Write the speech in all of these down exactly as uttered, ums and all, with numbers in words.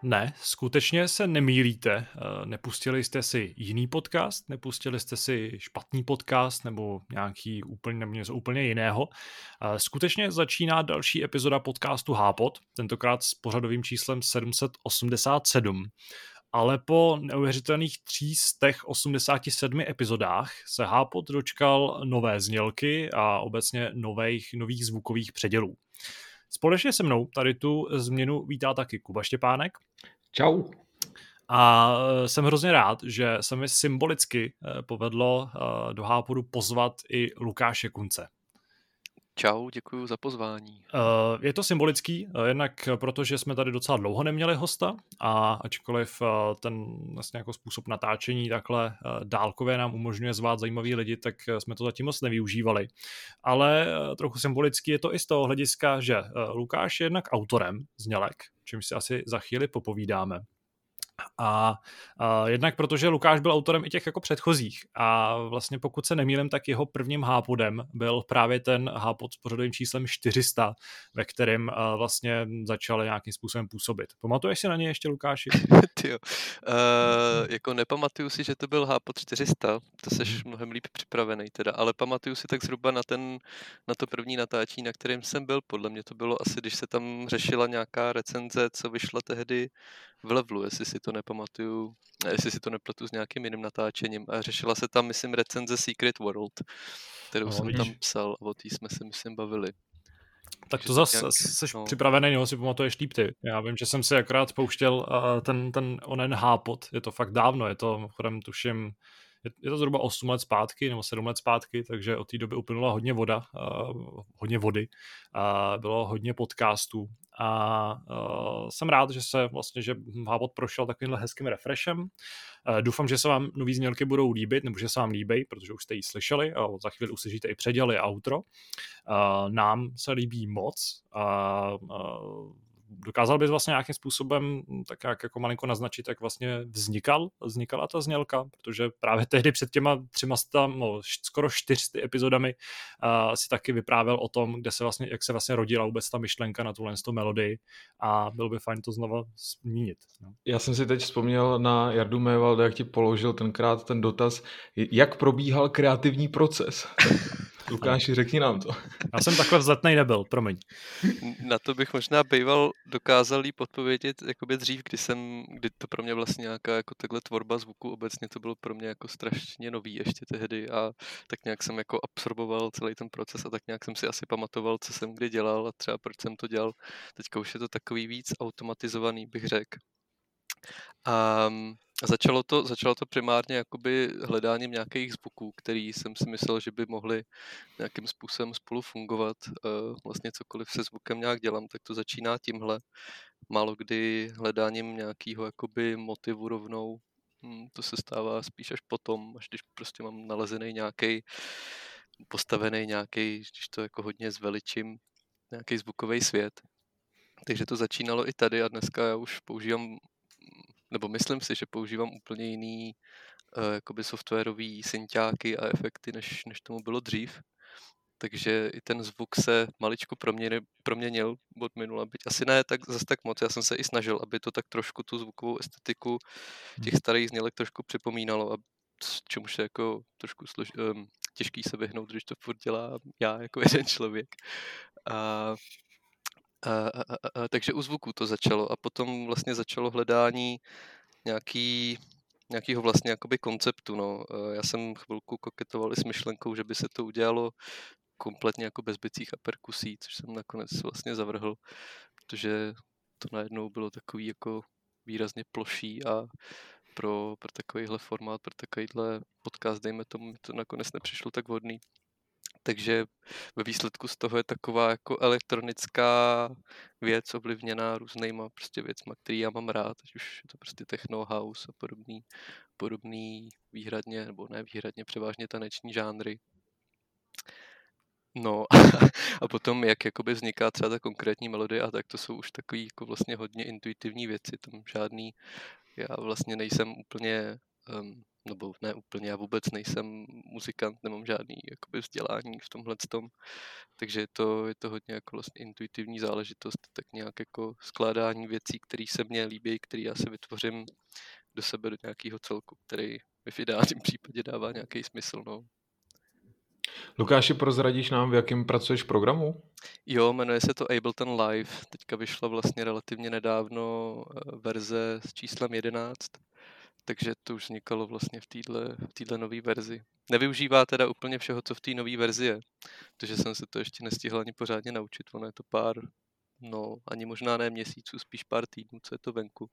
Ne, skutečně se nemýlíte. Nepustili jste si jiný podcast, nepustili jste si špatný podcast nebo nějaký úplně, nebo něco úplně jiného. Skutečně začíná další epizoda podcastu Hápot, tentokrát s pořadovým číslem sedm set osmdesát sedm. Ale po neuvěřitelných tři sta osmdesáti sedmi epizodách se Hápot dočkal nové znělky a obecně nových, nových zvukových předělů. Společně se mnou tady tu změnu vítá taky Kuba Štěpánek. Čau. A jsem hrozně rád, že se mi symbolicky povedlo do Hápodu pozvat i Lukáše Kunce. Čau, děkuji za pozvání. Je to symbolický, jednak protože jsme tady docela dlouho neměli hosta a ačkoliv ten vlastně jako způsob natáčení takhle dálkově nám umožňuje zvát zajímavý lidi, tak jsme to zatím moc nevyužívali. Ale trochu symbolický je to i z toho hlediska, že Lukáš je jednak autorem znělek, čímž si asi za chvíli popovídáme. A, a jednak protože Lukáš byl autorem i těch jako předchozích a vlastně pokud se nemýlím, tak jeho prvním hápodem byl právě ten hápod s pořadovým číslem čtyři sta, ve kterém a, vlastně začal nějakým způsobem působit. Pamatuješ si na něj ještě, Lukáši? Tyjo, uh, jako nepamatuju si, že to byl hápod čtyři sta, to seš mnohem líp připravený teda, ale pamatuju si tak zhruba na ten, na to první natáčení, na kterém jsem byl, podle mě to bylo asi, když se tam řešila nějaká recenze, co vyšla tehdy v Levelu, jestli si to nepamatuju, jestli si to nepletu s nějakým jiným natáčením, a řešila se tam, myslím, recenze Secret World, kterou no, jsem víš. tam psal a o té jsme se, myslím, bavili. Tak to zase nějak, jsi no. připravený, nebo si pamatuješ líp ty. Já vím, že jsem si akorát pouštěl uh, ten, ten onen hápot, je to fakt dávno, je to, chodem tuším, je, je to zhruba osm let zpátky, nebo sedm let zpátky, takže od té doby uplynula hodně voda, uh, hodně vody, uh, bylo hodně podcastů a uh, jsem rád, že se vlastně, že hápot prošel takovýmhle hezkým refreshem. Uh, doufám, že se vám nový znělky budou líbit, nebo že se vám líbí, protože už jste ji slyšeli a za chvíli uslyšíte i předěly a outro. Uh, nám se líbí moc a uh, dokázal bys vlastně nějakým způsobem tak jak jako malinko naznačit, jak vlastně vznikal, vznikala ta znělka, protože právě tehdy před těma třema sta, no, skoro čtyřsty epizodami uh, si taky vyprávěl o tom, kde se vlastně, jak se vlastně rodila vůbec ta myšlenka na tuhle melodii a bylo by fajn to znova zmínit. No. Já jsem si teď vzpomněl na Jardu Mévalda, jak ti položil tenkrát ten dotaz, jak probíhal kreativní proces. Lukáši, řekni nám to. Já jsem takhle vzletnej nebyl, promiň. Na to bych možná býval dokázal jí odpovědět jakoby dřív, kdy jsem, kdy to pro mě vlastně nějaká jako takhle tvorba zvuku obecně to bylo pro mě jako strašně nový ještě tehdy a tak nějak jsem jako absorboval celý ten proces a tak nějak jsem si asi pamatoval, co jsem kdy dělal a třeba proč jsem to dělal. Teďka už je to takový víc automatizovaný, bych řekl. Um, Začalo to, začalo to primárně jakoby hledáním nějakých zvuků, který jsem si myslel, že by mohly nějakým způsobem spolu fungovat. Uh, vlastně cokoliv se zvukem nějak dělám, tak to začíná tímhle. Málo kdy hledáním nějakého jakoby motivu rovnou. Hmm, to se stává spíš až potom, až když prostě mám nalezený nějaký, postavený nějaký, když to jako hodně zveličím, nějaký zvukový svět. Takže to začínalo i tady a dneska já už používám nebo myslím si, že používám úplně jiný uh, jakoby softwarový synťáky a efekty, než, než tomu bylo dřív. Takže i ten zvuk se maličko proměnil, proměnil od minula, byť asi ne tak zase tak moc. Já jsem se i snažil, aby to tak trošku tu zvukovou estetiku těch starých znělek trošku připomínalo, a čemu se jako trošku slož, um, těžký se vyhnout, když to furt dělá já jako jeden člověk. A A, a, a, a, takže u zvuku to začalo a potom vlastně začalo hledání nějaký, nějakýho vlastně jakoby konceptu. No. Já jsem chvilku koketoval i s myšlenkou, že by se to udělalo kompletně jako bez bicích a perkusí, což jsem nakonec vlastně zavrhl, protože to najednou bylo takový jako výrazně ploší a pro, pro takovýhle formát, pro takovýhle podcast, dejme tomu, to nakonec nepřišlo tak vhodný. Takže ve výsledku z toho je taková jako elektronická věc ovlivněná různýma prostě věcma, který já mám rád, ať už je to prostě techno, house a podobný, podobný výhradně, nebo ne výhradně, převážně taneční žánry. No a potom, jak jakoby vzniká třeba ta konkrétní melodie, a tak to jsou už takový jako vlastně hodně intuitivní věci, tam žádný, já vlastně nejsem úplně um, nebo ne úplně, já vůbec nejsem muzikant, nemám žádný jakoby vzdělání v tomhle tom, takže je to, je to hodně jako vlastně intuitivní záležitost, tak nějak jako skládání věcí, které se mně líbí, které já si vytvořím do sebe do nějakého celku, který mi v ideálním případě dává nějaký smysl, no. Lukáši, prozradíš nám, v jakém pracuješ programu? Jo, jmenuje se to Ableton Live. Teďka vyšla vlastně relativně nedávno verze s číslem jedenáct, takže to už vznikalo vlastně v téhle v téhle nové verzi. Nevyužívá teda úplně všeho, co v té nové verzi je, protože jsem se to ještě nestihl ani pořádně naučit. Ono je to pár, no ani možná ne měsíců, spíš pár týdnů, co je to venku.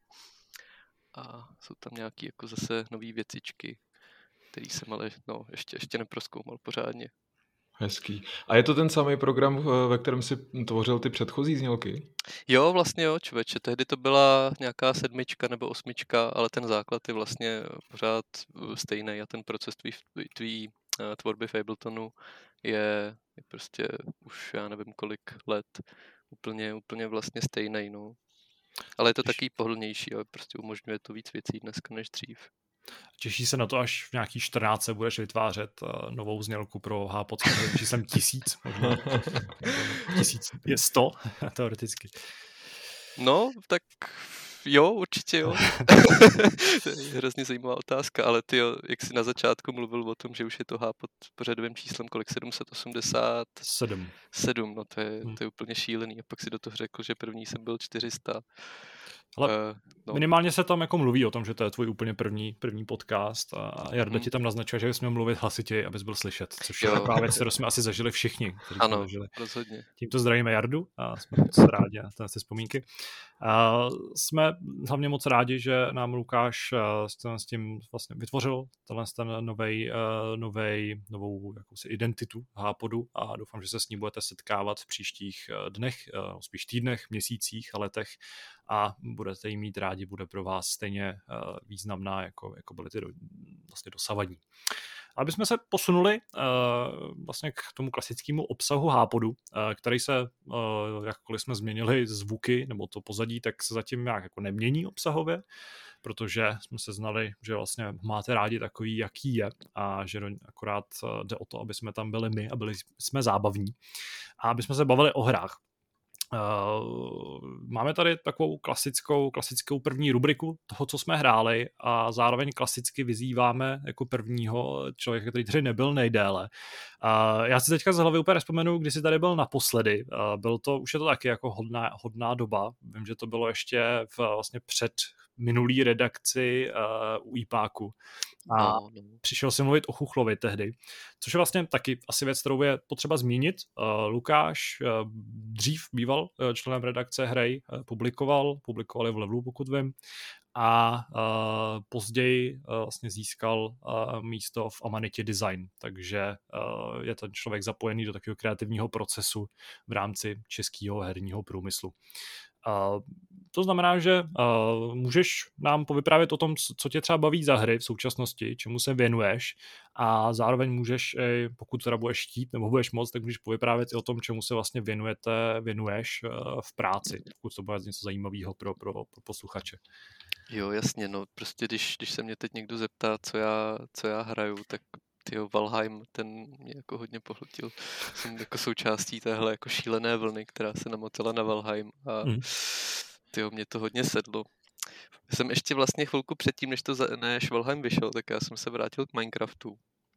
A jsou tam nějaké jako zase nové věcičky, který jsem ale no, ještě, ještě neprozkoumal pořádně. Hezký. A je to ten samý program, ve kterém si tvořil ty předchozí znělky? Jo, vlastně jo, člověče. Tehdy to byla nějaká sedmička nebo osmička, ale ten základ je vlastně pořád stejný a ten proces tvý, tvý tvorby v Abletonu je, je prostě už já nevím kolik let úplně, úplně vlastně stejný, no. Ale je to taky pohodlnější a prostě umožňuje to víc věcí dneska než dřív. Těší se na to, až v nějaký čtrnáct budeš vytvářet uh, novou znělku pro H-pod s číslem tisíc, možná. Tisíc je sto, teoreticky. No, tak jo, určitě jo. To je hrozně zajímavá otázka, ale ty jo, jak jsi na začátku mluvil o tom, že už je to H pod pořadovým číslem kolik? sedm set osmdesát sedm. sedm, no to je, to je úplně šílený. A pak si do toho řekl, že první jsem byl čtyři sta. Ale uh, no. Minimálně se tam jako mluví o tom, že to je tvůj úplně první, první podcast a Jarda mm. ti tam naznačuje, že bychom měl mluvit hlasitěji, abys byl slyšet, což jo. je taková věc, kterou jsme asi zažili všichni. Ano, zažili. rozhodně. Tímto zdravíme Jardu a jsme moc rádi na ty vzpomínky. A jsme hlavně moc rádi, že nám Lukáš s tím vlastně vytvořil tenhle ten novej, novej, novou jakousi identitu H-podu a doufám, že se s ní budete setkávat v příštích dnech, spíš týdnech, měsících a letech a budete jí mít rádi, bude pro vás stejně významná, jako, jako byly ty do, vlastně dosavadní. Aby jsme se posunuli uh, vlastně k tomu klasickému obsahu H-podu, uh, který se, uh, jakkoliv jsme změnili zvuky nebo to pozadí, tak se zatím nějak jako nemění obsahově, protože jsme se znali, že vlastně máte rádi takový, jaký je a že akorát jde o to, aby jsme tam byli my a byli jsme zábavní a aby jsme se bavili o hrách. Uh, máme tady takovou klasickou, klasickou první rubriku toho, co jsme hráli a zároveň klasicky vyzýváme jako prvního člověka, který tady nebyl nejdéle. Uh, já si teďka z hlavy úplně vzpomenu, kdy jsi tady byl naposledy. Uh, byl to, už je to taky jako hodná, hodná doba. Vím, že to bylo ještě v, vlastně před minulý redakci uh, u IPáku. A no, no. Přišel jsem mluvit o Chuchlovi tehdy, což je vlastně taky asi věc, kterou je potřeba zmínit. Uh, Lukáš uh, dřív býval uh, členem redakce Hrej, uh, publikoval, publikovali v Levelu, pokud vím, a uh, později uh, vlastně získal uh, místo v Amanitě Design, takže uh, je ten člověk zapojený do takového kreativního procesu v rámci českého herního průmyslu. Uh, to znamená, že uh, můžeš nám povyprávět o tom, co tě třeba baví za hry v současnosti, čemu se věnuješ a zároveň můžeš, pokud teda budeš chtít nebo budeš moc, tak můžeš povyprávět i o tom, čemu se vlastně věnujete, věnuješ uh, v práci, pokud to bude něco zajímavého pro, pro, pro posluchače. Jo, jasně, no prostě když, když se mě teď někdo zeptá, co já, co já hraju, tak tyjo, Valheim, ten mě jako hodně pohltil. Jsem jako součástí téhle jako šílené vlny, která se namotala na Valheim a mm. tyjo, mě to hodně sedlo. Jsem ještě vlastně chvilku předtím, než, to za, než Valheim vyšel, tak já jsem se vrátil k Minecraftu.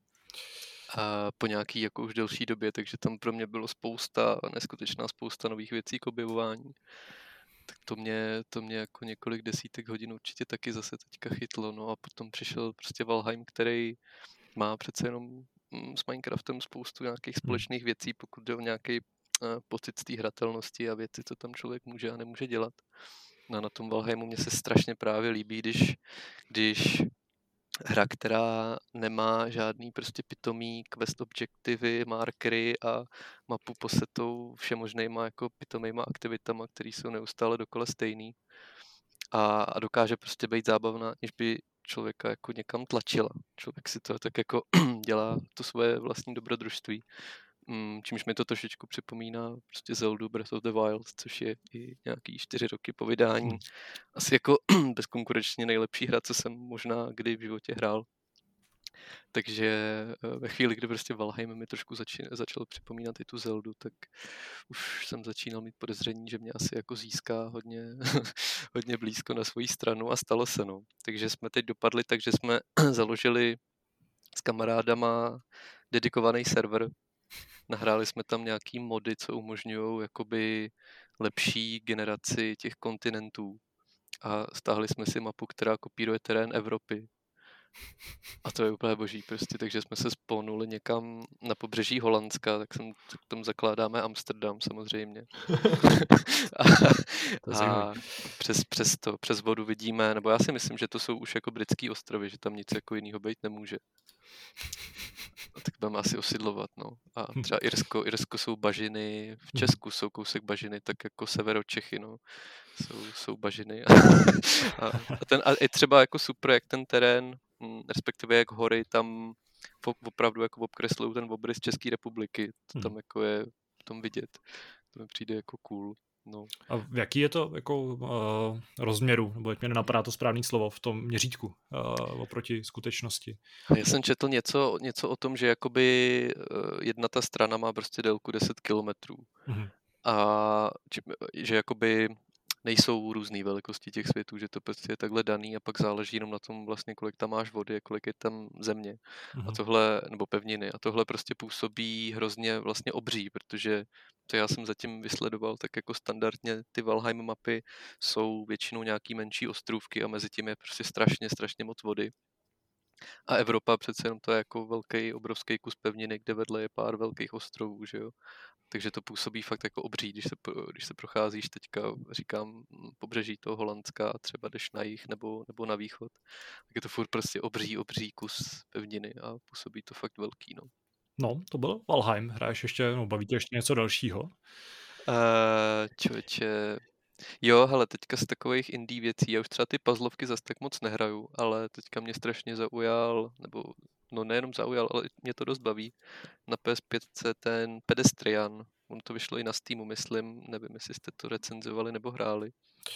A po nějaký jako už delší době, takže tam pro mě bylo spousta, neskutečná spousta nových věcí k objevování. Tak to mě, to mě jako několik desítek hodin určitě taky zase teďka chytlo. No a potom přišel prostě Valheim, který má přece jenom s Minecraftem spoustu nějakých společných věcí, pokud jde o nějaký uh, pocit z té hratelnosti a věci, co tam člověk může a nemůže dělat. No a na tom Valheimu mě se strašně právě líbí, když, když hra, která nemá žádný prostě pitomý quest objektivy, markery a mapu posetou všemožnýma jako pitomýma aktivitama, které jsou neustále dokola stejný a, a dokáže prostě být zábavná, než by člověka jako někam tlačila. Člověk si to tak jako dělá to svoje vlastní dobrodružství. čímž mi to trošičku připomíná prostě Zeldu Breath of the Wild, což je i nějaký čtyři roky po vydání. Hmm. Asi jako bezkonkurenčně nejlepší hra, co jsem možná kdy v životě hrál. Takže ve chvíli, kdy prostě Valheim mi trošku začín, začal připomínat i tu Zeldu, tak už jsem začínal mít podezření, že mě asi jako získá hodně, hodně blízko na svoji stranu a stalo se. No. Takže jsme teď dopadli, takže jsme založili s kamarádama dedikovaný server. Nahráli jsme tam nějaký mody, co umožňují jakoby lepší generaci těch kontinentů. A stáhli jsme si mapu, která kopíruje terén Evropy. A to je úplně boží prostě, takže jsme se spolnuli někam na pobřeží Holandska, tak jsem tam zakládáme Amsterdam samozřejmě. a a přes, přes, to, přes vodu vidíme, nebo já si myslím, že to jsou už jako britský ostrovy, že tam nic jako jiného být nemůže. A tak budeme asi osidlovat, no. A třeba Irsko, Irsko jsou bažiny, v Česku jsou kousek bažiny, tak jako Severočechy, no. Jsou, jsou bažiny. a, a, ten, a i třeba jako super, jak ten terén, respektive jak hory tam opravdu jako obkreslují ten obrys České republiky. To tam jako je v tom vidět. To mi přijde jako cool. No. A v jaký je to jako uh, rozměru, nebo jak mě nenapadá to správné slovo, v tom měřítku uh, oproti skutečnosti? Já jsem četl něco, něco o tom, že jakoby uh, jedna ta strana má prostě délku deset kilometrů. Mm-hmm. A či, že jakoby nejsou různé velikosti těch světů, že to prostě je takhle daný a pak záleží jenom na tom vlastně, kolik tam máš vody a kolik je tam země. Mm-hmm. A tohle, nebo pevniny. A tohle prostě působí hrozně vlastně obří, protože to já jsem zatím vysledoval, tak jako standardně ty Valheim mapy jsou většinou nějaký menší ostrůvky a mezi tím je prostě strašně, strašně moc vody. A Evropa přece jenom to je jako velký, obrovský kus pevniny, kde vedle je pár velkých ostrovů, že jo. Takže to působí fakt jako obří, když se, když se procházíš teďka, říkám, pobřeží toho Holandska a třeba jdeš na jih nebo, nebo na východ, tak je to furt prostě obří, obří kus pevniny a působí to fakt velký, no. No, to byl Valheim. Hraješ ještě, no, baví tě ještě něco dalšího? Uh, člověče, jo, hele, teďka z takových indie věcí, já už třeba ty puzzlovky zas tak moc nehraju, ale teďka mě strašně zaujal, nebo no nejenom zaujal, ale mě to dost baví. Na P S pět ten Pedestrian, on to vyšlo i na Steamu, myslím, nevím, jestli jste to recenzovali nebo hráli.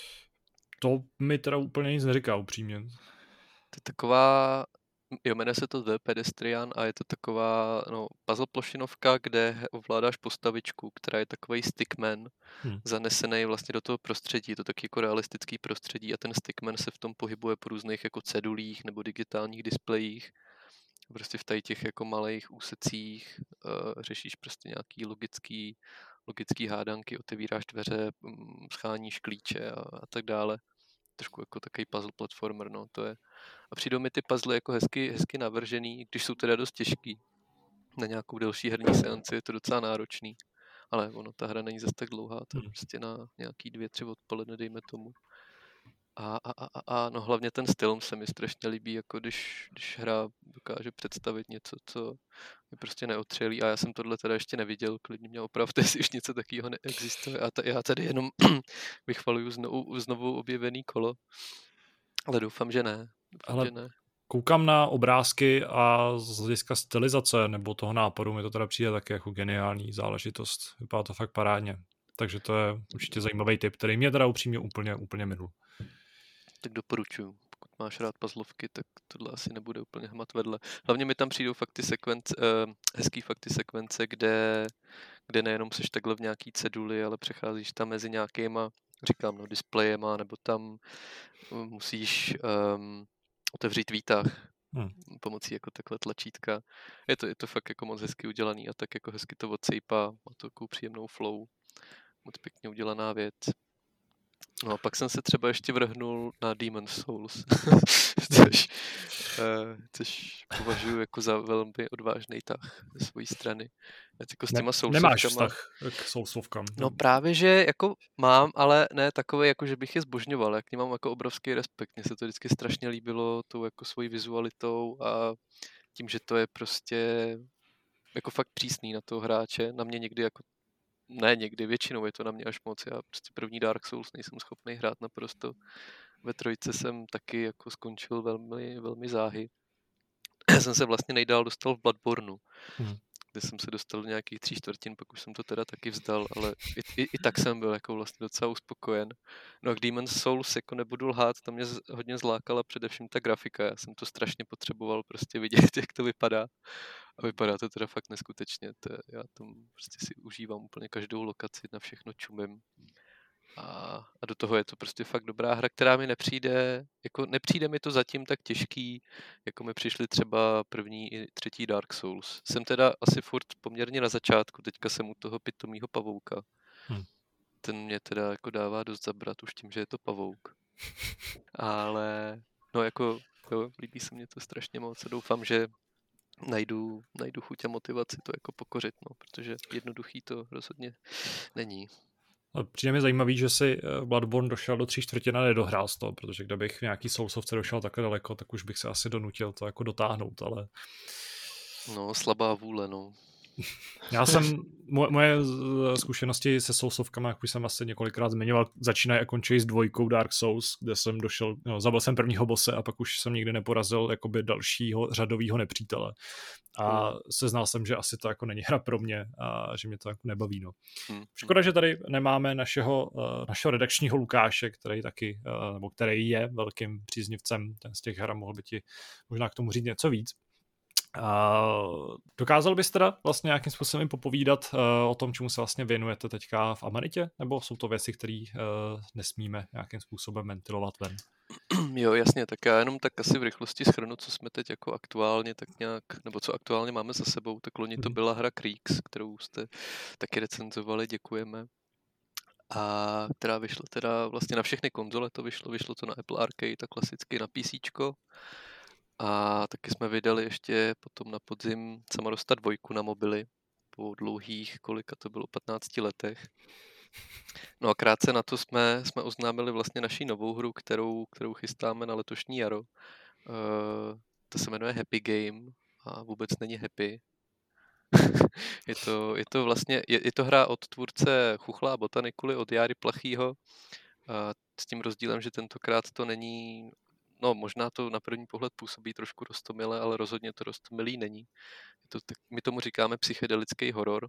To mi teda úplně nic neříká, upřímně. To je taková, jo, jmenuje se to The Pedestrian a je to taková no, puzzle plošinovka, kde ovládáš postavičku, která je takovej stickman, hmm. zanesený vlastně do toho prostředí, je to taky jako realistický prostředí a ten stickman se v tom pohybuje po různých jako cedulích nebo digitálních displejích. Prostě v tady těch jako malých úsecích uh, řešíš prostě nějaký logický, logický hádanky, otevíráš dveře, um, scháníš klíče a, a tak dále. Trošku jako takový puzzle platformer, no, to je. A přijdou mi ty puzzle jako hezky, hezky navržený, když jsou teda dost těžký. Na nějakou delší herní seanci je to docela náročný. Ale ono, ta hra není zase tak dlouhá, to je prostě na nějaký dvě, tři odpoledne, dejme tomu. A, a, a, a no hlavně ten styl se mi strašně líbí, jako když, když hra dokáže představit něco, co je prostě neotřelý. A já jsem tohle teda ještě neviděl, klidně mě opravdu, jestli už něco takového neexistuje. A ta, já tady jenom vychvaluju znovu, znovu objevený kolo. Ale doufám, že ne. Doufám, Ale že ne. Koukám na obrázky a z hlediska stylizace nebo toho nápadu mi to teda přijde taky jako geniální záležitost. Vypadá to fakt parádně. Takže to je určitě zajímavý tip, který mě teda upřímně úplně, úplně minul. Tak doporučuju. Pokud máš rád puzzlovky, tak tohle asi nebude úplně hmat vedle. Hlavně mi tam přijdou fakt ty sekvence, uh, hezký fakt ty sekvence, kde, kde nejenom seš takhle v nějaký ceduli, ale přecházíš tam mezi nějakýma, říkám, no, displejema, nebo tam musíš um, otevřít výtah hmm. pomocí jako takhle tlačítka. Je to, je to fakt jako moc hezky udělaný a tak jako hezky to odsejpá, má to takovou příjemnou flow. Moc pěkně udělaná věc. No a pak jsem se třeba ještě vrhnul na Demon's Souls, což, uh, což považuji jako za velmi odvážný tah ze své strany. Jako s těma ne, nemáš vztah k soulsovkám. No právě, že jako mám, ale ne takový, jako že bych je zbožňoval. Já k nim mám jako obrovský respekt. Mně se to vždycky strašně líbilo tou jako svojí vizualitou a tím, že to je prostě jako fakt přísný na toho hráče. Na mě někdy jako Ne, někdy, většinou je to na mě až moc. Já prostě první Dark Souls nejsem schopný hrát naprosto. Ve trojce jsem taky jako skončil velmi, velmi záhy. Já jsem se vlastně nejdál dostal v Bloodborneu. Hmm. kde jsem se dostal do nějakých tří čtvrtin, pak už jsem to teda taky vzdal, ale i, i, i tak jsem byl jako vlastně docela uspokojen. No a k Demon's Souls jako nebudu lhát, tam mě z, hodně zlákala především ta grafika, já jsem to strašně potřeboval prostě vidět, jak to vypadá. A vypadá to teda fakt neskutečně, to je, já tam prostě si užívám úplně každou lokaci, na všechno čumím. A, a do toho je to prostě fakt dobrá hra, která mi nepřijde, jako nepřijde mi to zatím tak těžký, jako mi přišly třeba první i třetí Dark Souls. Jsem teda asi furt poměrně na začátku, teďka jsem u toho pitomýho pavouka. Hmm. Ten mě teda jako dává dost zabrat už tím, že je to pavouk. Ale no jako, jo, líbí se mě to strašně moc a doufám, že najdu, najdu chuť a motivaci to jako pokořit, no, protože jednoduchý to rozhodně není. Přijde mi zajímavý, že si Bloodborne došel do tří čtvrtin a nedohrál z toho, protože kdybych v nějaký Soulsovce došel takhle daleko, tak už bych se asi donutil to jako dotáhnout, ale... No, slabá vůle, no. Já jsem, moje, moje zkušenosti se Soulsovkama, jak už jsem asi několikrát zmiňoval, začínají a končí s dvojkou Dark Souls, kde jsem došel, no, zabil jsem prvního bose a pak už jsem nikdy neporazil jakoby dalšího řadovýho nepřítele. A hmm. seznal jsem, že asi to jako není hra pro mě a že mě to jako nebaví. No. Hmm. Škoda, že tady nemáme našeho, našeho redakčního Lukáše, který taky, nebo který je velkým příznivcem z těch her, mohl by ti možná k tomu říct něco víc. Uh, dokázal bys teda vlastně nějakým způsobem popovídat uh, o tom, čemu se vlastně věnujete teďka v Amanitě, nebo jsou to věci, které uh, nesmíme nějakým způsobem ventilovat ven? Jo, jasně, tak já jenom tak asi v rychlosti shrnu, co jsme teď jako aktuálně tak nějak, nebo co aktuálně máme za sebou, tak loni to byla hra Creeks, kterou jste taky recenzovali, děkujeme. A která vyšla teda vlastně na všechny konzole, to vyšlo, vyšlo to na Apple Arcade a klasicky na PCčko. A taky jsme vydali ještě potom na podzim Samorosta dvojku na mobily po dlouhých, kolika to bylo, patnácti letech. No a krátce na to jsme, jsme oznámili vlastně naši novou hru, kterou, kterou chystáme na letošní jaro. Uh, to se jmenuje Happy Game a vůbec není happy. je, to, je to vlastně, je, je to hra od tvůrce Chuchla a Botanikuly, od Járy Plachýho. Uh, s tím rozdílem, že tentokrát to není... No, možná to na první pohled působí trošku roztomilé, ale rozhodně to roztomilý není. Je to, my tomu říkáme psychedelický horor.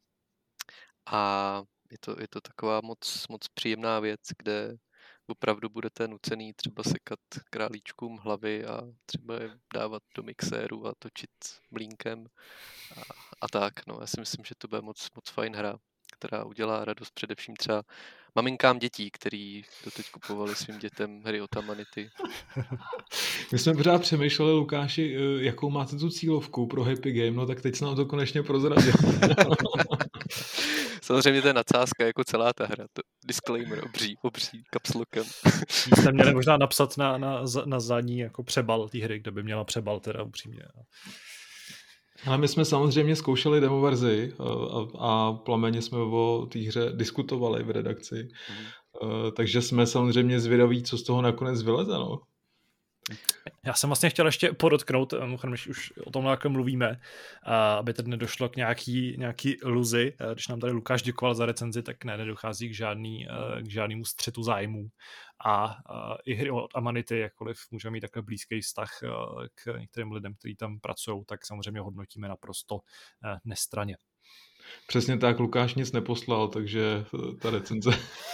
A je to, je to taková moc, moc příjemná věc, kde opravdu budete nucený třeba sekat králíčkům hlavy a třeba je dávat do mixéru a točit mlínkem a, a tak. No, já si myslím, že to bude moc, moc fajn hra, která udělá radost především třeba maminkám dětí, který doteď kupovali svým dětem hry od Amanity. My jsme pořád přemýšleli, Lukáši, jakou máte tu cílovku pro Happy Game, no tak teď se nám to konečně prozradil. Samozřejmě to je nadsázka, jako celá ta hra. To disclaimer, obří, obří, kapslokem. Jste měli možná napsat na, na, na zadní jako přebal té hry, kde by měla přebal teda upřímně. Ale my jsme samozřejmě zkoušeli demo verzi a, a plameně jsme o té hře diskutovali v redakci. Mm. Uh, takže jsme samozřejmě zvědaví, co z toho nakonec vyleze. No. Já jsem vlastně chtěl ještě podotknout, když už o tom nějak mluvíme, aby tady nedošlo k nějaký, nějaký iluzi. Když nám tady Lukáš děkoval za recenzi, tak ne, nedochází k, žádný, k žádnému střetu zájmů. A i hry od Amanity, jakkoliv můžeme mít takhle blízký vztah k některým lidem, kteří tam pracují, tak samozřejmě hodnotíme naprosto nestranně. Přesně tak, Lukáš nic neposlal, takže ta recenze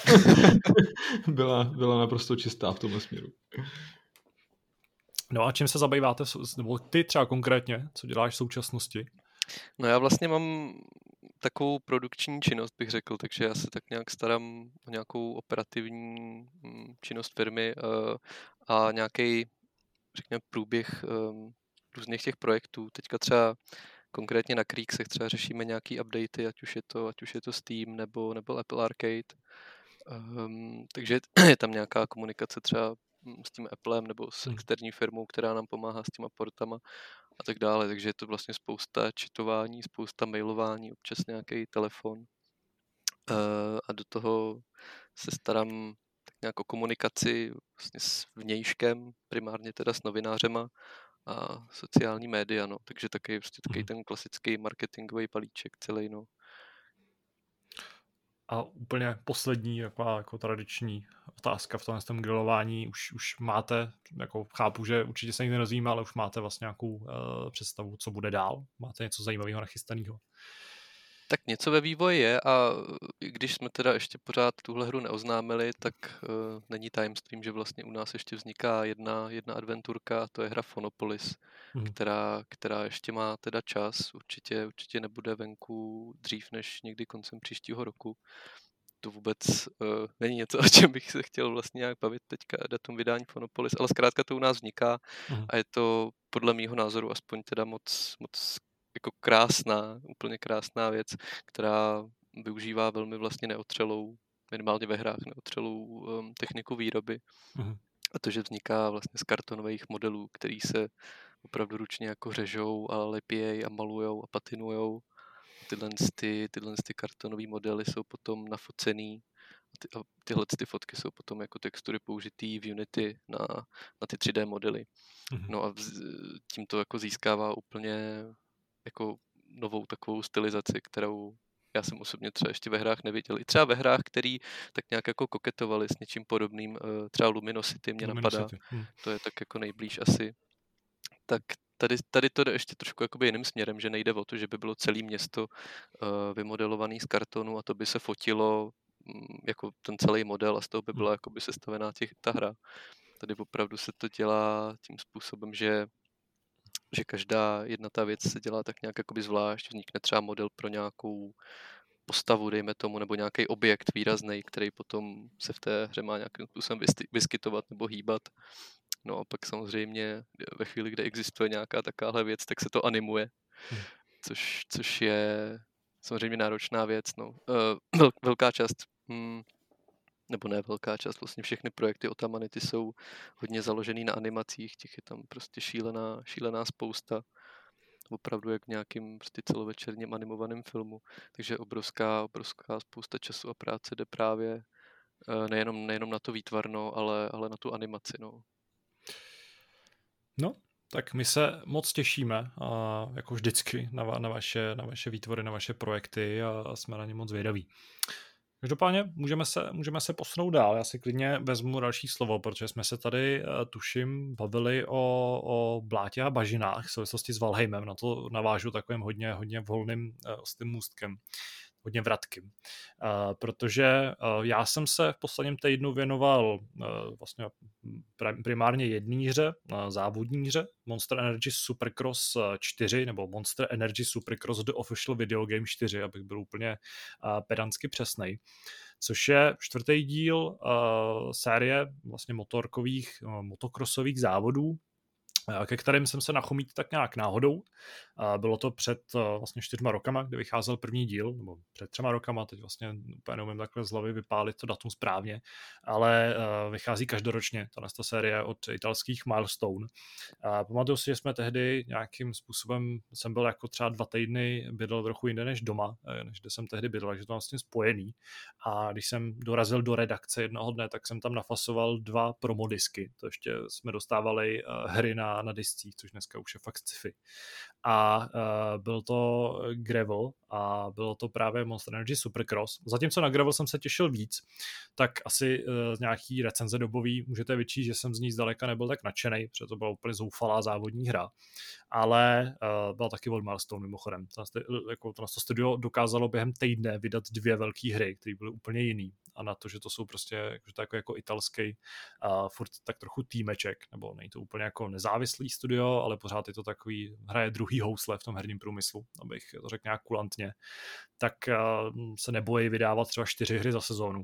byla, byla naprosto čistá v tomhle směru. No a čím se zabýváte, nebo ty třeba konkrétně, co děláš v současnosti? No já vlastně mám takovou produkční činnost, bych řekl, takže já se tak nějak starám o nějakou operativní činnost firmy a nějaký, řekněme, průběh různých těch projektů. Teďka třeba konkrétně na Creeksech třeba řešíme nějaký updaty, ať už je to, ať už je to Steam nebo, nebo Apple Arcade. Um, takže je tam nějaká komunikace třeba s tím Applem nebo s externí firmou, která nám pomáhá s těma portama a tak dále. Takže je to vlastně spousta čitování, spousta mailování, občas nějaký telefon. Uh, a do toho se starám tak nějak o komunikaci vlastně s vnějškem, primárně teda s novinářema a sociální média, no. Takže taky prostě taky ten klasický marketingový balíček celý, no. A úplně poslední, jako, jako tradiční otázka v tomhle tom grilování, už, už máte, jako chápu, že určitě se nikdy nezvíme, ale už máte vlastně nějakou uh, představu, co bude dál? Máte něco zajímavého nachystaného? Tak něco ve vývoji je a i když jsme teda ještě pořád tuhle hru neoznámili, tak uh, není tajemstvím, že vlastně u nás ještě vzniká jedna, jedna adventurka, a to je hra Phonopolis, hmm. která, která ještě má teda čas, určitě, určitě nebude venku dřív než někdy koncem příštího roku. To vůbec uh, není něco, o čem bych se chtěl vlastně nějak bavit teďka, datum vydání Phonopolis, ale zkrátka to u nás vzniká hmm. a je to podle mýho názoru aspoň teda moc, moc jako krásná, úplně krásná věc, která využívá velmi vlastně neotřelou, minimálně ve hrách neotřelou um, techniku výroby. Mm. A to, že vzniká vlastně z kartonových modelů, který se opravdu ručně jako řežou a lepějí a malujou a patinujou. Tyhle, ty, tyhle ty kartonové modely jsou potom nafocený a, ty, a tyhle ty fotky jsou potom jako textury použitý v Unity na, na ty tři dé modely. Mm. No a vz, tím to jako získává úplně jako novou takovou stylizaci, kterou já jsem osobně třeba ještě ve hrách neviděl. I třeba ve hrách, který tak nějak jako koketovali s něčím podobným, třeba Luminosity mě Luminosity. napadá, hmm. to je tak jako nejblíž asi. Tak tady, tady to jde ještě trošku jakoby jiným směrem, že nejde o to, že by bylo celé město uh, vymodelované z kartonu a to by se fotilo um, jako ten celý model a z toho by byla hmm. jakoby sestavená těch, ta hra. Tady opravdu se to dělá tím způsobem, že že každá jedna ta věc se dělá tak nějak jakoby zvlášť, vznikne třeba model pro nějakou postavu, dejme tomu, nebo nějaký objekt výrazný, který potom se v té hře má nějakým způsobem vyskytovat nebo hýbat. No a pak samozřejmě ve chvíli, kdy existuje nějaká takováhle věc, tak se to animuje, hmm. což, což je samozřejmě náročná věc. No. Uh, velká část hmm, nebo ne velká část, vlastně všechny projekty od Amanity jsou hodně založený na animacích, těch je tam prostě šílená, šílená spousta, opravdu jak v nějakým prostě celovečerním animovaném filmu, takže obrovská, obrovská spousta času a práce jde právě nejenom, nejenom na to výtvarno, ale, ale na tu animaci, no. No, tak my se moc těšíme, a jako vždycky, na, va, na, vaše, na vaše výtvory, na vaše projekty a, a jsme na ně moc vědaví. Každopádně můžeme se, můžeme se posunout dál. Já si klidně vezmu další slovo, protože jsme se tady, tuším, bavili o, o blátě a bažinách v souvislosti s Valheimem. Na to navážu takovým hodně, hodně volným s tím můstkem. Hodně vratkým. Uh, protože uh, já jsem se v posledním týdnu věnoval uh, vlastně primárně jedné hře, uh, závodní hře, Monster Energy Supercross čtyři, nebo Monster Energy Supercross The Official Video Game čtyři, abych byl úplně uh, pedantsky přesnej, což je čtvrtý díl uh, série vlastně motorkových, uh, motokrosových závodů, ke kterým jsem se nachomít tak nějak náhodou. Bylo to před vlastně čtyřma rokama, kdy vycházel první díl, nebo před třema rokama, teď vlastně úplně neumím takhle z hlavy vypálit to datum správně, ale vychází každoročně ta série od italských Milestone. Pamatuju si, že jsme tehdy nějakým způsobem, jsem byl jako třeba dva týdny, bydlel trochu jinde než doma, než kde jsem tehdy bydlel, takže to vlastně spojený. A když jsem dorazil do redakce jednoho dne, tak jsem tam nafasoval dva promodisky. To ještě jsme dostávali hry na na discích, což dneska už je fakt sci-fi. A uh, byl to Gravel a bylo to právě Monster Energy Supercross. Zatímco na Gravel jsem se těšil víc, tak asi uh, z nějaký recenze dobový můžete vyčíst, že jsem z ní zdaleka nebyl tak nadšenej, protože to byla úplně zoufalá závodní hra. Ale uh, byla taky od Milestone mimochodem. To, jako, to, to studio dokázalo během týdne vydat dvě velké hry, které byly úplně jiný. A na to, že to jsou prostě, že to jako, jako italský uh, furt tak trochu týmeček, nebo není to úplně jako nezávislý studio, ale pořád je to takový, hraje druhý housle v tom herním průmyslu, abych to řekl nějak kulantně, tak uh, se nebojí vydávat třeba čtyři hry za sezónu.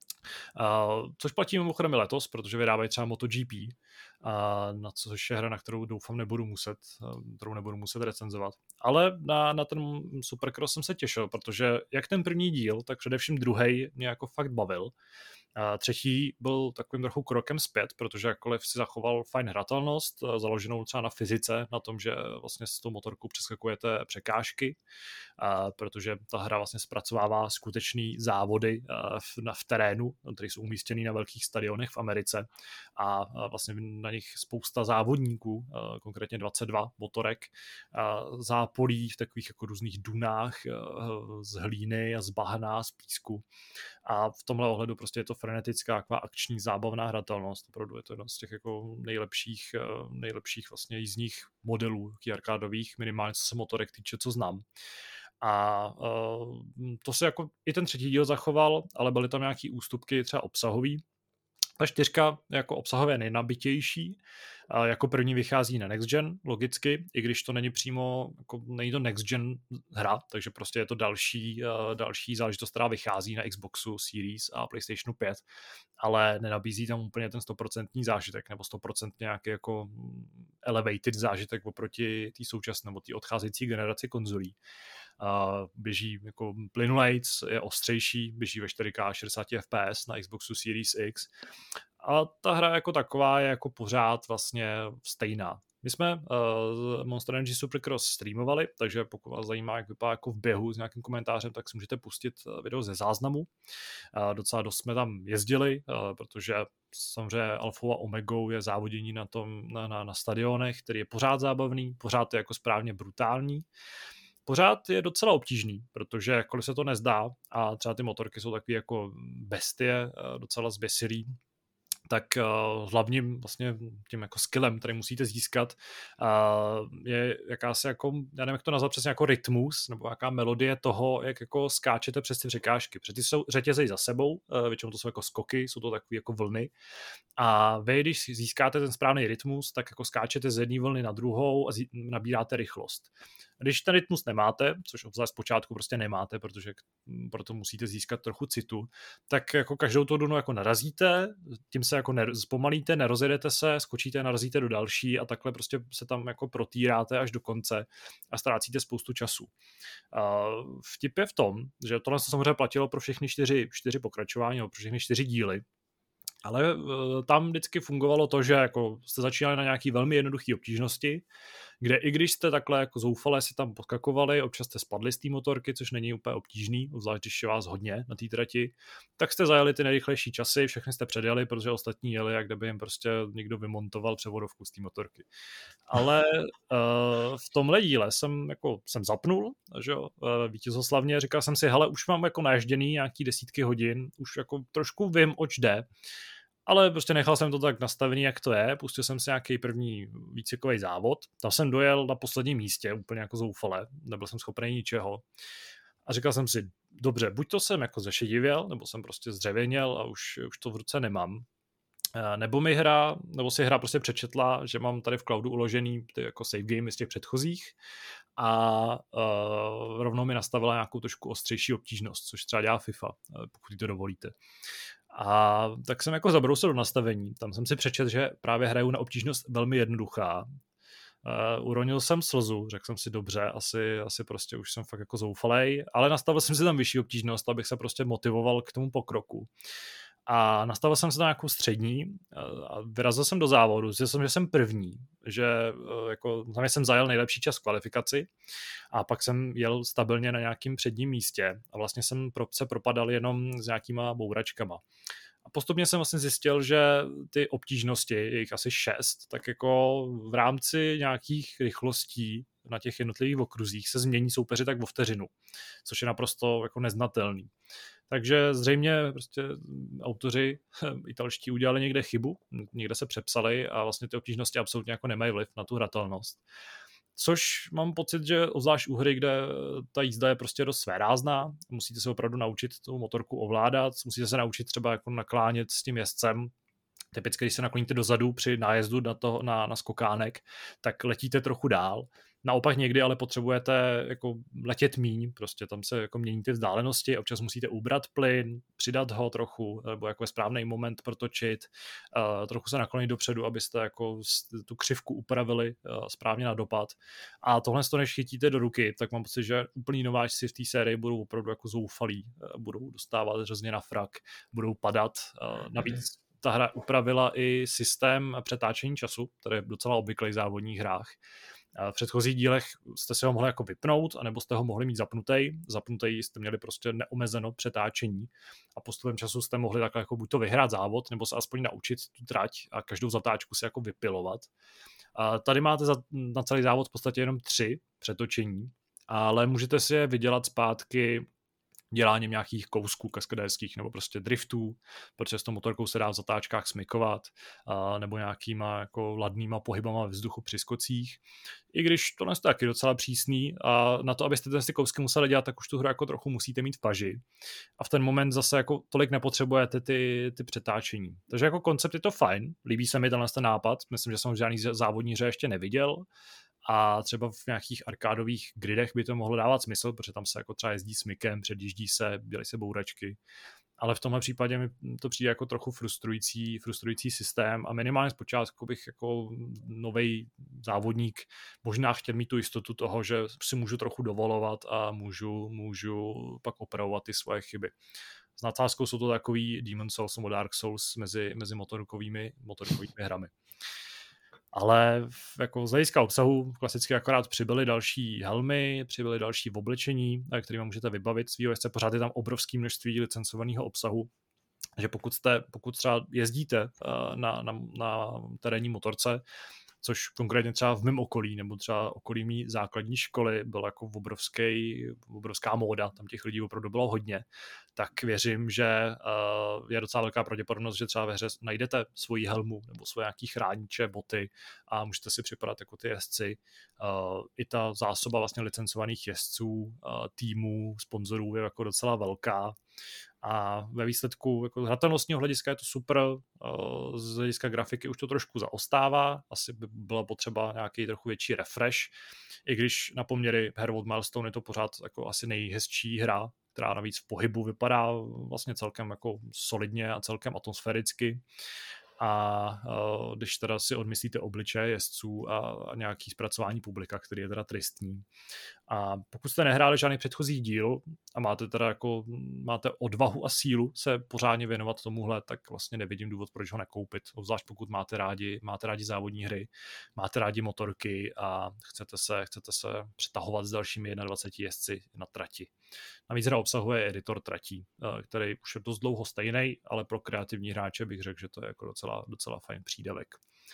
Uh, což platí mimochodem i letos, protože vydávají třeba MotoGP, uh, na což je hra, na kterou doufám nebudu muset, uh, kterou nebudu muset recenzovat. Ale na, na ten Supercross jsem se těšil, protože jak ten první díl, tak především druhej mě jako fakt bavil. A třetí byl takovým trochu krokem zpět, protože jakkoliv si zachoval fajn hratelnost, založenou třeba na fyzice, na tom, že vlastně s tou motorkou přeskakujete překážky, a protože ta hra vlastně zpracovává skutečný závody v, na, v terénu, které jsou umístěný na velkých stadionech v Americe a vlastně na nich spousta závodníků, konkrétně dvacet dva motorek, zápolí v takových jako různých dunách z hlíny a z bahna, z písku. A v tomhle ohledu prostě je to frenetická taková akční zábavná hratelnost. Opravdu je to jeden z těch jako nejlepších, nejlepších vlastně jízdních modelů arkádových, minimálně co se motorek týče, co znám. A uh, to se jako i ten třetí díl zachoval, ale byly tam nějaký ústupky třeba obsahový. Ta čtyřka jako obsahově nejnabitější, uh, jako první vychází na Next Gen, logicky, i když to není přímo, jako není to Next Gen hra, takže prostě je to další, uh, další záležitost, která vychází na Xboxu Series a PlayStationu pět, ale nenabízí tam úplně ten sto procent zážitek, nebo sto procent nějaký jako elevated zážitek oproti té současné, nebo té odcházející generaci konzolí. Uh, běží jako plynulejc, je ostřejší, běží ve čtyři ká šedesát F P S na Xboxu Series X a ta hra jako taková je jako pořád vlastně stejná. My jsme uh, Monster Energy Supercross streamovali, takže pokud vás zajímá, jak vypadá jako v běhu s nějakým komentářem, tak si můžete pustit video ze záznamu. Uh, docela dost jsme tam jezdili, uh, protože samozřejmě alfou a omegou je závodění na, tom, na, na, na stadionech, který je pořád zábavný, pořád je jako správně brutální. Pořád je docela obtížný, protože jakkoliv se to nezdá a třeba ty motorky jsou takový jako bestie, docela zběsilý, tak uh, hlavním vlastně tím jako skillem, který musíte získat, uh, je jakási jako, já nevím, jak to nazvat přesně, jako rytmus, nebo jaká melodie toho, jak jako skáčete přes ty překážky. Protože ty jsou řetězej za sebou, uh, většinou to jsou jako skoky, jsou to takové jako vlny. A vy, když získáte ten správný rytmus, tak jako skáčete z jedné vlny na druhou a zí, nabíráte rychlost. Když ten rytmus nemáte, což obzvlášť zpočátku prostě nemáte, protože proto musíte získat trochu citu, tak jako každou tu dunu jako narazíte, tím se jako ner- zpomalíte, nerozjedete se, skočíte, narazíte do další a takhle prostě se tam jako protíráte až do konce a ztrácíte spoustu času. Uh, vtip je v tom, že tohle se samozřejmě platilo pro všechny čtyři, čtyři pokračování, pro všechny čtyři díly, ale uh, tam vždycky fungovalo to, že jako jste začínali na nějaký velmi jednoduché obtížnosti, kde i když jste takhle jako zoufale si tam podskakovali, občas jste spadli z té motorky, což není úplně obtížný, zvlášť když je vás hodně na té trati, tak jste zajeli ty nejrychlejší časy, všechny jste předjeli, protože ostatní jeli, jak kdyby jim prostě někdo vymontoval převodovku z té motorky. Ale uh, v tomhle díle jsem jako jsem zapnul, že jo, uh, vítězoslavně, říkal jsem si, hele, už mám jako naježděný nějaký desítky hodin, už jako trošku vím, oč jde. Ale prostě nechal jsem to tak nastavený, jak to je, pustil jsem si nějaký první výcvikový závod, tam jsem dojel na posledním místě, úplně jako zoufale, nebyl jsem schopný ničeho a říkal jsem si, dobře, buď to jsem jako zešedivěl, nebo jsem prostě zdřevěněl a už, už to v ruce nemám, nebo mi hra, nebo si hra prostě přečetla, že mám tady v cloudu uložený ty jako save gamey z těch předchozích a uh, rovnou mi nastavila nějakou trošku ostřejší obtížnost, což třeba dělá FIFA, pokud to dovolíte. A tak jsem jako zabrousil do nastavení. Tam jsem si přečetl, že právě hraju na obtížnost velmi jednoduchá. Uh, uronil jsem slzu, řekl jsem si dobře, asi, asi prostě už jsem fakt jako zoufalej, ale nastavil jsem si tam vyšší obtížnost, abych se prostě motivoval k tomu pokroku. A nastavil jsem se na nějakou střední a vyrazil jsem do závodu, zjistil jsem, že jsem první, že jako, tam jsem zajel nejlepší čas v kvalifikaci a pak jsem jel stabilně na nějakým předním místě a vlastně jsem se propadal jenom s nějakýma bouračkama. A postupně jsem vlastně zjistil, že ty obtížnosti, je jich asi šest, tak jako v rámci nějakých rychlostí na těch jednotlivých okruzích se změní soupeři tak o vteřinu, což je naprosto jako neznatelný. Takže zřejmě prostě autoři italští udělali někde chybu, někde se přepsali a vlastně ty obtížnosti absolutně jako nemají vliv na tu hratelnost. Což mám pocit, že obzvlášť u hry, kde ta jízda je prostě dost svérázná, musíte se opravdu naučit tu motorku ovládat, musíte se naučit třeba jako naklánět s tím jezdcem. Typicky, když se nakloníte dozadu při nájezdu na, to, na, na skokánek, tak letíte trochu dál. Naopak někdy ale potřebujete jako letět míň, prostě tam se jako mění ty vzdálenosti, občas musíte ubrat plyn, přidat ho trochu, nebo jako je správný moment protočit, uh, trochu se naklonit dopředu, abyste jako tu křivku upravili uh, správně na dopad. A tohle to, než chytíte do ruky, tak mám pocit, že úplný nováčci v té sérii budou opravdu jako zoufalí, uh, budou dostávat řezně na frak, budou padat, uh, navíc ta hra upravila i systém přetáčení času, který je docela obvyklý v závodních hrách. V předchozích dílech jste si ho mohli jako vypnout, anebo jste ho mohli mít zapnutý. Zapnutý jste měli prostě neomezeno přetáčení a postupem času jste mohli takhle jako buď to vyhrát závod, nebo se aspoň naučit tu trať a každou zatáčku si jako vypilovat. A tady máte za, na celý závod v podstatě jenom tři přetočení, ale můžete si je vydělat zpátky děláním nějakých kousků kaskadérských nebo prostě driftů, protože s tou motorkou se dá v zatáčkách smykovat, a, nebo nějakýma jako ladnýma pohybama ve vzduchu při skocích. I když to je taky docela přísný a na to, abyste ty kousky museli dělat, tak už tu hru jako trochu musíte mít v paži. A v ten moment zase jako tolik nepotřebujete ty, ty přetáčení. Takže jako koncept je to fajn, líbí se mi tenhle ten nápad, myslím, že jsem žádný závodní hře ještě neviděl. A třeba v nějakých arkádových gridech by to mohlo dávat smysl, protože tam se jako třeba jezdí smykem, předjíždí se, dělají se bouračky. Ale v tomhle případě mi to přijde jako trochu frustrující, frustrující systém a minimálně zpočátku bych jako novej závodník možná chtěl mít tu jistotu toho, že si můžu trochu dovolovat a můžu, můžu pak opravovat ty svoje chyby. S nadsázkou jsou to takový Demon's Souls nebo Dark Souls mezi, mezi motorkovými, motorkovými hrami. Ale jako z hlediska obsahu klasicky akorát přibyly další helmy, přibyly další oblečení, kterými můžete vybavit svýho jezdce. Pořád je tam obrovské množství licencovaného obsahu, že pokud, jste, pokud třeba jezdíte na, na, na terénní motorce, což konkrétně třeba v mém okolí, nebo třeba okolí mý základní školy byla jako obrovský, obrovská móda, tam těch lidí opravdu bylo hodně, tak věřím, že uh, je docela velká pravděpodobnost, že třeba ve hře najdete svoji helmu nebo svoje nějaký chrániče, boty a můžete si připadat jako ty jezdci. Uh, I ta zásoba vlastně licencovaných jezdců, uh, týmů, sponzorů je jako docela velká. A ve výsledku jako z hratelnostního hlediska je to super, z hlediska grafiky už to trošku zaostává, asi by byla potřeba nějaký trochu větší refresh, i když na poměry her od Milestone je to pořád jako asi nejhezčí hra, která navíc v pohybu vypadá vlastně celkem jako solidně a celkem atmosféricky. A uh, když teda si odmyslíte obličeje jezdců a, a nějaký zpracování publika, který je teda tristní. A pokud jste nehráli žádný předchozí díl a máte teda jako máte odvahu a sílu se pořádně věnovat tomuhle, tak vlastně nevidím důvod, proč ho nekoupit. Obzvlášť pokud máte rádi, máte rádi závodní hry, máte rádi motorky a chcete se, chcete se přetahovat s dalšími dvaceti jednička jezdci na trati. Navíc hra obsahuje editor tratí, který už je dost dlouho stejný, ale pro kreativní hráče bych řekl, že to je jako docela, docela fajn přídavek.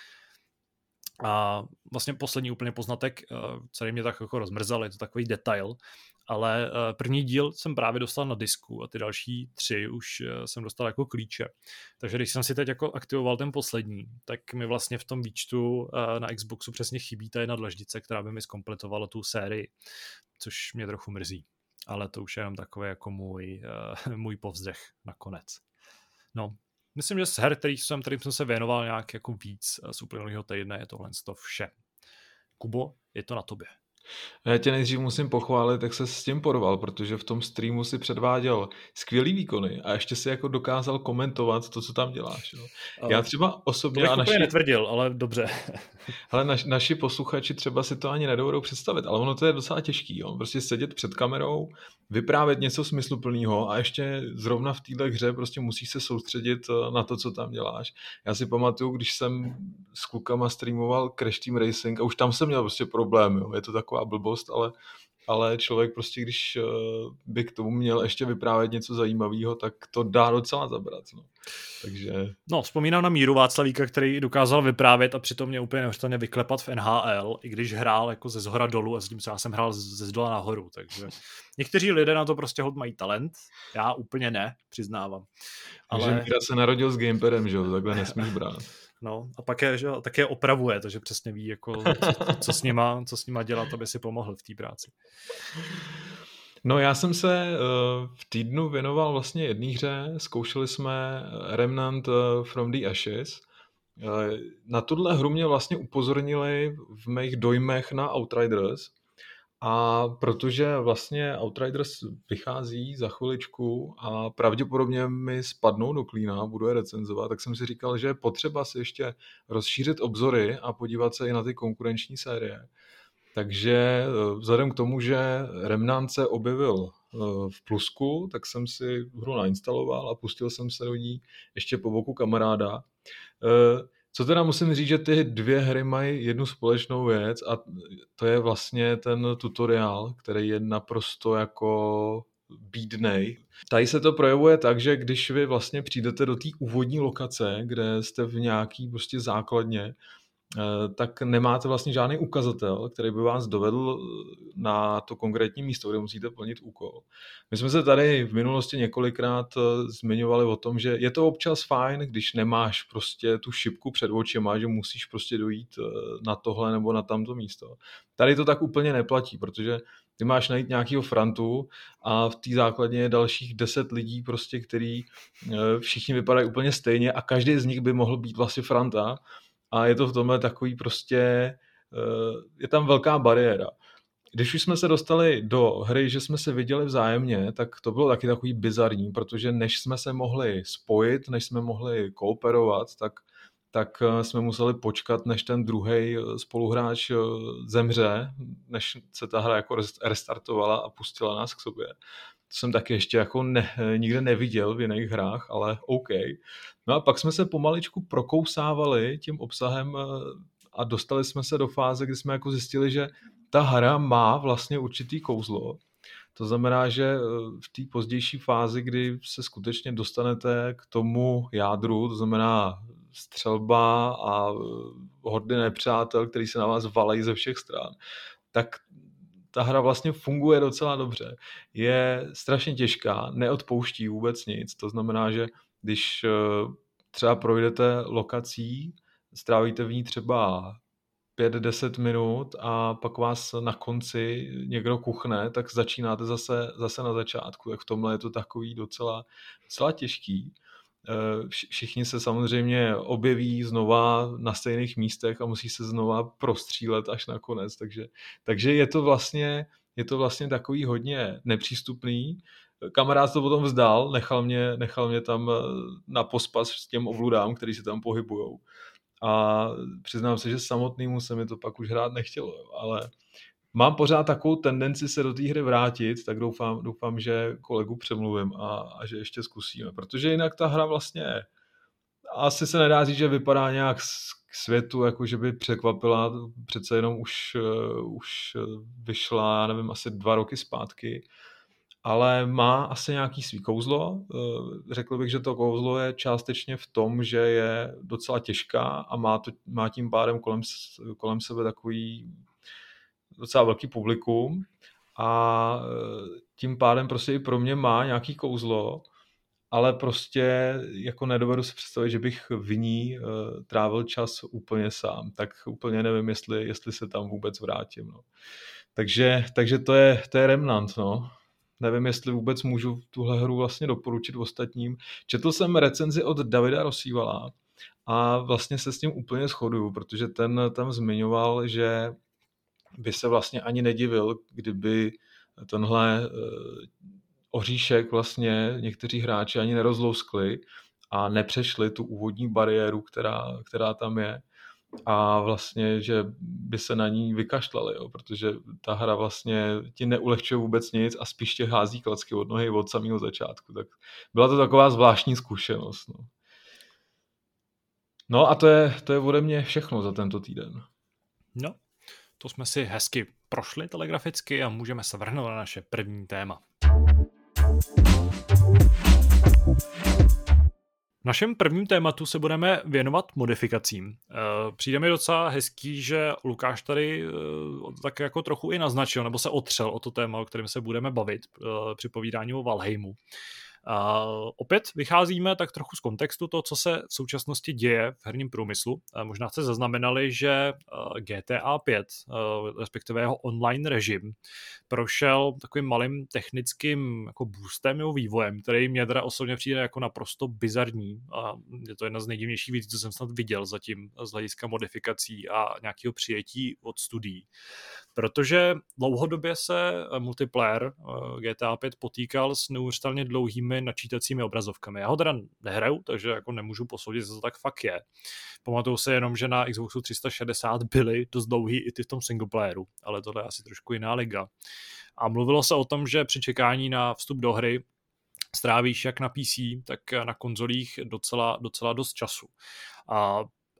A vlastně poslední úplně poznatek, který mě tak jako rozmrzal, je to takový detail, ale první díl jsem právě dostal na disku a ty další tři už jsem dostal jako klíče. Takže když jsem si teď jako aktivoval ten poslední, tak mi vlastně v tom výčtu na Xboxu přesně chybí ta jedna dlaždice, která by mi zkompletovala tu sérii, což mě trochu mrzí. Ale to už je jenom takový jako můj, uh, můj povzdech nakonec. No, myslím, že z her, který jsem, kterým jsem se věnoval nějak jako víc z uplynulého týdne, je tohle to vše. Kubo, je to na tobě. Já tě nejdřív musím pochválit, jak se s tím porval, protože v tom streamu si předváděl skvělý výkony a ještě si jako dokázal komentovat to, co tam děláš. Jo. Já třeba osobně... To bych naši... úplně netvrdil, ale dobře. Ale naš, naši posluchači třeba si to ani nedovedou představit, ale ono to je docela těžký. Jo. Prostě sedět před kamerou, vyprávět něco smysluplného a ještě zrovna v této hře prostě musíš se soustředit na to, co tam děláš. Já si pamatuju, když jsem s klukama streamoval Crash Team Racing a už tam jsem měl prostě problém. Jo. Je to taková blbost, ale, ale člověk prostě, když by k tomu měl ještě vyprávět něco zajímavého, tak to dá docela zabrat. No. Takže... No, vzpomínám na Míru Václavíka, který dokázal vyprávět a přitom mě úplně neuvěřitelně vyklepat v N H L, i když hrál jako ze zhora dolů a s tím, co já jsem hrál ze zdola nahoru. Takže někteří lidé na to prostě hod mají talent, já úplně ne, přiznávám. Ale... Takže Míra se narodil s gamepadem, že jo, takhle nesmíš brát. No a pak je, že tak je opravuje, takže přesně ví, jako, co, co, s nima, co s nima dělat, aby si pomohl v té práci. No já jsem se uh, v týdnu věnoval vlastně jedné hře, zkoušeli jsme Remnant uh, from the Ashes. Uh, na tuhle hru mě vlastně upozornili v mých dojmech na Outriders. A protože vlastně Outriders vychází za chviličku a pravděpodobně mi spadnou do klína, budu je recenzovat, tak jsem si říkal, že je potřeba si ještě rozšířit obzory a podívat se i na ty konkurenční série. Takže vzhledem k tomu, že Remnant se objevil v plusku, tak jsem si hru nainstaloval a pustil jsem se do ní ještě po boku kamaráda. Co teda musím říct, že ty dvě hry mají jednu společnou věc a to je vlastně ten tutoriál, který je naprosto jako bídnej. Tady se to projevuje tak, že když vy vlastně přijdete do té úvodní lokace, kde jste v nějaký prostě základně, tak nemáte vlastně žádný ukazatel, který by vás dovedl na to konkrétní místo, kde musíte plnit úkol. My jsme se tady v minulosti několikrát zmiňovali o tom, že je to občas fajn, když nemáš prostě tu šipku před očima, že musíš prostě dojít na tohle nebo na tamto místo. Tady to tak úplně neplatí, protože ty máš najít nějakýho frantu a v té základně je dalších deset lidí, prostě, který všichni vypadají úplně stejně a každý z nich by mohl být vlastně franta. A je to v tomhle takový prostě, je tam velká bariéra. Když už jsme se dostali do hry, že jsme se viděli vzájemně, tak to bylo taky takový bizarní, protože než jsme se mohli spojit, než jsme mohli kooperovat, tak, tak jsme museli počkat, než ten druhej spoluhráč zemře, než se ta hra jako restartovala a pustila nás k sobě. To jsem taky ještě jako ne, nikde neviděl v jiných hrách, ale OK. No a pak jsme se pomaličku prokousávali tím obsahem a dostali jsme se do fáze, kdy jsme jako zjistili, že ta hra má vlastně určitý kouzlo. To znamená, že v té pozdější fázi, kdy se skutečně dostanete k tomu jádru, to znamená střelba a hordy nepřátel, který se na vás valejí ze všech stran, tak ta hra vlastně funguje docela dobře. Je strašně těžká, neodpouští vůbec nic. To znamená, že když třeba projdete lokací, strávíte v ní třeba pět deset minut a pak vás na konci někdo kuchne, tak začínáte zase, zase na začátku. Tak v tomhle je to takový docela, docela těžký. Všichni se samozřejmě objeví znova na stejných místech a musí se znova prostřílet až na konec. Takže, takže je to vlastně, je to vlastně takový hodně nepřístupný. Kamarád to potom vzdal, nechal mě, nechal mě tam na pospas s těm ovludám, který se tam pohybujou. A přiznám se, že samotnému se mi to pak už hrát nechtělo, ale mám pořád takovou tendenci se do té hry vrátit, tak doufám, doufám, že kolegu přemluvím a, a že ještě zkusíme, protože jinak ta hra vlastně asi se nedá říct, že vypadá nějak k světu, jako že by překvapila, přece jenom už, uh, už vyšla, já nevím, asi dva roky zpátky, ale má asi nějaký svý kouzlo. Řekl bych, že to kouzlo je částečně v tom, že je docela těžká a má, to, má tím pádem kolem, kolem sebe takový docela velký publikum a tím pádem prostě i pro mě má nějaký kouzlo, ale prostě jako nedovedu si představit, že bych v ní trávil čas úplně sám, tak úplně nevím, jestli, jestli se tam vůbec vrátím. No. Takže, takže to je, to je Remnant, no. Nevím, jestli vůbec můžu tuhle hru vlastně doporučit ostatním. Četl jsem recenzi od Davida Rosívala a vlastně se s tím úplně shoduju, protože ten tam zmiňoval, že by se vlastně ani nedivil, kdyby tenhle oříšek vlastně někteří hráči ani nerozlouskli a nepřešli tu úvodní bariéru, která, která tam je. A vlastně, že by se na ní vykašlali, jo, protože ta hra vlastně ti neulehčuje vůbec nic a spíš tě hází klacky od nohy od samého začátku. Tak byla to taková zvláštní zkušenost. No, no a to je, to je ode mě všechno za tento týden. No, to jsme si hezky prošli telegraficky a můžeme se vrhnout na naše první téma. V našem prvním tématu se budeme věnovat modifikacím. Přijde mi docela hezký, že Lukáš tady tak jako trochu i naznačil, nebo se otřel o to téma, o kterém se budeme bavit při povídání o Valheimu. Uh, opět vycházíme tak trochu z kontextu toho, co se v současnosti děje v herním průmyslu. Uh, možná jste zaznamenali, že uh, G T A pět, uh, respektive jeho online režim, prošel takovým malým technickým jako boostem jeho vývojem, který mě teda osobně přijde jako naprosto bizarní. A je to jedna z nejdivnějších věcí, co jsem snad viděl zatím z hlediska modifikací a nějakého přijetí od studií. Protože dlouhodobě se multiplayer uh, G T A pět potýkal s neuvěřitelně dlouhými načítacími obrazovkami. Já ho teda nehraju, takže jako nemůžu posoudit, co to tak fakt je. Pamatuju se jenom, že na Xboxu tři sta šedesát byly dost dlouhý i ty v tom singleplayeru, ale tohle je asi trošku jiná liga. A mluvilo se o tom, že při čekání na vstup do hry strávíš jak na P C, tak na konzolích docela, docela dost času. A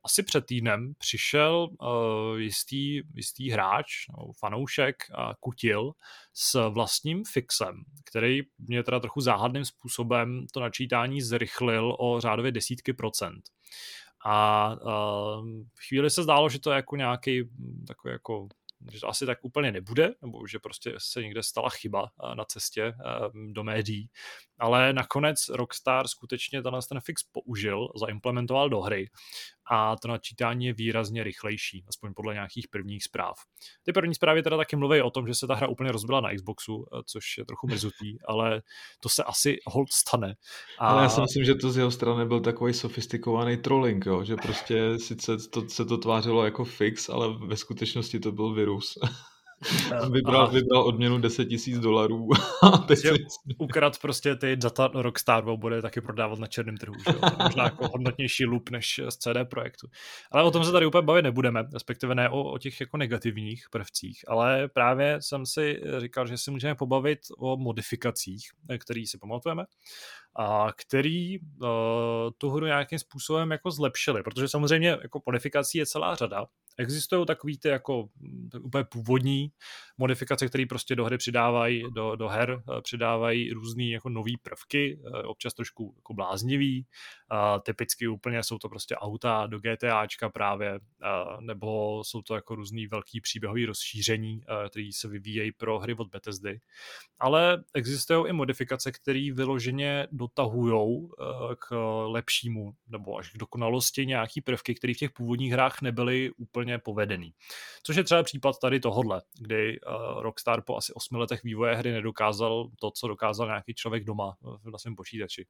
asi před týdnem přišel uh, jistý, jistý hráč, no, fanoušek uh, Kutil s vlastním fixem, který mě teda trochu záhadným způsobem to načítání zrychlil o řádově desítky procent. A uh, chvíli se zdálo, že to je jako nějaký takový jako že to asi tak úplně nebude, nebo že prostě se někde stala chyba na cestě do médií. Ale nakonec Rockstar skutečně tenhle ten fix použil, zaimplementoval do hry a to načítání je výrazně rychlejší, aspoň podle nějakých prvních zpráv. Ty první zprávy teda taky mluví o tom, že se ta hra úplně rozbila na Xboxu, což je trochu mrzutý, ale to se asi hold stane. A... Ale já si myslím, že to z jeho strany byl takový sofistikovaný trolling, jo? Že prostě sice to, se to tvářilo jako fix, ale ve skutečnosti to byl virus. Vybral, vybral odměnu deset tisíc dolarů. Ukrad prostě ty data Rockstar bude taky prodávat na černém trhu. Že? Možná jako hodnotnější loop než z C D Projektu. Ale o tom se tady úplně bavit nebudeme, respektive ne o, o těch jako negativních prvcích, ale právě jsem si říkal, že si můžeme pobavit o modifikacích, který si pamatujeme, a který uh, tu hru nějakým způsobem jako zlepšili, protože samozřejmě jako modifikací je celá řada. Existují takový ty jako tak úplně původní modifikace, které prostě do hry přidávají, do, do her přidávají různý jako nový prvky, občas trošku jako bláznivý. Uh, typicky úplně jsou to prostě auta do GTAčka právě, uh, nebo jsou to jako různý velký příběhový rozšíření, uh, které se vyvíjejí pro hry od Bethesdy. Ale existují i modifikace, které vyloženě dotahujou uh, k lepšímu nebo až k dokonalosti nějaký prvky, které v těch původních hrách nebyly úplně povedený. Což je třeba případ tady tohodle, kdy uh, Rockstar po asi osmi letech vývoje hry nedokázal to, co dokázal nějaký člověk doma na svém počítači.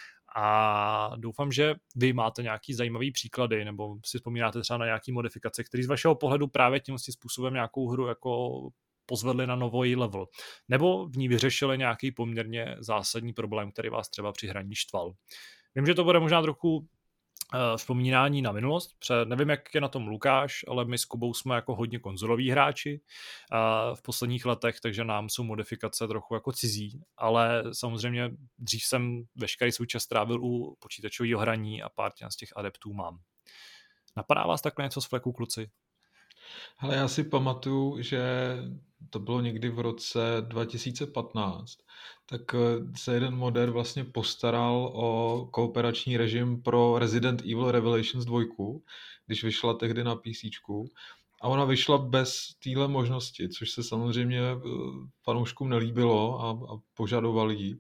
A doufám, že vy máte nějaký zajímavý příklady, nebo si vzpomínáte třeba na nějaký modifikace, který z vašeho pohledu právě tím způsobem nějakou hru jako pozvedli na nový level, nebo v ní vyřešili nějaký poměrně zásadní problém, který vás třeba při hraní štval. Vím, že to bude možná trochu uh, vzpomínání na minulost, protože nevím, jak je na tom Lukáš, ale my s Kubou jsme jako hodně konzoloví hráči uh, v posledních letech, takže nám jsou modifikace trochu jako cizí, ale samozřejmě dřív jsem veškerý svůj čas trávil u počítačového hraní a pár z těch adeptů mám. Napadá vás takhle něco z fleku, kluci? Hele, já si pamatuju, že to bylo někdy v roce dva tisíce patnáct, tak se jeden modder vlastně postaral o kooperační režim pro Resident Evil Revelations dva, když vyšla tehdy na PCčku. A ona vyšla bez téhle možnosti, což se samozřejmě fanouškům nelíbilo a, a požadovali ji.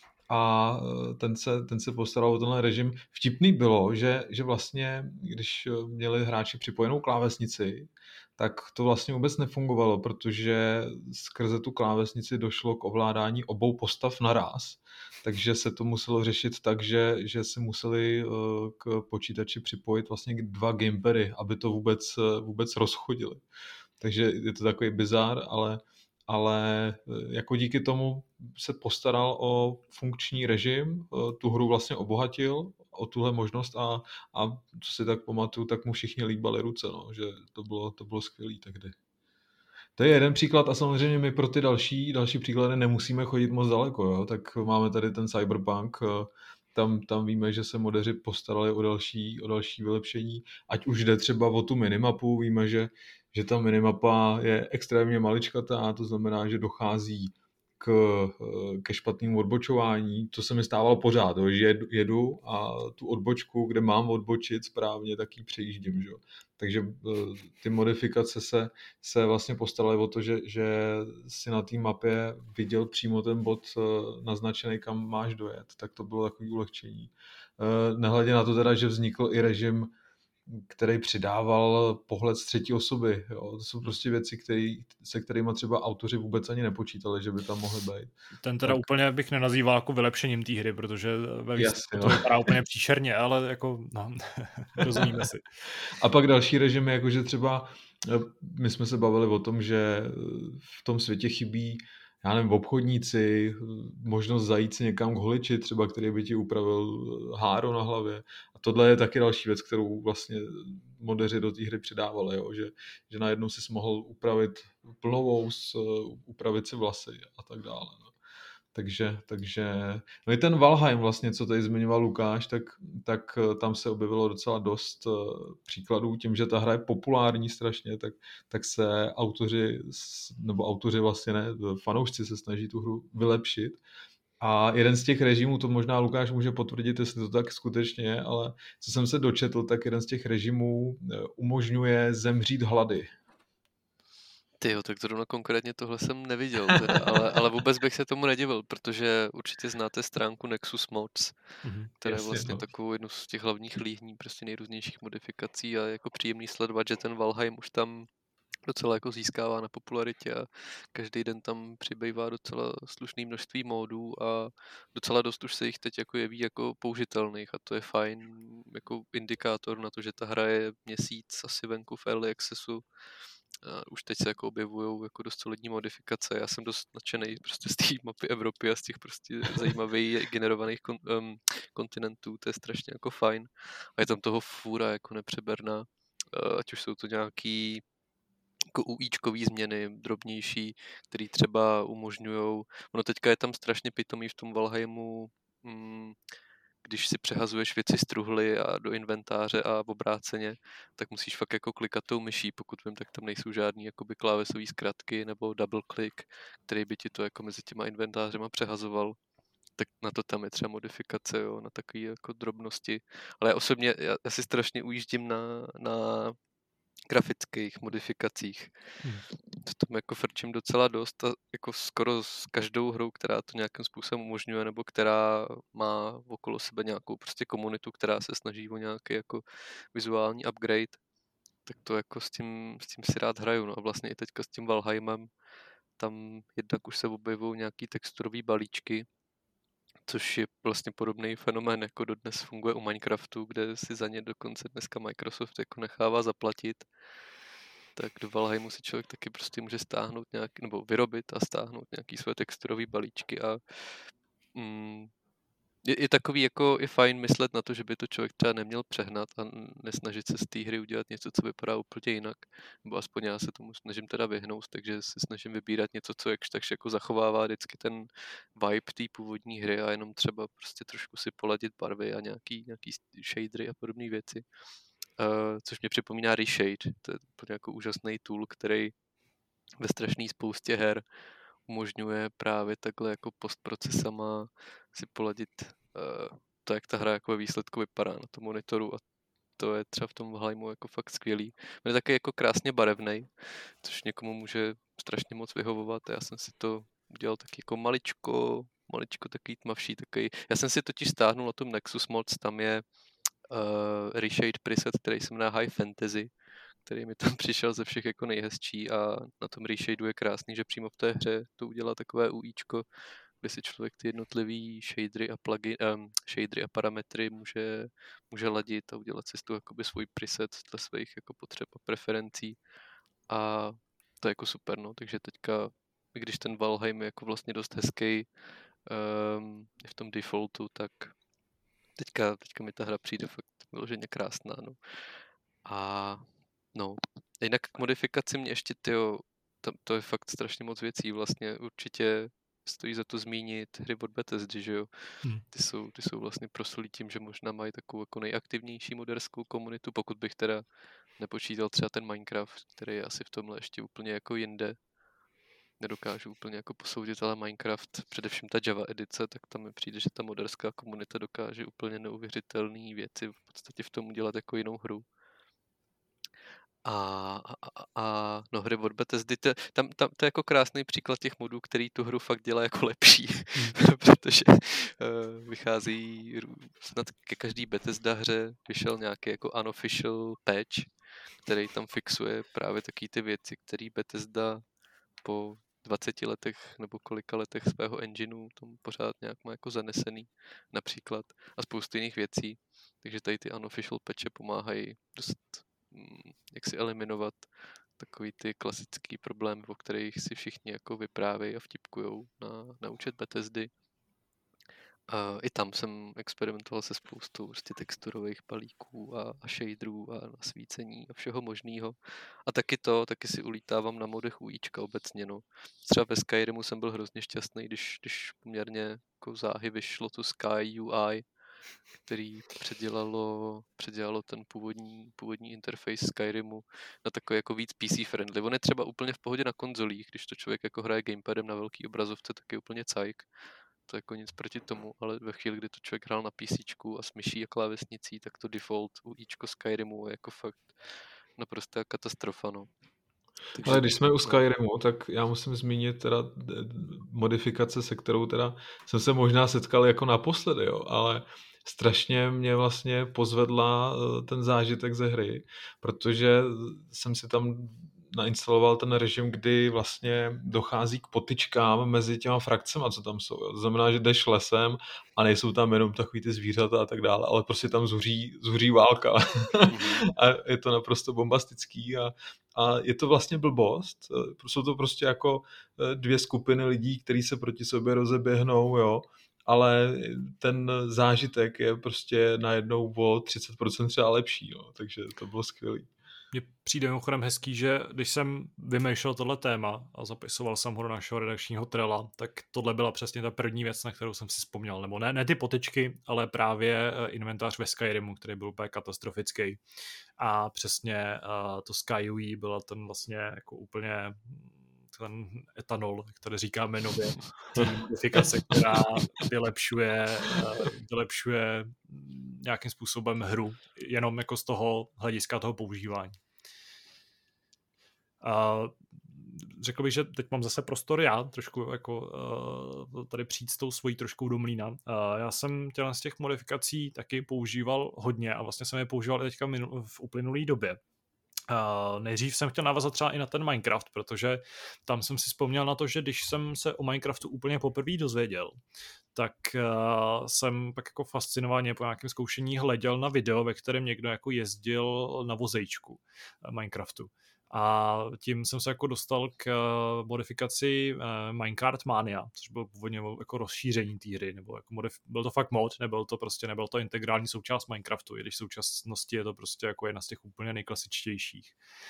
A ten se, ten se postaral o tenhle režim. Vtipný bylo, že, že vlastně, když měli hráči připojenou klávesnici, tak to vlastně vůbec nefungovalo, protože skrze tu klávesnici došlo k ovládání obou postav naraz. Takže se to muselo řešit tak, že, že si museli k počítači připojit vlastně dva gamepady, aby to vůbec, vůbec rozchodili. Takže je to takový bizár, ale ale jako díky tomu se postaral o funkční režim, tu hru vlastně obohatil o tuhle možnost a, a co si tak pamatuju, tak mu všichni líbali ruce, no, že to bylo, to bylo skvělý tehdy. To je jeden příklad a samozřejmě my pro ty další, další příklady nemusíme chodit moc daleko, jo? Tak máme tady ten Cyberpunk, tam, tam víme, že se modeři postarali o další, o další vylepšení, ať už jde třeba o tu minimapu, víme, že že ta minimapa je extrémně maličkatá, to znamená, že dochází k, ke špatnému odbočování, to se mi stávalo pořád, že jedu a tu odbočku, kde mám odbočit správně, tak ji přejíždím. Že? Takže ty modifikace se, se vlastně postaraly o to, že, že si na té mapě viděl přímo ten bod naznačený, kam máš dojet, tak to bylo takové ulehčení. Nehledě na to teda, že vznikl i režim, který přidával pohled z třetí osoby. Jo. To jsou prostě věci, který, se kterými třeba autoři vůbec ani nepočítali, že by tam mohly být. Ten teda tak úplně bych nenazýval jako vylepšením té hry, protože ve výsledku to vypadá úplně příšerně, ale jako, no, rozumíme si. A pak další režim je jako, že třeba my jsme se bavili o tom, že v tom světě chybí já nevím, obchodníci, možnost zajít si někam k holiči, třeba který by ti upravil háro na hlavě. A tohle je taky další věc, kterou vlastně modeři do té hry přidávali, jo? Že, že najednou si mohl upravit plnovous, upravit si vlasy a tak dále. No. Takže, takže, no i ten Valheim vlastně, co tady zmiňoval Lukáš, tak, tak tam se objevilo docela dost příkladů. Tím, že ta hra je populární strašně, tak, tak se autoři, nebo autoři vlastně ne, fanoušci se snaží tu hru vylepšit. A jeden z těch režimů, to možná Lukáš může potvrdit, jestli to tak skutečně je, ale co jsem se dočetl, tak jeden z těch režimů umožňuje zemřít hlady. Tyjo, tak zrovna konkrétně tohle jsem neviděl, teda, ale, ale vůbec bych se tomu nedivil, protože určitě znáte stránku Nexus Mods, mm-hmm, která je vlastně no. takovou jednu z těch hlavních líhní, prostě nejrůznějších modifikací a jako příjemný sledovat, že ten Valheim už tam docela jako získává na popularitě a každý den tam přibývá docela slušné množství módů a docela dost už se jich teď jako jeví jako použitelných a to je fajn jako indikátor na to, že ta hra je měsíc asi venku v early accessu. A už teď se jako objevují jako dost solidní modifikace. Já jsem dost nadšený prostě z té mapy Evropy a z těch prostě zajímavých generovaných kon, um, kontinentů. To je strašně jako fajn. A je tam toho fůra jako nepřeberná. Uh, ať už jsou to nějaký jako UIčkový změny, drobnější, které třeba umožňují. Ono teďka je tam strašně pitomý v tom Valheimu, mm, když si přehazuješ věci z truhly a do inventáře a v obráceně, tak musíš fakt jako klikat tou myší, pokud vím, tak tam nejsou žádný jakoby klávesový zkratky nebo double click, který by ti to jako mezi těma inventářema přehazoval. Tak na to tam je třeba modifikace, jo, na takové jako drobnosti. Ale já osobně, já, já si strašně ujíždím na, na grafických modifikacích. Hmm. To tam jako frčím docela dost a jako skoro s každou hrou, která to nějakým způsobem umožňuje nebo která má okolo sebe nějakou prostě komunitu, která se snaží o nějaký jako vizuální upgrade, tak to jako s tím, s tím si rád hraju. No a vlastně i teďka s tím Valheimem tam jednak už se objevují nějaký texturový balíčky, což je vlastně podobný fenomén, jako dodnes funguje u Minecraftu, kde si za ně dokonce dneska Microsoft jako nechává zaplatit. Tak do Valheimu si člověk taky prostě může stáhnout nějaký, nebo vyrobit a stáhnout nějaký své texturové balíčky a mm, je, je takový jako, je fajn myslet na to, že by to člověk třeba neměl přehnat a nesnažit se z té hry udělat něco, co vypadá úplně jinak, nebo aspoň já se tomu snažím teda vyhnout, takže se snažím vybírat něco, co jakž takž jako zachovává vždycky ten vibe té původní hry a jenom třeba prostě trošku si poladit barvy a nějaký, nějaký shadery a podobné věci. Uh, což mě připomíná Reshade, to je úplně jako úžasný tool, který ve strašné spoustě her umožňuje právě takhle jako postprocesama si poladit uh, to, jak ta hra jako ve výsledku vypadá na tom monitoru a to je třeba v tom Valheimu jako fakt skvělý. On je taky jako krásně barevnej, což někomu může strašně moc vyhovovat. Já jsem si to udělal taky jako maličko, maličko takový tmavší, takový. Já jsem si totiž stáhnul na tom Nexus Mods, tam je Uh, Reshade preset, který se jmenuje High Fantasy, který mi tam přišel ze všech jako nejhezčí a na tom reshadeu je krásný, že přímo v té hře to udělá takové UIčko, kde si člověk ty jednotlivý shadery a plugin, um, shadery a parametry může, může ladit a udělat si z toho jakoby svůj preset dle svých jako potřeb a preferencí a to je jako super, no, takže teďka, když ten Valheim je jako vlastně dost hezký um, v tom defaultu, tak Teďka, teďka mi ta hra přijde fakt vyloženě krásná, no. A no, jinak k modifikaci mě ještě, tyjo, to, to je fakt strašně moc věcí, vlastně určitě stojí za to zmínit hry od Bethesdy, že jo. Hmm. Ty jsou, ty jsou vlastně proslulí tím, že možná mají takovou jako nejaktivnější moderskou komunitu, pokud bych teda nepočítal třeba ten Minecraft, který je asi v tomhle ještě úplně jako jinde. Nedokážu úplně jako posoudit, ale Minecraft, především ta Java edice, tak tam mi přijde, že ta moderská komunita dokáže úplně neuvěřitelné věci v podstatě v tom udělat jako jinou hru. A, a, a no, hry od Bethesdy, to, tam, tam, to je jako krásný příklad těch modů, který tu hru fakt dělá jako lepší, protože uh, vychází snad ke každý Bethesda hře vyšel nějaký jako unofficial patch, který tam fixuje právě taky ty věci, které Bethesda po dvaceti letech nebo kolika letech svého engineu tam pořád nějak má jako zanesený například a spoustu jiných věcí. Takže tady ty unofficial patche pomáhají dost mm, jak si eliminovat takový ty klasický problémy, o kterých si všichni jako vyprávějí a vtipkujou na, na účet Bethesdy. Uh, I tam jsem experimentoval se spoustou prostě texturových balíků a, a shaderů a nasvícení a všeho možného. A taky to, taky si ulítávám na modech UIčka obecně, no. Třeba ve Skyrimu jsem byl hrozně šťastný, když, když poměrně jako záhy vyšlo tu Sky U I, který předělalo, předělalo ten původní, původní interface Skyrimu na takový jako víc P C friendly. On je třeba úplně v pohodě na konzolích, když to člověk jako hraje gamepadem na velký obrazovce, tak je úplně cajk. To jako nic proti tomu, ale ve chvíli, kdy to člověk hrál na PCčku a s myší a klávesnicí, tak to default UIčko Skyrimu je jako fakt naprostá katastrofa, no. Takže, ale když jsme u Skyrimu, tak já musím zmínit teda modifikace, se kterou teda jsem se možná setkal jako naposledy, jo, ale strašně mě vlastně pozvedla ten zážitek ze hry, protože jsem si tam nainstaloval ten režim, kdy vlastně dochází k potyčkám mezi těma frakcema, co tam jsou. Jo. To znamená, že jdeš lesem a nejsou tam jenom takový ty zvířata a tak dále, ale prostě tam zuří, zuří válka. A je to naprosto bombastický a, a je to vlastně blbost. Jsou to prostě jako dvě skupiny lidí, kteří se proti sobě rozeběhnou, jo. Ale ten zážitek je prostě najednou o třicet procent třeba lepší, jo. Takže to bylo skvělý. Mně přijde mimochodem hezký, že když jsem vymýšlel tohle téma a zapisoval jsem ho do našeho redakčního trela, tak tohle byla přesně ta první věc, na kterou jsem si vzpomněl. Nebo ne, ne ty potyčky, ale právě inventář ve Skyrimu, který byl úplně katastrofický. A přesně uh, to Sky U I byla ten vlastně jako úplně ten etanol, který říkáme nově, modifikace, která vylepšuje, vylepšuje nějakým způsobem hru, jenom jako z toho hlediska toho používání. Uh, řekl bych, že teď mám zase prostor já, trošku jako uh, tady přijít s tou svojí trošku do mlýna. Uh, já jsem těle z těch modifikací taky používal hodně a vlastně jsem je používal teďka minu- v uplynulý době. Uh, nejdřív jsem chtěl navazat třeba i na ten Minecraft, protože tam jsem si vzpomněl na to, že když jsem se o Minecraftu úplně poprvé dozvěděl, tak uh, jsem pak jako fascinovaně po nějakém zkoušení hleděl na video, ve kterém někdo jako jezdil na vozejčku uh, Minecraftu. A tím jsem se jako dostal k uh, modifikaci uh, Minecart Mania, což byl původně jako rozšíření té hry, nebo jako modif- byl to fakt mod, nebyl to prostě, nebyl to integrální součást Minecraftu, i když v současnosti je to prostě jako jedna z těch úplně nejklasičtějších.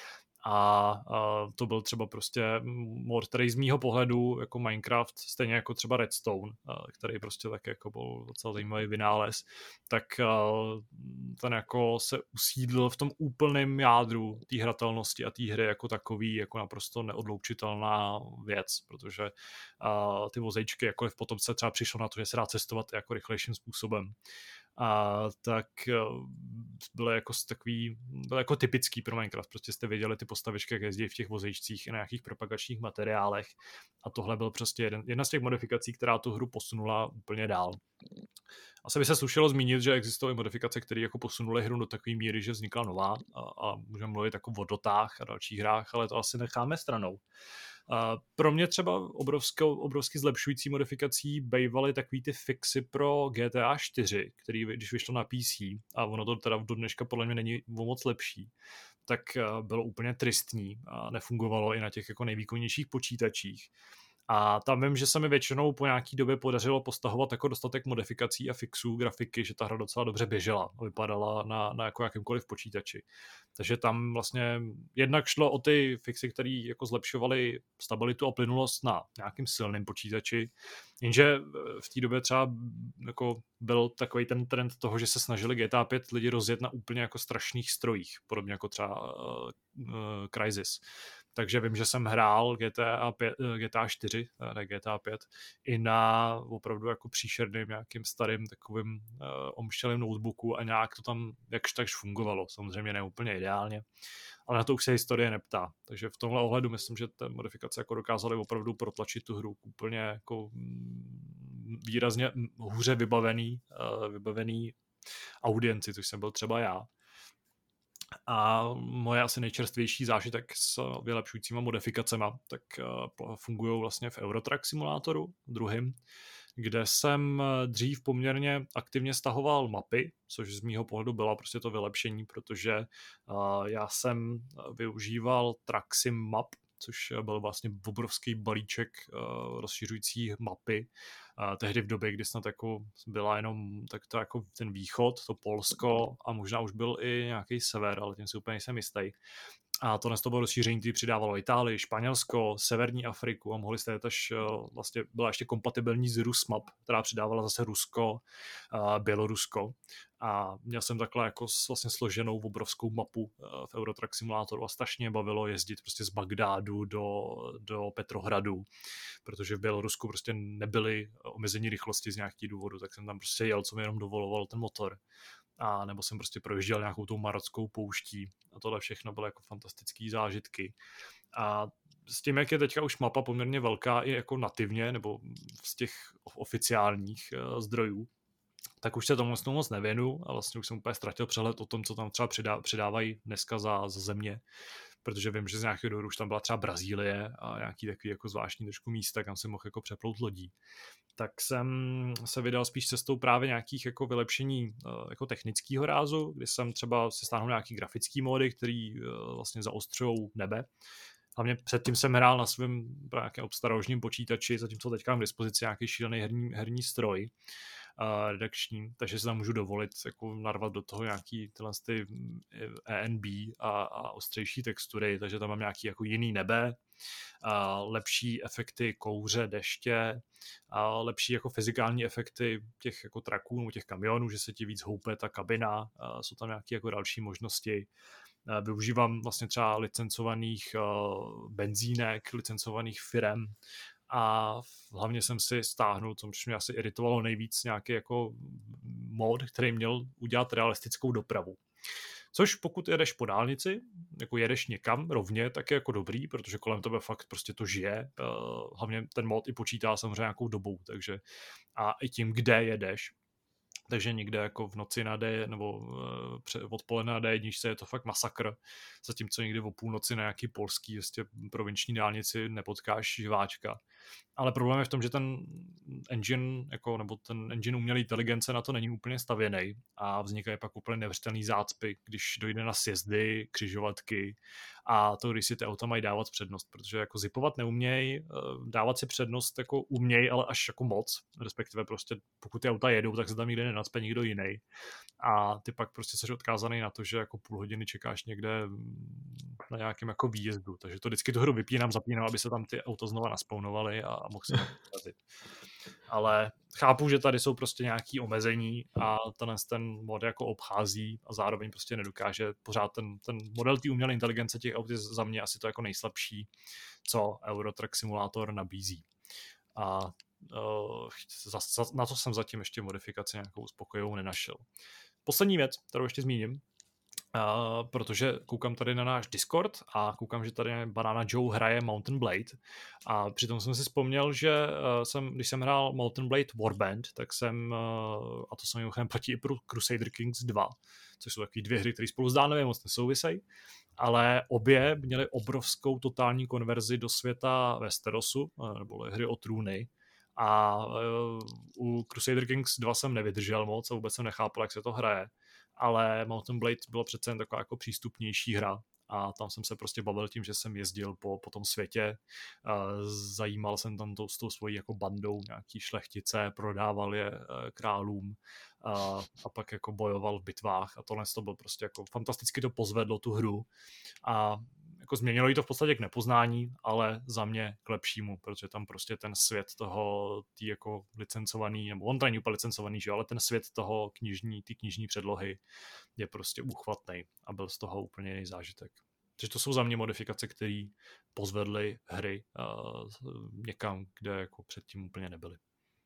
A, a to byl třeba prostě mod, který z mýho pohledu jako Minecraft, stejně jako třeba Redstone, a, který prostě tak jako byl docela zajímavý vynález, tak a, ten jako se usídlil v tom úplném jádru té hratelnosti a té hry jako takový, jako naprosto neodloučitelná věc, protože a, ty vozejčky, jakkoliv potom se třeba přišlo na to, že se dá cestovat jako rychlejším způsobem, a tak bylo jako takový, bylo jako typický pro Minecraft, prostě jste viděli ty postavičky, jak jezdí v těch vozejčcích i na nějakých propagačních materiálech a tohle byl prostě jeden, jedna z těch modifikací, která tu hru posunula úplně dál. Asi by se slušelo zmínit, že existují modifikace, které jako posunuly hru do takové míry, že vznikla nová a, a můžeme mluvit jako o dotách a dalších hrách, ale to asi necháme stranou. Uh, pro mě třeba obrovskou, obrovsky zlepšující modifikací bývaly takový ty fixy pro G T A čtyři, který když vyšlo na P C, a ono to teda do dneška podle mě není moc lepší, tak uh, bylo úplně tristní a nefungovalo i na těch jako nejvýkonnějších počítačích. A tam vím, že se mi většinou po nějaký době podařilo postahovat jako dostatek modifikací a fixů grafiky, že ta hra docela dobře běžela, vypadala na, na jako jakýmkoliv počítači. Takže tam vlastně jednak šlo o ty fixy, které jako zlepšovaly stabilitu a plynulost na nějakým silným počítači, jenže v té době třeba jako byl takový ten trend toho, že se snažili G T A pět lidi rozjet na úplně jako strašných strojích, podobně jako třeba uh, uh, Crysis. Takže vím, že jsem hrál G T A pět, G T A čtyři, ne G T A pět, i na opravdu jako příšerným nějakým starým takovým uh, omštělým notebooku a nějak to tam jakž takž fungovalo. Samozřejmě ne úplně ideálně, ale na to už se historie neptá. Takže v tomhle ohledu myslím, že ty modifikace jako dokázaly opravdu protlačit tu hru k úplně jako výrazně hůře vybavený, uh, vybavený audienci, což jsem byl třeba já. A moje asi nejčerstvější zážitek s vylepšujícíma modifikacema tak uh, fungují vlastně v Eurotrack simulátoru druhým, kde jsem dřív poměrně aktivně stahoval mapy, což z mýho pohledu bylo prostě to vylepšení, protože uh, já jsem využíval Tracksim map, což byl vlastně obrovský balíček uh, rozšiřující mapy. Uh, tehdy v době, kdy snad jako byla jenom tak to jako ten východ, to Polsko a možná už byl i nějaký sever, ale tím si úplně nejsem jistý. A to to bylo rozšíření, který přidávalo Itálii, Španělsko, Severní Afriku a mohli jste až vlastně byla ještě kompatibilní s Rusmap, která přidávala zase Rusko, Bělorusko. A měl jsem takhle jako vlastně složenou obrovskou mapu v Eurotrack simulátoru a strašně bavilo jezdit prostě z Bagdádu do, do Petrohradu, protože v Bělorusku prostě nebyly omezení rychlosti z nějakých důvodů, tak jsem tam prostě jel, co mi jenom dovoloval ten motor. A nebo jsem prostě projížděl nějakou tou marockou pouští a tohle všechno bylo jako fantastický zážitky. A s tím, jak je teďka už mapa poměrně velká i jako nativně, nebo z těch oficiálních uh, zdrojů, tak už se tomu moc nevěnu a vlastně už jsem úplně ztratil přehled o tom, co tam třeba přidá, přidávají dneska za, za země, protože vím, že z nějakého důvodu už tam byla třeba Brazílie a nějaký takový jako zvláštní trošku místa, kam se mohl jako přeplout lodí. Tak jsem se vydal spíš cestou právě nějakých jako vylepšení jako technického rázu, kdy jsem třeba se stáhnul nějaký grafický módy, který vlastně zaostřujou nebe. Hlavně předtím jsem hrál na svém nějakém obstarožním počítači, zatímco teďka mám k dispozici nějaký šílený herní, herní stroj uh, redakční, takže si tam můžu dovolit jako narvat do toho nějaký tyhle ty E N B a, a ostřejší textury, takže tam mám nějaký jako jiný nebe, uh, lepší efekty kouře, deště, a lepší jako fyzikální efekty těch jako traků nebo těch kamionů, že se ti víc houpe ta kabina, uh, jsou tam nějaké jako další možnosti. Využívám vlastně třeba licencovaných uh, benzínek, licencovaných firem a hlavně jsem si stáhnul, což mě asi iritovalo nejvíc, nějaký jako mod, který měl udělat realistickou dopravu. Což pokud jedeš po dálnici, jako jedeš někam rovně, tak je jako dobrý, protože kolem tebe fakt prostě to žije. Uh, hlavně ten mod i počítá samozřejmě nějakou dobou, takže a i tím, kde jedeš. Takže někde jako v noci na D nebo uh, odpoledne na D jedna je to fakt masakr, zatímco někdy o půlnoci na nějaký polský vlastně provinční dálnici nepotkáš živáčka. Ale problém je v tom, že ten engine, jako, nebo ten engine umělé inteligence na to není úplně stavěný a vznikají pak úplně nevřtelný zácpy, když dojde na sjezdy, křižovatky a to, když si ty auta mají dávat přednost, protože jako zipovat neuměj, dávat si přednost jako uměj, ale až jako moc, respektive prostě pokud ty auta jedou, tak se tam nikdy nenacpe nikdo jiný. A ty pak prostě jsi odkázaný na to, že jako půl hodiny čekáš někde na nějakém jako výjezdu, takže to vždycky tu hru vypínám, zapínám, aby se tam ty auta znova naspawnovaly a mohl se porazit. Ale chápu, že tady jsou prostě nějaké omezení a ten, ten mod jako obchází a zároveň prostě nedokáže pořád ten, ten model té umělé inteligence těch aut je za mě asi to jako nejslabší, co Eurotrack simulátor nabízí. A uh, za, za, na to jsem zatím ještě modifikaci nějakou uspokojivou nenašel. Poslední věc, kterou ještě zmíním, Uh, protože koukám tady na náš Discord a koukám, že tady Banana Joe hraje Mountain Blade a přitom jsem si vzpomněl, že uh, jsem, když jsem hrál Mountain Blade Warband, tak jsem, uh, a to jsem mimochodem platí i pro Crusader Kings dva, což jsou takové dvě hry, které spolu zdánlivě moc nesouvisejí, ale obě měly obrovskou totální konverzi do světa Westerosu, uh, nebo hry o trůny. A uh, u Crusader Kings dva jsem nevydržel moc a vůbec jsem nechápal, jak se to hraje. Ale Mountain Blade bylo přece jen taková jako přístupnější hra a tam jsem se prostě bavil tím, že jsem jezdil po, po tom světě, zajímal jsem tam to, s tou svojí jako bandou nějaký šlechtice, prodával je králům a, a pak jako bojoval v bitvách a tohle to bylo prostě jako fantasticky to pozvedlo tu hru a jako změnilo jí to v podstatě k nepoznání, ale za mě k lepšímu, protože tam prostě ten svět toho, tý jako licencovaný, nebo on to není úplně licencovaný, že, ale ten svět toho knižní, ty knižní předlohy je prostě úchvatný a byl z toho úplně jiný zážitek. Takže to jsou za mě modifikace, které pozvedly hry uh, někam, kde jako předtím úplně nebyly.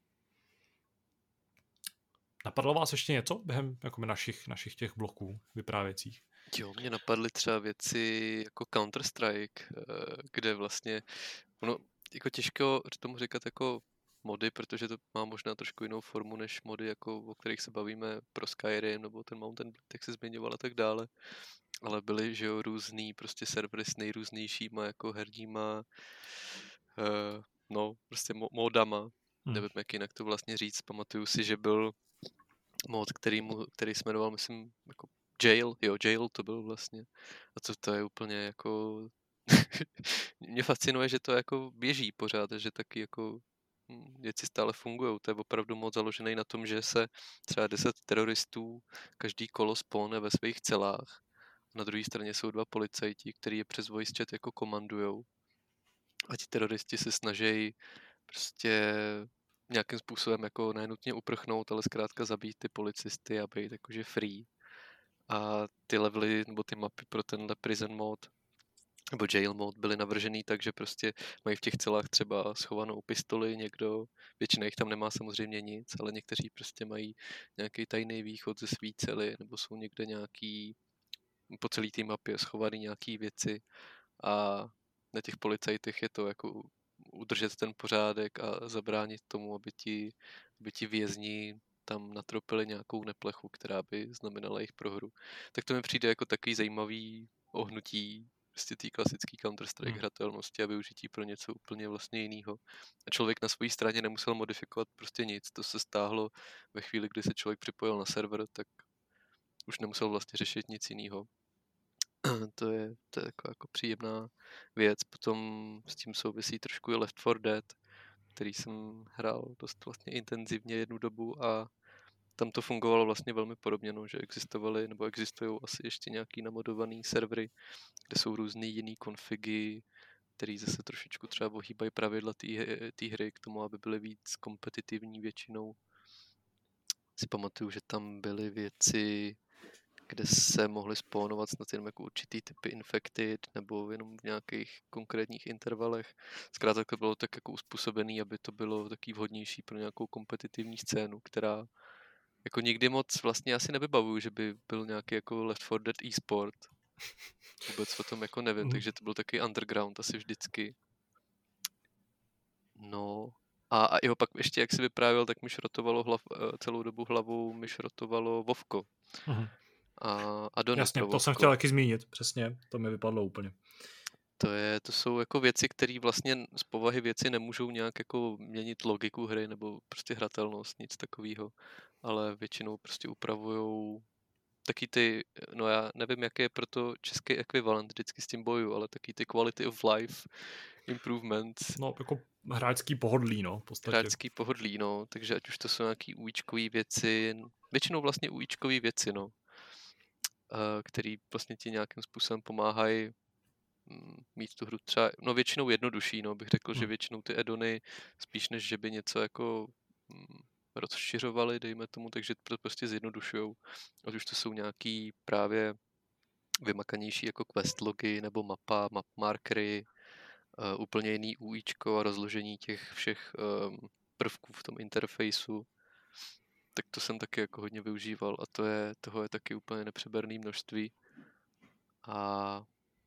Napadlo vás ještě něco během jako našich, našich těch bloků vyprávěcích? Jo, mě napadly třeba věci jako Counter-Strike, kde vlastně, ono jako těžko tomu říkat jako mody, protože to má možná trošku jinou formu než mody, jako o kterých se bavíme pro Skyrim nebo ten Mountain Blade, jak se zmiňoval a tak dále. Ale byly, že jo, různý prostě servery s nejrůznějšíma jako herníma, uh, no, prostě mo- modama. Hmm. Nevím, jak jinak to vlastně říct. Pamatuju si, že byl mod, který, mu, který se jmenoval, myslím, jako Jail, jo, Jail to byl vlastně. A to, to je úplně jako mě fascinuje, že to jako běží pořád, že taky jako věci stále fungují. To je opravdu moc založený na tom, že se třeba deset teroristů každý kolo spolne ve svých celách. Na druhé straně jsou dva policajti, kteří je přes voice chat jako komandujou. A ti teroristi se snaží prostě nějakým způsobem jako nenutně uprchnout, ale zkrátka zabít ty policisty a být jakože free. A ty levely nebo ty mapy pro tenhle prison mode nebo jail mode byly navržený tak, že prostě mají v těch celách třeba schovanou pistoli, někdo, většina jich tam nemá samozřejmě nic, ale někteří prostě mají nějaký tajný východ ze svý cely, nebo jsou někde nějaký, po celý té mapě schovaný nějaký věci a na těch policajtech je to jako udržet ten pořádek a zabránit tomu, aby ti, aby ti vězni tam natropili nějakou neplechu, která by znamenala jejich prohru. Tak to mi přijde jako takový zajímavý ohnutí prostě té klasické Counter-Strike hmm. hratelnosti a využití pro něco úplně vlastně jiného. A člověk na své straně nemusel modifikovat prostě nic. To se stáhlo ve chvíli, kdy se člověk připojil na server, tak už nemusel vlastně řešit nic jiného. To je, to je jako, jako příjemná věc. Potom s tím souvisí trošku i Left four Dead, který jsem hrál dost vlastně intenzivně jednu dobu a tam to fungovalo vlastně velmi podobně, no, že existovaly nebo existují asi ještě nějaký namodovaný servery, kde jsou různý jiný konfigy, který zase trošičku třeba ohýbají pravidla té hry k tomu, aby byly víc kompetitivní většinou. Si pamatuju, že tam byly věci, kde se mohly spawnovat snad jenom jako určitý typy infected nebo jenom v nějakých konkrétních intervalech. Zkrátka to bylo tak jako uspůsobený, aby to bylo taky vhodnější pro nějakou kompetitivní scénu, která jako nikdy moc vlastně asi nevybavuju, že by byl nějaký jako Left four Dead e-sport. Vůbec o tom jako nevím, mm. takže to byl taky underground asi vždycky. No a, a jeho pak ještě jak si vyprávěl, tak mi šrotovalo hlav, celou dobu hlavou, mi šrotovalo Vovko. Mm. A, a Dony Jasně, to jsem chtěl taky zmínit, přesně, to mi vypadlo úplně. To, je, to jsou jako věci, které vlastně z povahy věci nemůžou nějak jako měnit logiku hry nebo prostě hratelnost, nic takového, ale většinou prostě upravujou taky ty, no já nevím, jaký je proto český ekvivalent, vždycky s tím boju, ale taky ty quality of life improvements. No, jako hráčský pohodlí, no, v podstatě. Hráčský pohodlí, no, takže ať už to jsou nějaký újíčkový věci, většinou vlastně újíčkový věci, no, který vlastně ti nějakým způsobem pomáhají mít tu hru třeba, no většinou jednodušší, no, bych řekl, hmm. že většinou ty addony, spíš než že by něco jako mm, rozšiřovali, dejme tomu, takže to prostě zjednodušujou. Ať už to jsou nějaký právě vymakanější jako quest logy, nebo mapa, map markery, uh, úplně jiný UIčko a rozložení těch všech um, prvků v tom interfejsu. Tak to jsem taky jako hodně využíval a to je, toho je taky úplně nepřeberné množství. A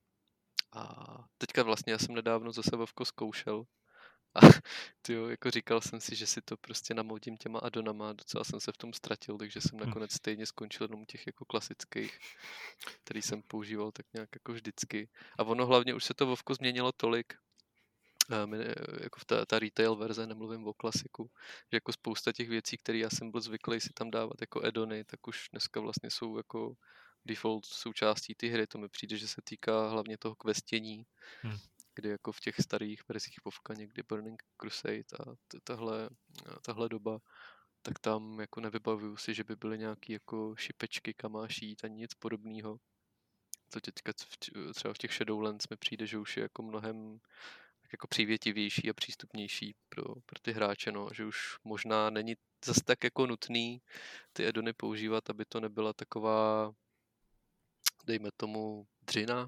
A teďka vlastně já jsem nedávno zase Vovko zkoušel a tyjo, jako říkal jsem si, že si to prostě namodím těma addonama, docela jsem se v tom ztratil, takže jsem nakonec stejně skončil jenom těch jako klasických, který jsem používal tak nějak jako vždycky. A ono hlavně už se to Vovko změnilo tolik, jako v ta, ta retail verze, nemluvím o klasiku, že jako spousta těch věcí, které já jsem byl zvyklý si tam dávat jako addony, tak už dneska vlastně jsou jako default součástí ty hry. To mi přijde, že se týká hlavně toho questění, hmm. kdy jako v těch starých verzích Vovka, někdy Burning Crusade a tahle, tahle doba, tak tam jako nevybavuju si, že by byly nějaký jako šipečky, kam máš jít, ani nic podobného. To teďka třeba v těch Shadowlands mi přijde, že už je jako mnohem jako přívětivější a přístupnější pro, pro ty hráče, no, že už možná není zase tak jako nutný ty addony používat, aby to nebyla taková, dejme tomu, dřina,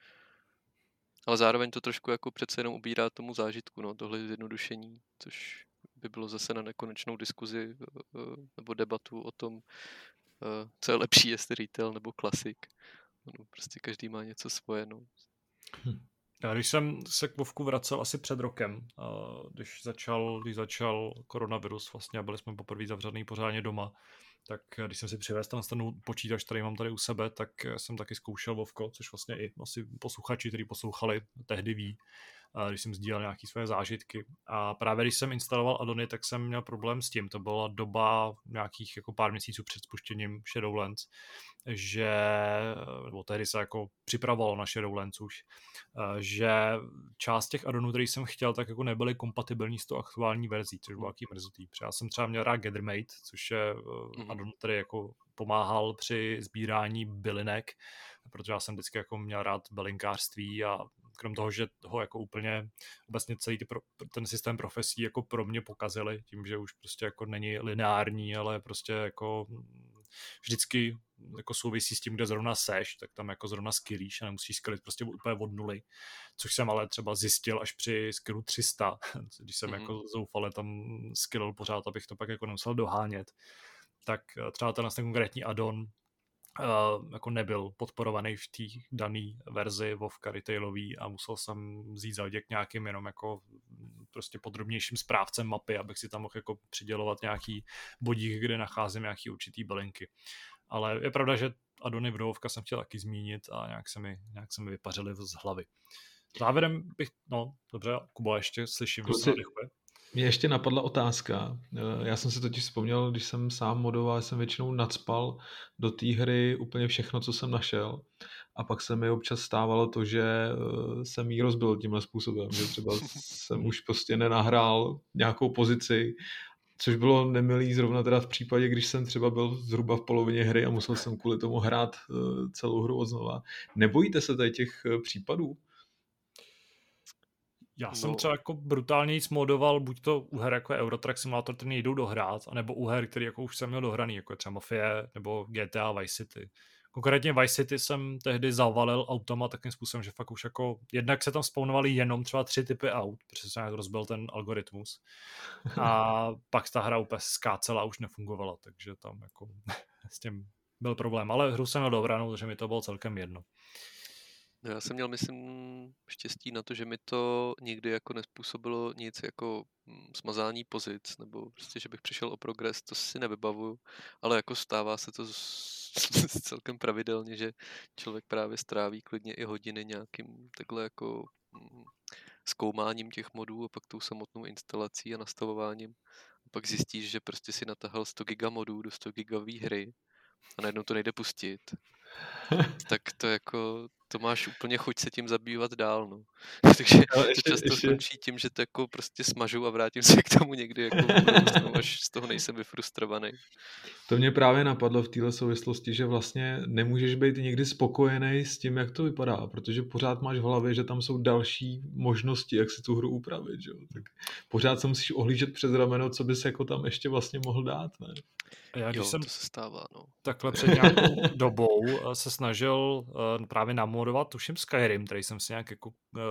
ale zároveň to trošku jako přece jenom ubírá tomu zážitku, no, tohle zjednodušení, což by bylo zase na nekonečnou diskuzi nebo debatu o tom, co je lepší, jestli retail nebo klasik. No, prostě každý má něco svoje, no. Hm. Já když jsem se k Vovku vracel asi před rokem, když začal, když začal koronavirus vlastně a byli jsme poprvé zavřený pořádně doma, tak když jsem si přivez ten ten počítač, který mám tady u sebe, tak jsem taky zkoušel Vovko, což vlastně i asi posluchači, kteří poslouchali, tehdy ví. když jsem sdílel nějaké své zážitky. A právě když jsem instaloval addony, tak jsem měl problém s tím. To byla doba nějakých jako pár měsíců před spuštěním Shadowlands, že, nebo tehdy se jako připravovalo na Shadowlands už, že část těch addonů, který jsem chtěl, tak jako nebyly kompatibilní s tou aktuální verzí, což bylo jaký mrzutý. Já jsem třeba měl rád Gathermate, což je mm-hmm. addon, který jako pomáhal při sbírání bylinek, protože já jsem vždycky jako měl rád bylinkářství a krom toho, že ho jako úplně obecně celý ty pro, ten systém profesí jako pro mě pokazili, tím, že už prostě jako není lineární, ale prostě jako vždycky jako souvisí s tím, kde zrovna seš, tak tam jako zrovna skillíš a nemusíš skillit prostě úplně od nuly, což jsem ale třeba zjistil až při skillu tři sta, když jsem mm-hmm. jako zoufale tam skillil pořád, abych to pak jako nemusel dohánět, tak třeba ten konkrétní addon Uh, jako nebyl podporovaný v té dané verzi WoWka retailový a musel jsem vzít zaděk nějakým jenom jako prostě podrobnějším správcem mapy, abych si tam mohl jako přidělovat nějaký bodík, kde nacházím nějaký určitý bylinky. Ale je pravda, že addony v WoWka jsem chtěl taky zmínit a nějak se mi, nějak se mi vypařily z hlavy. Závěrem bych, no dobře, Kuba, ještě slyším, že se nadechuje. Mě ještě napadla otázka. Já jsem si totiž vzpomněl, když jsem sám modoval, jsem většinou nacpal do té hry úplně všechno, co jsem našel. A pak se mi občas stávalo to, že jsem jí rozbil tímhle způsobem, že třeba jsem už prostě nenahrál nějakou pozici, což bylo nemilý zrovna teda v případě, když jsem třeba byl zhruba v polovině hry a musel jsem kvůli tomu hrát celou hru odznova. Nebojíte se tady těch případů? Já jsem no. třeba jako brutálně nic modoval, buď to u her jako je Eurotrack Simulator, který nejdou dohrát, anebo u her, který jako už jsem měl dohraný, jako je třeba Mafia nebo G T A Vice City. Konkrétně Vice City jsem tehdy zavalil automa takým způsobem, že fakt už jako, jednak se tam spawnovaly jenom třeba tři typy aut, protože jsem nějak rozbil ten algoritmus. A pak ta hra úplně skácela a už nefungovala, takže tam jako s tím byl problém. Ale hru jsem měl dohranou, takže mi to bylo celkem jedno. Já jsem měl, myslím, štěstí na to, že mi to nikdy jako nespůsobilo nic jako smazání pozic, nebo prostě, že bych přišel o progres, to si nevybavuju, ale jako stává se to z, celkem pravidelně, že člověk právě stráví klidně i hodiny nějakým takhle jako zkoumáním těch modů a pak tou samotnou instalací a nastavováním. A pak zjistíš, že prostě si natahal sto giga modů do sto gigové hry a najednou to nejde pustit. Tak to jako, to máš úplně chuť se tím zabývat dál, no. Takže to ještě, často ještě... skončí tím, že to jako prostě smažu a vrátím se k tomu někdy jako budoucnu, až z toho nejsem vyfrustrovaný. To mě právě napadlo v téhle souvislosti, že vlastně nemůžeš být někdy spokojený s tím, jak to vypadá, protože pořád máš v hlavě, že tam jsou další možnosti, jak si tu hru upravit, že? Tak pořád se musíš ohlížet přes rameno, co bys jako tam ještě vlastně mohl dát, ne? Já, když jo, jsem to se stává, no. Takhle před nějakou dobou se snažil uh, právě namodovat, tuším Skyrim, který jsem si nějak jako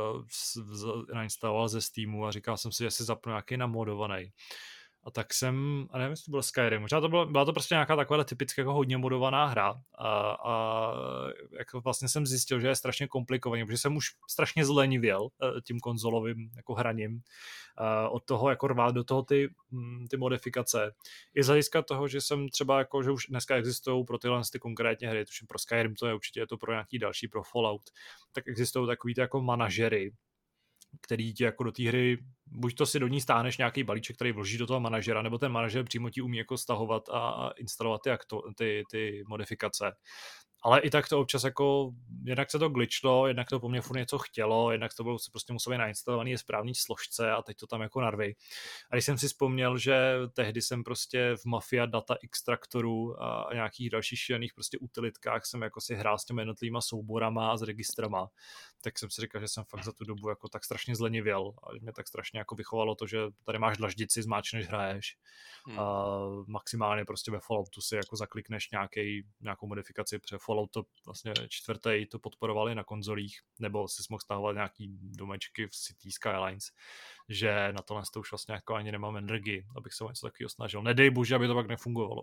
uh, nainstaloval ze Steamu a říkal jsem si, že si zapnu nějaký namodovaný. A tak jsem, a nevím, jestli to byl Skyrim, možná to bylo, byla to prostě nějaká taková typická jako hodně modovaná hra a, a jako vlastně jsem zjistil, že je strašně komplikovaný, protože jsem už strašně zlenivěl tím konzolovým jako hraním od toho jako rvát do toho ty, ty modifikace. I z hlediska toho, že jsem třeba jako, že už dneska existují pro tyhle ty konkrétně hry, tuším pro Skyrim to je určitě, je to pro nějaký další, pro Fallout, tak existují takový ty jako manažery, který ti jako do té hry, buď to si do ní stáhneš nějaký balíček, který vložíš do toho manažera, nebo ten manažer přímo ti umí jako stahovat a instalovat ty, akto, ty, ty modifikace. Ale i tak to občas jako, jednak se to glitchlo, jednak to po mně furt něco chtělo, jednak to bylo prostě muselo být nainstalovaný je správný složce a teď to tam jako narvy. A když jsem si vzpomněl, že tehdy jsem prostě v Mafia Data Extractoru a nějakých dalších šílených prostě utilitkách jsem jako si hrál s těmi jednotlivýma souborama a s registrama, tak jsem si říkal, že jsem fakt za tu dobu jako tak strašně zlenivěl a mě tak strašně jako vychovalo to, že tady máš dlaždici, zmáčneš, hraješ. Hmm. A maximálně prostě ve Falloutu si jako zaklikneš nějaký, nějakou modifikaci, protože Fallout to vlastně čtvrtý to podporovali na konzolích, nebo si mohl stahovat nějaký domečky v City Skylines, že na tohle to už vlastně jako ani nemám energii, abych se o něco takového snažil. Nedej bože, aby to pak nefungovalo.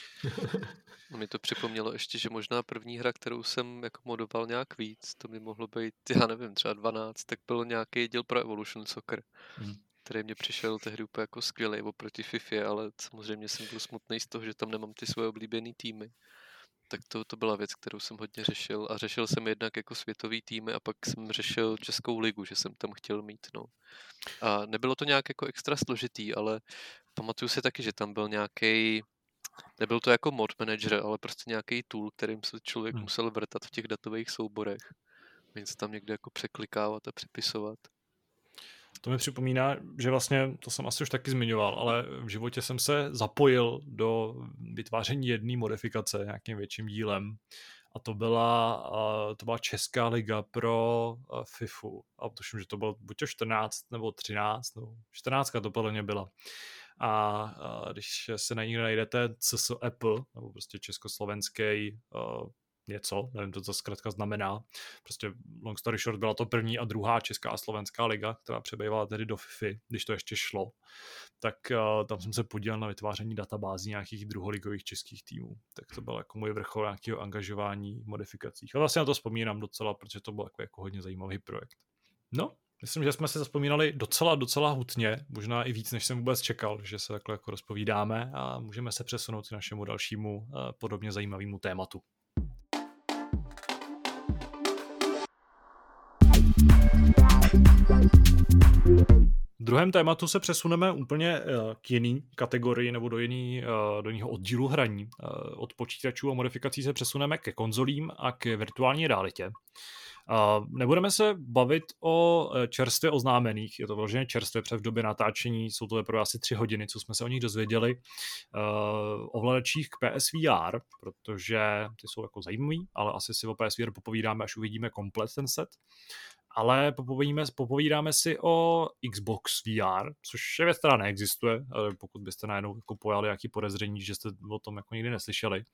Mi to připomnělo ještě, že možná první hra, kterou jsem jako modoval nějak víc, to mi mohlo být, já nevím, třeba dvanáct, tak byl nějaký díl pro Evolution Soccer. Hmm. Který mě přišel tehdy úplně jako skvělej oproti FIFA, ale samozřejmě jsem byl smutný z toho, že tam nemám ty svoje oblíbený týmy. tak to, to byla věc, kterou jsem hodně řešil a řešil jsem jednak jako světový týmy a pak jsem řešil Českou ligu, že jsem tam chtěl mít, no. A nebylo to nějak jako extra složitý, ale pamatuju si taky, že tam byl nějaký, nebyl to jako mod manager, ale prostě nějaký tool, kterým se člověk hmm. musel vrtat v těch datových souborech. Něco tam někde jako překlikávat a přepisovat. To mi připomíná, že vlastně, to jsem asi už taky zmiňoval, ale v životě jsem se zapojil do vytváření jedné modifikace nějakým větším dílem. A to byla, to byla Česká liga pro FIFU. A tuším, že to bylo buď to čtrnáct nebo třináct, nebo čtrnáct to podle mě byla. A, a když se na ní najdete C S E P, nebo prostě československý uh, něco, nevím to, co zkrátka znamená. Prostě long story short, byla to první a druhá česká a slovenská liga, která přebývala tedy do FIFA, když to ještě šlo. Tak uh, tam jsem se podílel na vytváření databází nějakých druholigových českých týmů. Tak to byl jako můj vrchol nějakého angažování v modifikacích. A vlastně na to vzpomínám docela, protože to byl jako, jako hodně zajímavý projekt. No, myslím, že jsme se vzpomínali docela, docela hutně, možná i víc, než jsem vůbec čekal, že se takhle jako rozpovídáme a můžeme se přesunout k našemu dalšímu uh, podobně zajímavému tématu. V druhém tématu se přesuneme úplně k jiný kategorii nebo do, jiný, do jiného oddílu hraní. Od počítačů a modifikací se přesuneme ke konzolím a k virtuální realitě. Nebudeme se bavit o čerstvě oznámených, je to vloženě čerstvě, před v době natáčení, jsou to teprve asi tři hodiny, co jsme se o nich dozvěděli, ovladačích k P S V R, protože ty jsou jako zajímavý, ale asi si o P S V R popovídáme, až uvidíme komplet ten set. Ale popovídáme, popovídáme si o Xbox V R, což je věc, která neexistuje, pokud byste najednou jako pojali nějaký podezření, že jste o tom jako nikdy neslyšeli.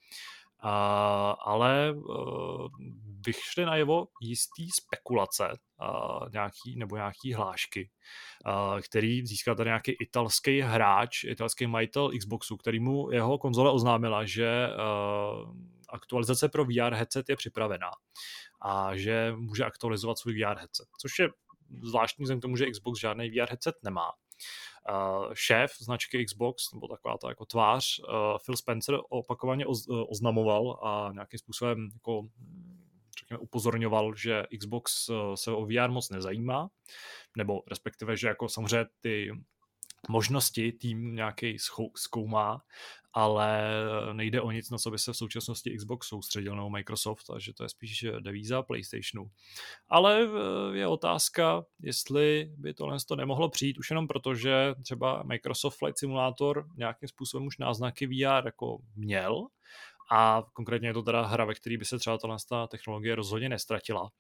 A, ale uh, vyšly najevo jistý spekulace uh, nějaký, nebo nějaký hlášky, uh, který získal tady nějaký italský hráč, italský majitel Xboxu, který mu jeho konzole oznámila, že uh, aktualizace pro V R headset je připravená a že může aktualizovat svůj V R headset, což je zvláštní vzhledem k tomu, že Xbox žádný V R headset nemá. Uh, šéf značky Xbox, nebo taková ta jako tvář, uh, Phil Spencer opakovaně oz, uh, oznamoval a nějakým způsobem jako, řekněme, upozorňoval, že Xbox uh, se o V R moc nezajímá, nebo respektive, že jako samozřejmě ty možnosti tým nějaký zkoumá, ale nejde o nic, na co by se v současnosti Xbox soustředil, nebo Microsoft, a že to je spíš devíza PlayStationu. Ale je otázka, jestli by tohle to nemohlo přijít, už jenom proto, že třeba Microsoft Flight Simulator nějakým způsobem už náznaky V R jako měl, a konkrétně je to teda hra, ve který by se třeba ta technologie rozhodně nestratila.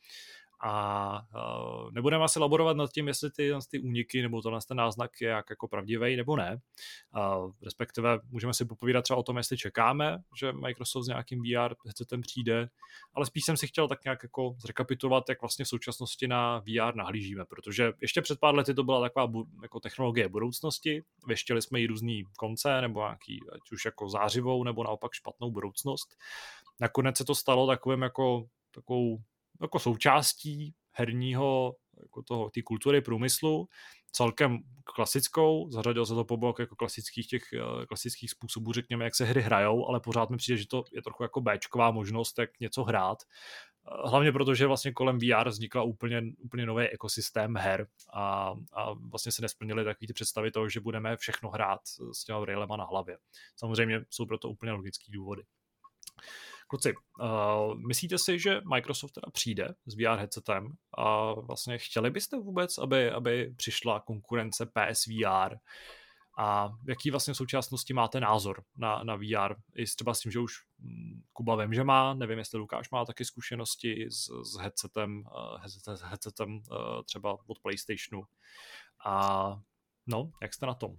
A uh, nebudeme asi laborovat nad tím, jestli ty, ty úniky nebo tenhle ten náznak je jak jako pravdivý nebo ne. Uh, respektive můžeme si popovídat třeba o tom, jestli čekáme, že Microsoft s nějakým V R headsetem přijde, ale spíš jsem si chtěl tak nějak jako zrekapitulovat, jak vlastně v současnosti na V R nahlížíme, protože ještě před pár lety to byla taková bu- jako technologie budoucnosti, věštěli jsme jí různý konce nebo nějaký, ať už jako zářivou nebo naopak špatnou budoucnost. Nakonec se to stalo takovým jako takovou jako součástí herního, jako toho, té kultury průmyslu, celkem klasickou, zařadil se to po bok jako klasických těch klasických způsobů, řekněme, jak se hry hrajou, ale pořád mi přijde, že to je trochu jako béčková možnost, jak něco hrát. Hlavně proto, že vlastně kolem V R vznikla úplně, úplně nový ekosystém her a, a vlastně se nesplnily takový ty představy toho, že budeme všechno hrát s těma railema na hlavě. Samozřejmě jsou proto úplně logický důvody. Kluci, uh, myslíte si, že Microsoft teda přijde s V R headsetem a vlastně chtěli byste vůbec, aby, aby přišla konkurence P S V R a jaký vlastně v současnosti máte názor na, na V R? I třeba s tím, že už Kuba vím, že má, nevím, jestli Lukáš má taky zkušenosti s, s headsetem, uh, headset, headsetem uh, třeba od PlayStationu. A no, jak jste na tom?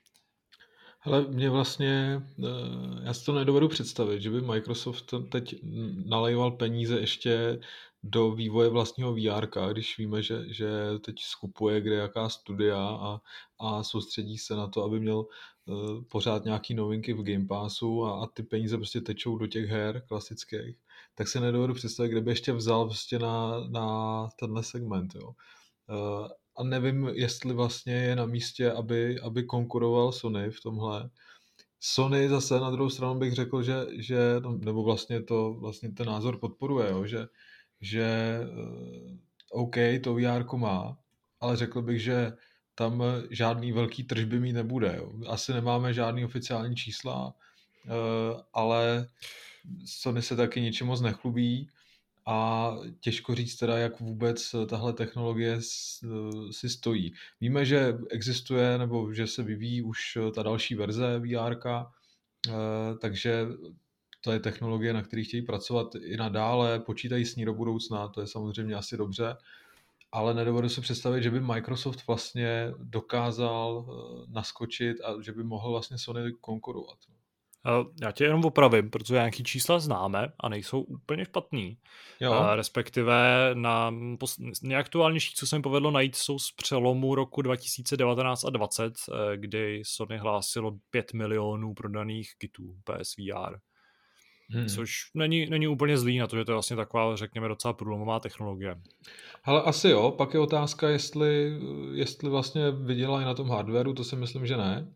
Ale mě vlastně, já si to nedovedu představit, že by Microsoft teď nalejval peníze ještě do vývoje vlastního V R, když víme, že, že teď skupuje kde jaká studia a, a soustředí se na to, aby měl uh, pořád nějaký novinky v Game Passu a, a ty peníze prostě tečou do těch her klasických. Tak se nedovedu představit, kde by ještě vzal prostě na, na tenhle segment. Jo. Uh, A nevím, jestli vlastně je na místě, aby, aby konkuroval Sony v tomhle, Sony zase na druhou stranu bych řekl, že, že nebo vlastně to vlastně ten názor podporuje, jo, že, že OK, to V R má, ale řekl bych, že tam žádný velký tržby mít nebude. Jo. Asi nemáme žádný oficiální čísla, ale Sony se taky ničím moc nechlubí a těžko říct teda, jak vůbec tahle technologie si stojí. Víme, že existuje nebo že se vyvíjí už ta další verze V R, takže to je technologie, na které chtějí pracovat i nadále, počítají s ní do budoucna, to je samozřejmě asi dobře, ale nedovedu si představit, že by Microsoft vlastně dokázal naskočit a že by mohl vlastně Sony konkurovat. Já tě jenom opravím, protože nějaký čísla známe a nejsou úplně špatný. Jo. Respektive na nejaktuálnější, co se mi povedlo najít, jsou z přelomu roku dva tisíce devatenáct a dvacet, kdy Sony hlásilo pět milionů prodaných kitů P S V R. Hmm. Což není, není úplně zlý na to, že to je vlastně taková, řekněme, docela průlomová technologie. Ale asi jo, pak je otázka, jestli, jestli vlastně vydělají na tom hardwareu, to si myslím, že ne.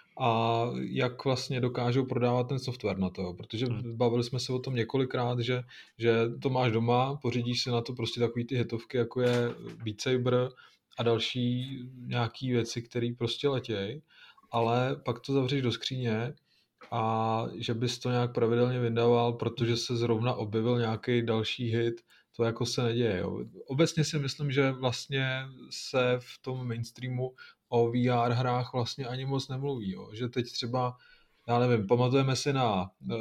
A jak vlastně dokážou prodávat ten software na to, protože hmm. bavili jsme se o tom několikrát, že, že to máš doma, pořídíš si na to prostě takový ty hitovky, jako je Beat Saber a další nějaký věci, které prostě letějí, ale pak to zavřeš do skříně a že bys to nějak pravidelně vydával, protože se zrovna objevil nějaký další hit, to jako se neděje. Jo. Obecně si myslím, že vlastně se v tom mainstreamu o V R hrách vlastně ani moc nemluví. Jo. Že teď třeba, já nevím, pamatujeme si na uh,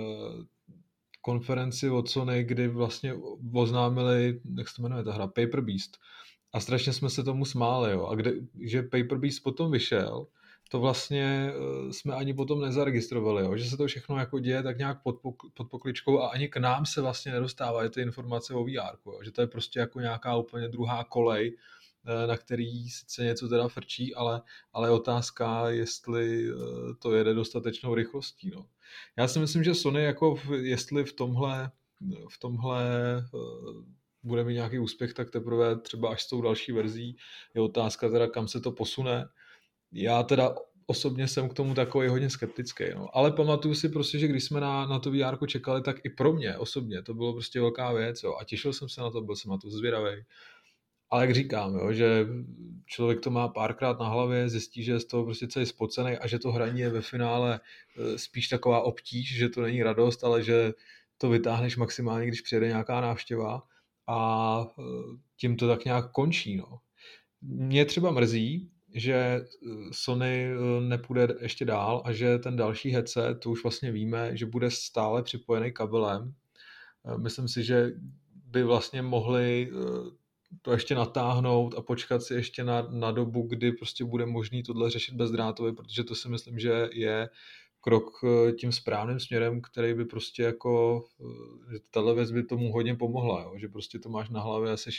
konferenci od Sony, kdy vlastně oznámili, jak se to jmenuje ta hra, Paper Beast. A strašně jsme se tomu smáli. Jo. A kde, že Paper Beast potom vyšel, to vlastně uh, jsme ani potom nezaregistrovali, jo. Že se to všechno jako děje tak nějak pod, pok- pod pokličkou a ani k nám se vlastně nedostávají ty informace o V R. Jo. Že to je prostě jako nějaká úplně druhá kolej, na který sice něco teda frčí, ale, ale otázka, jestli to jede dostatečnou rychlostí. No. Já si myslím, že Sony, jako v, jestli v tomhle, v tomhle uh, bude mít nějaký úspěch, tak teprve třeba až s tou další verzí je otázka teda, kam se to posune. Já teda osobně jsem k tomu takový hodně skeptický. No. Ale pamatuju si prostě, že když jsme na, na to V R čekali, tak i pro mě osobně to bylo prostě velká věc. Jo. A těšil jsem se na to, byl jsem na to zvědavý. Ale jak říkám, jo, že člověk to má párkrát na hlavě, zjistí, že je z toho prostě celý spocený a že to hraní je ve finále spíš taková obtíž, že to není radost, ale že to vytáhneš maximálně, když přijede nějaká návštěva a tím to tak nějak končí. No. Mě třeba mrzí, že Sony nepůjde ještě dál a že ten další headset, to už vlastně víme, že bude stále připojený kabelem. Myslím si, že by vlastně mohli to ještě natáhnout a počkat si ještě na, na dobu, kdy prostě bude možný tohle řešit bezdrátově, protože to si myslím, že je krok tím správným směrem, který by prostě jako, že tato věc by tomu hodně pomohla, jo? Že prostě to máš na hlavě a jsi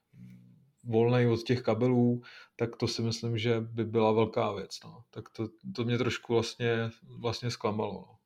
volnej od těch kabelů, tak to si myslím, že by byla velká věc. No. Tak to, to mě trošku vlastně, vlastně zklamalo. No.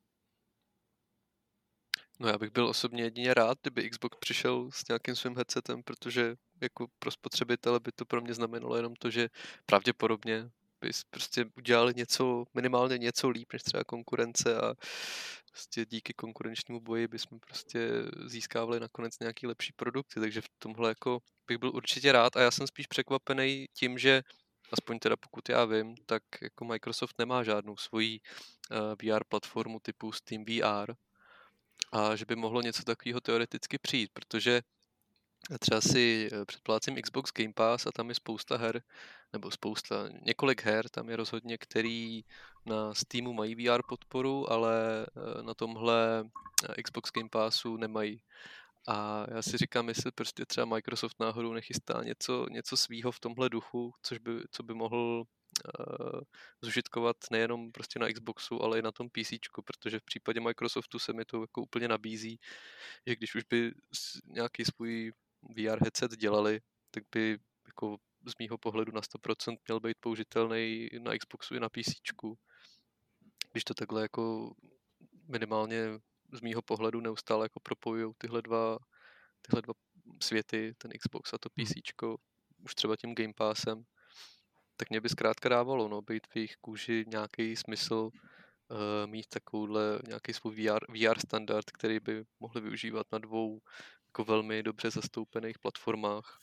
No já bych byl osobně jedině rád, kdyby Xbox přišel s nějakým svým headsetem, protože jako pro spotřebitele by to pro mě znamenalo jenom to, že pravděpodobně by prostě udělali něco, minimálně něco líp než třeba konkurence a prostě díky konkurenčnímu boji bychom prostě získávali nakonec nějaký lepší produkty, takže v tomhle jako bych byl určitě rád a já jsem spíš překvapený tím, že aspoň teda pokud já vím, tak jako Microsoft nemá žádnou svoji uh, V R platformu typu Steam V R, a že by mohlo něco takového teoreticky přijít, protože třeba si předplácím Xbox Game Pass a tam je spousta her, nebo spousta, několik her, tam je rozhodně, který na Steamu mají V R podporu, ale na tomhle Xbox Game Passu nemají. A já si říkám, jestli prostě třeba Microsoft náhodou nechystá něco, něco svýho v tomhle duchu, což by, co by mohl uh, zužitkovat nejenom prostě na Xboxu, ale i na tom PCčku, protože v případě Microsoftu se mi to jako úplně nabízí, že když už by nějaký svůj V R headset dělali, tak by jako z mýho pohledu na sto procent měl být použitelný na Xboxu i na PCčku. Když to takhle jako minimálně z mýho pohledu neustále jako propojujou tyhle dva, tyhle dva světy, ten Xbox a to PCčko, už třeba tím Game Passem, tak mě by zkrátka dávalo, no, být v jejich kůži nějaký smysl mít takovouhle nějaký svůj V R, V R standard, který by mohli využívat na dvou jako velmi dobře zastoupených platformách.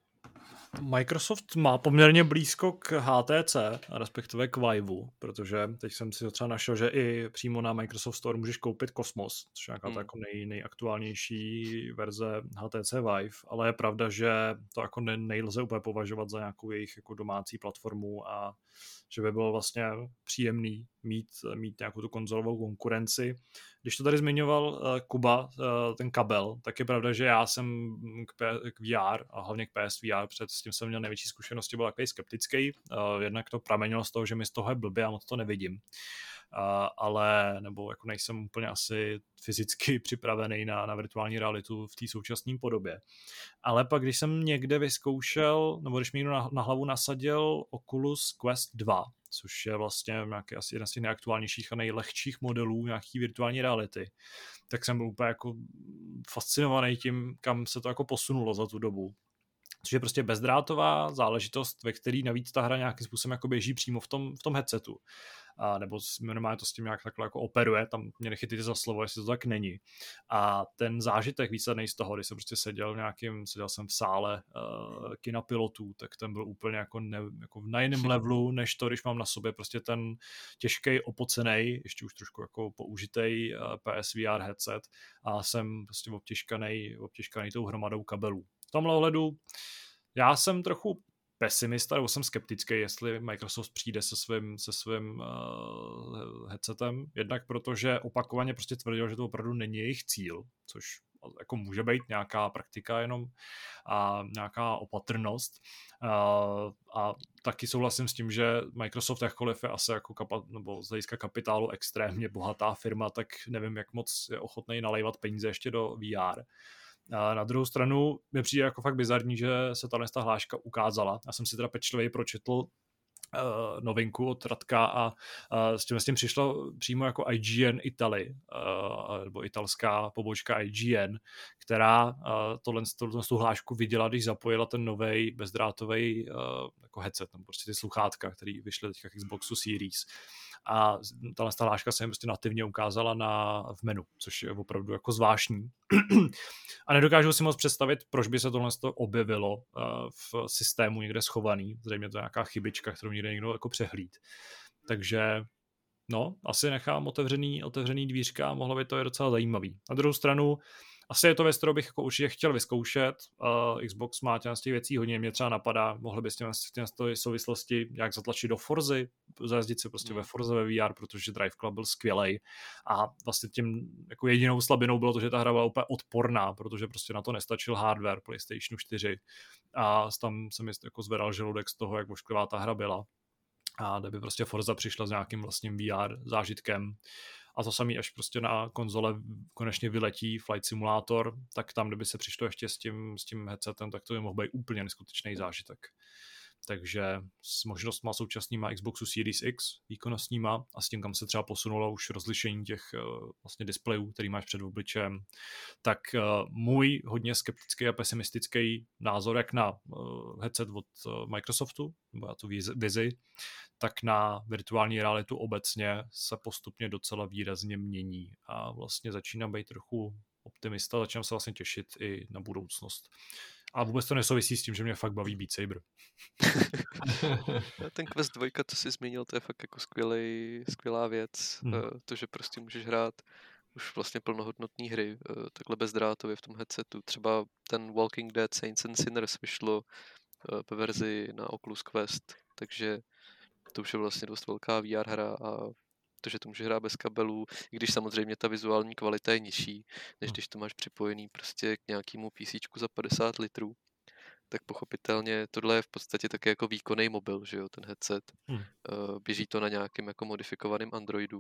Microsoft má poměrně blízko k H T C, respektive k Viveu, protože teď jsem si třeba našel, že i přímo na Microsoft Store můžeš koupit Cosmos, což je nějaká hmm. jako nej, nejaktuálnější verze H T C Vive, ale je pravda, že to jako ne, nejlze úplně považovat za nějakou jejich jako domácí platformu a že by bylo vlastně příjemný mít, mít nějakou tu konzolovou konkurenci. Když to tady zmiňoval uh, Kuba, uh, ten kabel, tak je pravda, že já jsem k, P- k V R a hlavně k P S V R, před s tím jsem měl největší zkušenosti, byl takový skeptický. Uh, jednak to pramenilo z toho, že mi z toho je blbě a moc to nevidím. Uh, ale, nebo jako nejsem úplně asi fyzicky připravený na, na virtuální realitu v té současné podobě. Ale pak, když jsem někde vyzkoušel, nebo když mi někdo na, na hlavu nasadil Oculus Quest dva, což je vlastně nějaký asi jeden z těch nejaktuálnějších a nejlehčích modelů nějaký virtuální reality, tak jsem byl úplně jako fascinovaný tím, kam se to jako posunulo za tu dobu. Což je prostě bezdrátová záležitost, ve který navíc ta hra nějakým způsobem jako běží přímo v tom, v tom headsetu. A nebo normálně to s tím nějak takhle jako operuje, tam mě nechytíte za slovo, jestli to tak není. A ten zážitek výsledný z toho, když jsem prostě seděl v nějakým, seděl jsem v sále uh, kina pilotů, tak ten byl úplně jako, ne, jako na jiném levelu, než to, když mám na sobě prostě ten těžkej, opocenej, ještě už trošku jako použitej uh, P S V R headset a jsem prostě obtěžkanej, obtěžkanej tou hromadou kabelů. V tomhle ohledu já jsem trochu pesimista, nebo jsem skeptický, jestli Microsoft přijde se svým, se svým uh, headsetem, jednak protože opakovaně prostě tvrdil, že to opravdu není jejich cíl, což jako může být nějaká praktika jenom a nějaká opatrnost. Uh, a taky souhlasím s tím, že Microsoft jakkoliv je asi jako kapa, nebo z hlediska kapitálu extrémně bohatá firma, tak nevím, jak moc je ochotný nalejvat peníze ještě do V R. A na druhou stranu mi přijde jako fakt bizarní, že se tahle hláška ukázala. Já jsem si teda pečlivě pročetl uh, novinku od Radka a uh, s tím s tím přišlo přímo jako I G N Italy, uh, nebo italská pobočka I G N, která uh, tohle, tohle tu hlášku viděla, když zapojila ten novej bezdrátový uh, jako headset, tam prostě ty sluchátka, který vyšly teďka k Xboxu Series. A tahle hláška se jim prostě nativně ukázala na, v menu, což je opravdu jako zvláštní. A nedokážu si moc představit, proč by se tohle objevilo uh, v systému někde schovaný. Zřejmě to je nějaká chybička, kterou někde někdo jako přehlíd. Takže no, asi nechám otevřený, otevřený dvířka a mohlo by to je docela zajímavý. Na druhou stranu, asi je to věc, kterou bych jako určitě chtěl vyzkoušet. Uh, Xbox má těch z těch věcí hodně, mě třeba napadá, mohli by s těmi souvislosti jak zatlačit do Forzy, zajezdit si prostě mm. ve Forze ve V R, protože Drive Club byl skvělej a vlastně tím jako jedinou slabinou bylo to, že ta hra byla úplně odporná, protože prostě na to nestačil hardware PlayStation čtyři a tam se mi jako zvedal žaludek z toho, jak ošklivá ta hra byla. A kdyby prostě Forza přišla s nějakým vlastním V R zážitkem. A to samý, až prostě na konzole konečně vyletí Flight Simulator, tak tam, kdyby se přišlo ještě s tím, s tím headsetem, tak to by mohl být úplně neskutečný zážitek. Takže s možnostma současnýma Xboxu Series X, výkonnostníma a s tím, kam se třeba posunulo už rozlišení těch uh, vlastně displejů, který máš před obličem, tak uh, můj hodně skeptický a pesimistický názor jak na uh, headset od uh, Microsoftu, nebo na tu vizi, tak na virtuální realitu obecně se postupně docela výrazně mění a vlastně začínám být trochu optimista, začínám se vlastně těšit i na budoucnost. A vůbec to nesouvisí s tím, že mě fakt baví Beat Saber. Ten Quest dva, co jsi zmínil, to je fakt jako skvělej, skvělá věc. Hmm. To, že prostě můžeš hrát už vlastně plnohodnotné hry, takhle bezdrátově v tom headsetu. Třeba ten Walking Dead Saints and Sinners vyšlo ve verzi na Oculus Quest, takže to už je vlastně dost velká V R hra a to, že to může hrát bez kabelů, i když samozřejmě ta vizuální kvalita je nižší, než když to máš připojený prostě k nějakému PCčku za padesát litrů, tak pochopitelně tohle je v podstatě taky jako výkonný mobil, že jo, ten headset. Hmm. Běží to na nějakém jako modifikovaném Androidu.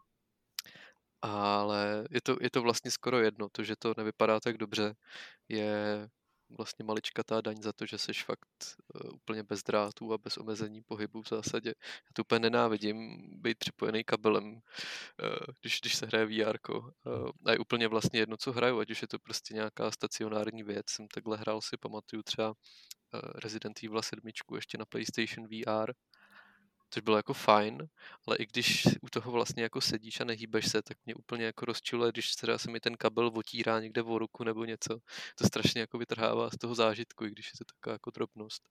Ale je to, je to vlastně skoro jedno, to, že to nevypadá tak dobře, je vlastně maličkatá daň za to, že seš fakt uh, úplně bez drátů a bez omezení pohybu v zásadě. Já to úplně nenávidím, být připojený kabelem, uh, když, když se hraje V R ko. Uh, a je úplně vlastně jedno, co hraju, ať už je to prostě nějaká stacionární věc. Jsem takhle hrál, si pamatuju třeba uh, Resident Evil sedm ještě na PlayStation V R což bylo jako fajn, ale i když u toho vlastně jako sedíš a nehýbeš se, tak mě úplně jako rozčiluje, když teda se mi ten kabel otírá někde v ruku nebo něco. To strašně jako vytrhává z toho zážitku, i když je to taková jako drobnost.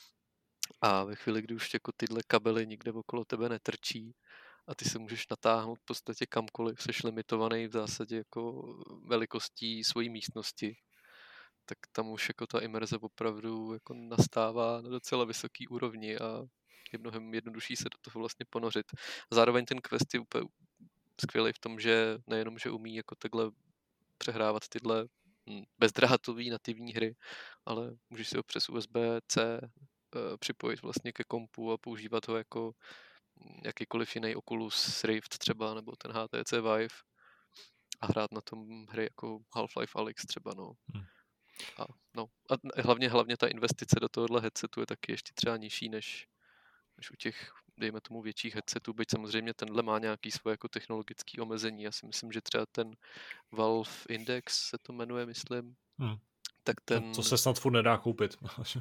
A ve chvíli, kdy už jako tyhle kabely nikde okolo tebe netrčí a ty se můžeš natáhnout v podstatě kamkoliv, jsi limitovaný v zásadě jako velikostí svojí místnosti, tak tam už jako ta imerze opravdu jako nastává na docela vysoký úrovni a je mnohem jednodušší se do toho vlastně ponořit. Zároveň ten Quest je úplně skvělý v tom, že nejenom, že umí jako takhle přehrávat tyhle bezdrátový nativní hry, ale můžeš si ho přes U S B C připojit vlastně ke kompu a používat ho jako jakýkoliv jiný Oculus Rift třeba, nebo ten H T C Vive a hrát na tom hry jako Half-Life Alyx třeba, no. Hmm. A, no. a hlavně, hlavně ta investice do tohohle headsetu je taky ještě třeba nižší než, než u těch, dejme tomu, větších headsetů, byť samozřejmě tenhle má nějaký svoje jako technologické omezení. Já si myslím, že třeba ten Valve Index se to jmenuje, myslím. Hmm. Tak ten... To se snad furt nedá koupit.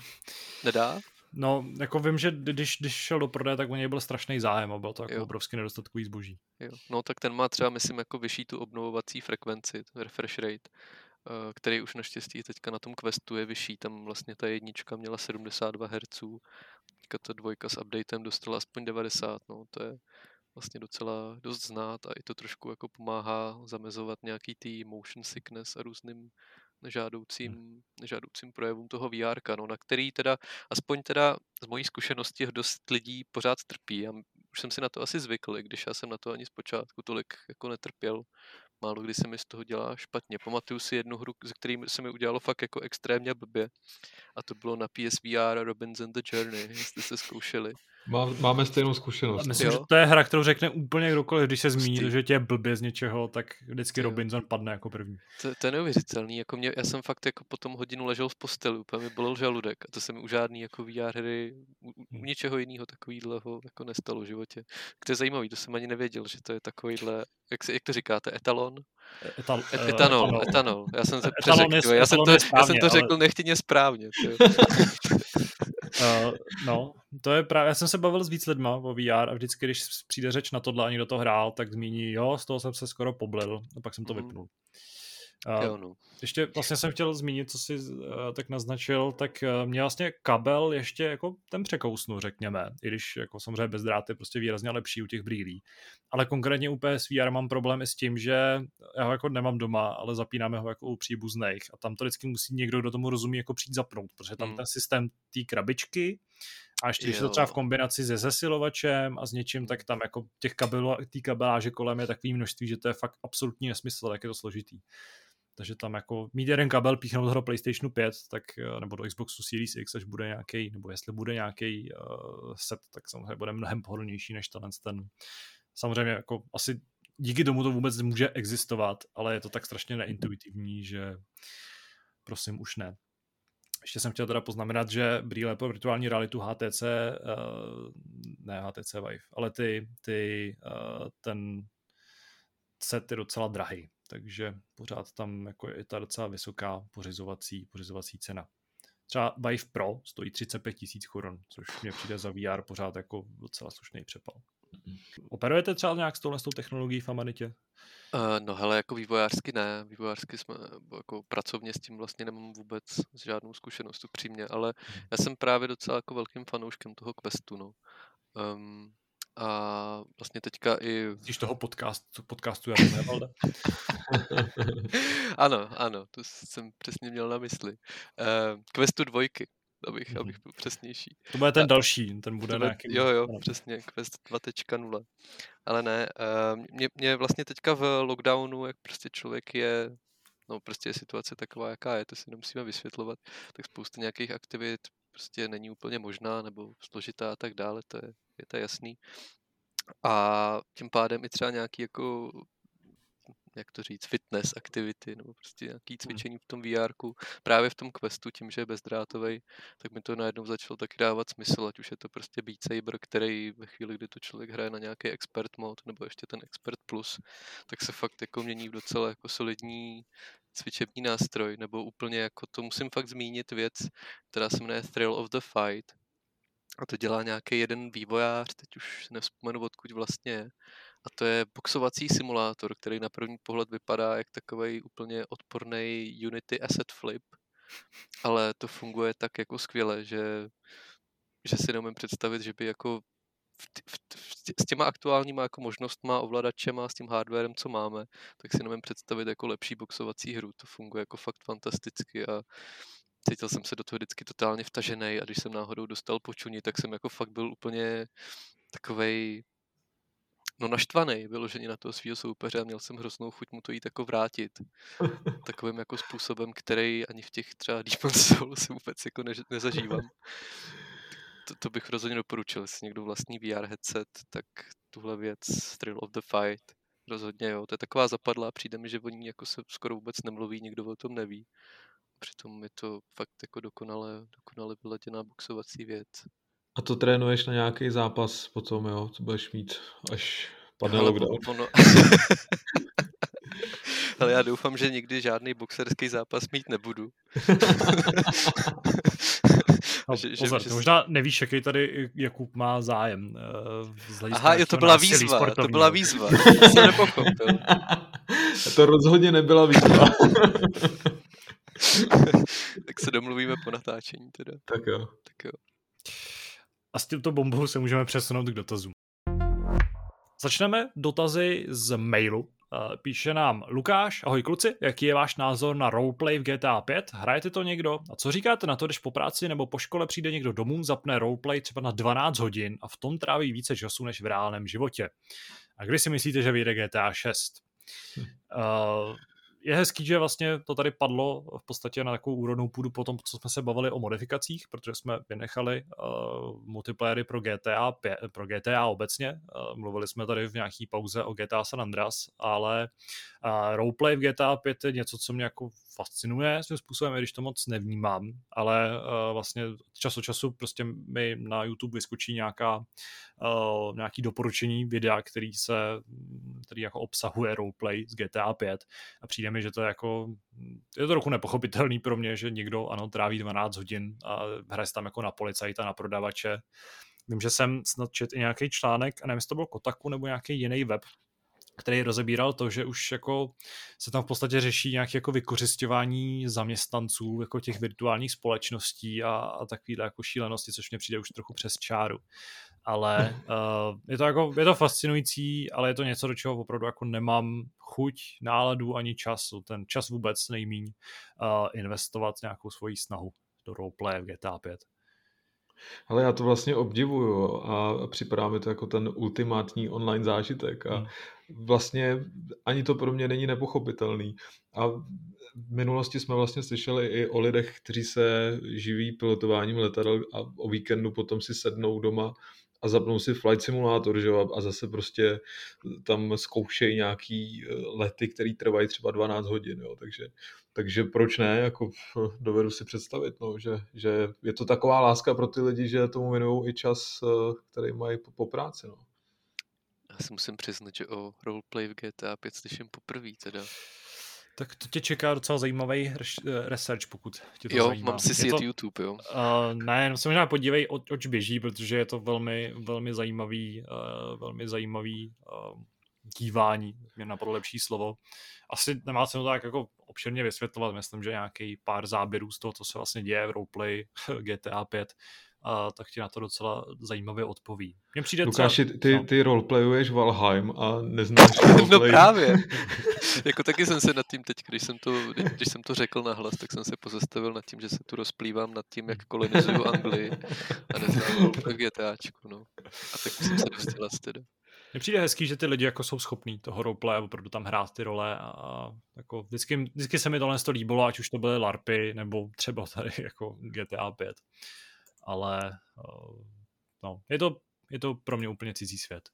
Nedá? No, jako vím, že když, když šel do prodeje, tak o něj byl strašný zájem a byl to jako obrovský nedostatkový zboží. Jo. No tak ten má třeba, myslím, jako vyšší tu obnovovací frekvenci, refresh rate, který už naštěstí teďka na tom Questu je vyšší. Tam vlastně ta jednička měla sedmdesát dva hertzů, teďka ta dvojka s updatem dostala aspoň devadesát, no to je vlastně docela dost znát a i to trošku jako pomáhá zamezovat nějaký tý motion sickness a různým nežádoucím, hmm. nežádoucím projevům toho V R, no, na který teda, aspoň teda z mojí zkušenosti dost lidí pořád trpí. Já už jsem si na to asi zvykl, když já jsem na to ani zpočátku tolik jako netrpěl. Málo kdy se mi z toho dělá špatně. Pamatuju si jednu hru, ze který se mi udělalo fakt jako extrémně blbě. A to bylo na P S V R Robinson the Journey, jestli se zkoušeli. Má, máme stejnou zkušenost. Myslím, jo? že to je hra, kterou řekne úplně kdokoliv, když se zmíní, že tě je blbě z něčeho, tak vždycky jo. Robinson padne jako první. To, to je neuvěřitelný. Jako mě, já jsem fakt jako potom hodinu ležel v posteli, úplně mi bolel žaludek a to se mi u žádný jako V R hry, u, u ničeho jiného takovýhleho jako nestalo v životě. To je zajímavý, to jsem ani nevěděl, že to je takovýhle, jak, se, jak to říkáte, etalon? Etal, Et, etanol, etanol, etanol. Já jsem se přeřekl, já, jsem to, správně, já jsem to řekl ale... nechtěně správně. Uh, no, to je právě, já jsem se bavil s víc lidma o V R a vždycky, když přijde řeč na tohle a někdo to hrál, tak zmíní, jo, z toho jsem se skoro poblil a pak jsem to mm. vypnul. Uh, jo, no. Ještě vlastně jsem chtěl zmínit, co jsi uh, tak naznačil, tak uh, mě vlastně kabel ještě jako ten překousnu, řekněme, i když jako samozřejmě bezdrát je prostě výrazně lepší u těch brýlí. Ale konkrétně u P S V R mám problém i s tím, že já ho jako nemám doma, ale zapínáme ho jako u příbuzných a tam to vždycky musí někdo, kdo tomu rozumí, jako přijít zapnout, protože tam hmm. ten systém té krabičky a ještě když je to třeba v kombinaci se zesilovačem a s něčím, tak tam jako těch kabelů, té kabeláže kolem je takový množství, že to je fakt absolutní nesmysl, jak je to složitý. Takže tam jako mít jeden kabel, píchnout ho do PlayStationu pět, tak, nebo do Xboxu Series X, až bude nějaký, nebo jestli bude nějaký uh, set, tak samozřejmě bude mnohem pohodlnější než tenhle ten. Samozřejmě jako asi díky tomu to vůbec může existovat, ale je to tak strašně neintuitivní, že prosím už ne. Ještě jsem chtěl teda poznamenat, že brýle pro virtuální realitu H T C, uh, ne H T C Vive, ale ty, ty uh, ten set je docela drahý, takže pořád tam jako je ta docela vysoká pořizovací, pořizovací cena. Třeba Vive Pro stojí třicet pět tisíc korun, což mě přijde za V R pořád jako docela slušný přepal. Operujete třeba nějak s touhle s tou technologií v Amanitě? Uh, no hele, jako vývojářsky ne, vývojářsky jsme, jako pracovně s tím vlastně nemám vůbec žádnou zkušenost upřímně, ale já jsem právě docela jako velkým fanouškem toho Questu, no. Um, a vlastně teďka i... Když toho podcastu, podcastu Jarda Nevalda? Ano, ano, to jsem přesně měl na mysli. Uh, Questu dvojky, abych, mm-hmm. abych byl přesnější. To bude ten a, další, ten bude nějaký... Jo, jo, přesně, Quest dva tečka nula. Ale ne, uh, mě, mě vlastně teďka v lockdownu, jak prostě člověk je, no prostě je situace taková, jaká je, to si nemusíme vysvětlovat, tak spousta nějakých aktivit prostě není úplně možná nebo složitá a tak dále, to je, je to jasný. A tím pádem i třeba nějaký jako, jak to říct, fitness aktivity nebo prostě nějaký cvičení v tom V R ku, právě v tom Questu, tím, že je bezdrátovej, tak mi to najednou začalo taky dávat smysl, ať už je to prostě Beat Saber, který ve chvíli, kdy to člověk hraje na nějaký expert mod, nebo ještě ten expert plus, tak se fakt jako mění v docela jako solidní cvičební nástroj, nebo úplně jako to musím fakt zmínit věc, která se jmenuje Thrill of the Fight, A to dělá nějaký jeden vývojář, teď už nevzpomenu, odkud vlastně je. A to je boxovací simulátor, který na první pohled vypadá jak takovej úplně odporný Unity Asset Flip. Ale to funguje tak jako skvěle, že, že si neumím představit, že by jako v, v, v, s těma aktuálníma jako možnostma, ovladačema, s tím hardwarem, co máme, tak si neumím představit jako lepší boxovací hru. To funguje jako fakt fantasticky a cítil jsem se do toho vždycky totálně vtažený a když jsem náhodou dostal počuní, tak jsem jako fakt byl úplně takovej no naštvaný vyloženě na toho svýho soupeře a měl jsem hroznou chuť mu to jít jako vrátit. Takovým jako způsobem, který ani v těch třeba Demon's Souls vůbec jako ne, nezažívám. To, to bych rozhodně doporučil, jestli někdo vlastní V R headset, tak tuhle věc Thrill of the Fight rozhodně jo. To je taková zapadlá, přijde mi, že o ní jako se skoro vůbec nemluví, nikdo o tom neví. Přitom je to fakt jako dokonale, dokonale vyladěná boxovací věc. A to trénuješ na nějaký zápas potom, jo, co budeš mít, až padne lockdown. Ono... Ale já doufám, že nikdy žádný boxerský zápas mít nebudu. No, že, pozor, že, že... možná nevíš, jaký tady Jakub má zájem. Uh, Aha, jo, to byla výzva, sportovního. to byla výzva. To jsem nepochopil. To rozhodně nebyla výzva. Tak se domluvíme po natáčení teda. Tak jo. Tak jo. A s tímto bombou se můžeme přesunout k dotazům. Začneme dotazy z mailu. Píše nám Lukáš, ahoj kluci, jaký je váš názor na roleplay v G T A pět? Hrajete to někdo? A co říkáte na to, když po práci nebo po škole přijde někdo domů, zapne roleplay třeba na dvanáct hodin a v tom tráví více času než v reálném životě? A kdy si myslíte, že vyjde G T A šest? Hm. Uh, je hezký, že vlastně to tady padlo v podstatě na takovou úrodnou půdu po tom, co jsme se bavili o modifikacích, protože jsme vynechali uh, multiplayery pro G T A pět, pro G T A obecně. Uh, mluvili jsme tady v nějaký pauze o G T A San Andreas, ale uh, roleplay v G T A pět je něco, co mě jako fascinuje svým způsobem, i když to moc nevnímám, ale uh, vlastně čas od času prostě mi na YouTube vyskočí nějaká uh, nějaký doporučení videa, který se, který jako obsahuje roleplay z G T A pět a přijde mi, že to je jako, je to trochu nepochopitelný pro mě, že někdo, ano, tráví dvanáct hodin a hraje se tam jako na policajta, na prodavače. Vím, že jsem snad četl i nějaký článek, a nevím, jestli to byl Kotaku nebo nějaký jiný web, který rozebíral to, že už jako se tam v podstatě řeší nějaké jako vykořisťování zaměstnanců jako těch virtuálních společností a, a takovýhle jako šílenosti, což mě přijde už trochu přes čáru. Ale uh, je to jako, je to fascinující, ale je to něco, do čeho opravdu jako nemám chuť, náladu ani času. Ten čas vůbec nejmíň uh, investovat nějakou svoji snahu do roleplay v G T A pět. Ale já to vlastně obdivuju a připadá mi to jako ten ultimátní online zážitek a vlastně ani to pro mě není nepochopitelný. A v minulosti jsme vlastně slyšeli i o lidech, kteří se živí pilotováním letadel a o víkendu potom si sednou doma a zapnou si flight simulátor, že jo, a zase prostě tam zkoušejí nějaký lety, který trvají třeba dvanáct hodin, jo, takže, takže proč ne, jako dovedu si představit, no, že, že je to taková láska pro ty lidi, že tomu věnují i čas, který mají po, po práci, no. Já si musím přiznat, že o roleplay v G T A pět slyším poprvé teda. Tak to tě čeká docela zajímavý research, pokud tě to jo, zajímá. Jo, mám si si jet YouTube, jo. Uh, ne, jenom se možná podívej, o, oč běží, protože je to velmi, velmi zajímavý, uh, velmi zajímavý uh, dívání, mě napadlo lepší slovo. Asi nemá se to tak jako obširně vysvětlovat, myslím, že nějaký pár záběrů z toho, co se vlastně děje v roleplay G T A pět, a tak ti na to docela zajímavě odpoví. Mně přijde Lukáši, co... ty, ty roleplayuješ Valheim a neznáš roleplay. No právě. Jako taky jsem se nad tím teď, když jsem to, když jsem to řekl nahlas, tak jsem se pozastavil nad tím, že se tu rozplývám nad tím, jak kolonizuju Anglii a neznám GTAčku, no. A tak jsem se dostala teda. Mně přijde hezký, že ty lidi jako jsou schopní toho roleplay opravdu tam hrát ty role a jako vždycky, vždycky se mi tohle to líbilo, ať už to byly LARPy nebo třeba tady jako G T A pět. Ale uh, no, je to, je to pro mě úplně cizí svět.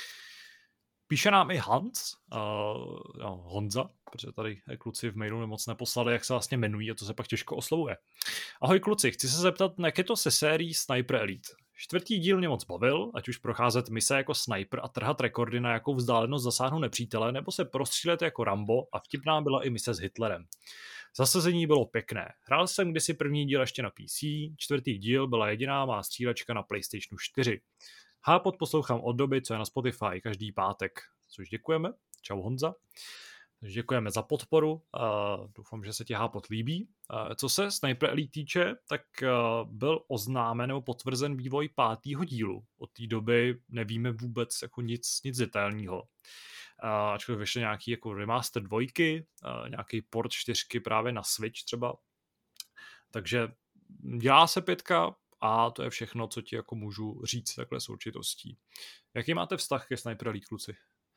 Píše nám i Hans, uh, no, Honza, protože tady kluci v mailu moc neposlali, jak se vlastně jmenují a to se pak těžko oslovuje. Ahoj kluci, chci se zeptat, jak je to se sérií Sniper Elite. Čtvrtý díl mě moc bavil, ať už procházet mise jako sniper a trhat rekordy na jakou vzdálenost zasáhnout nepřítele, nebo se prostřílet jako Rambo a vtipná byla i mise s Hitlerem. Zasazení bylo pěkné. Hrál jsem kdysi první díl ještě na P C, čtvrtý díl byla jediná má střílečka na PlayStationu čtyři. Hápot poslouchám od doby, co je na Spotify každý pátek, což děkujeme. Čau Honza. Takže děkujeme za podporu. Uh, doufám, že se ti Hápot líbí. Uh, co se Sniper Elite týče, tak uh, byl oznámen nebo potvrzen vývoj pátého dílu. Od té doby nevíme vůbec jako nic, nic detailního. Uh, ačkoliv vyšly nějaký jako remaster dvojky, uh, nějaký port čtyřky právě na Switch třeba. Takže dělá se pětka a to je všechno, co ti jako můžu říct takhle s určitostí. Jaký máte vztah ke Sniper Elite, kluci?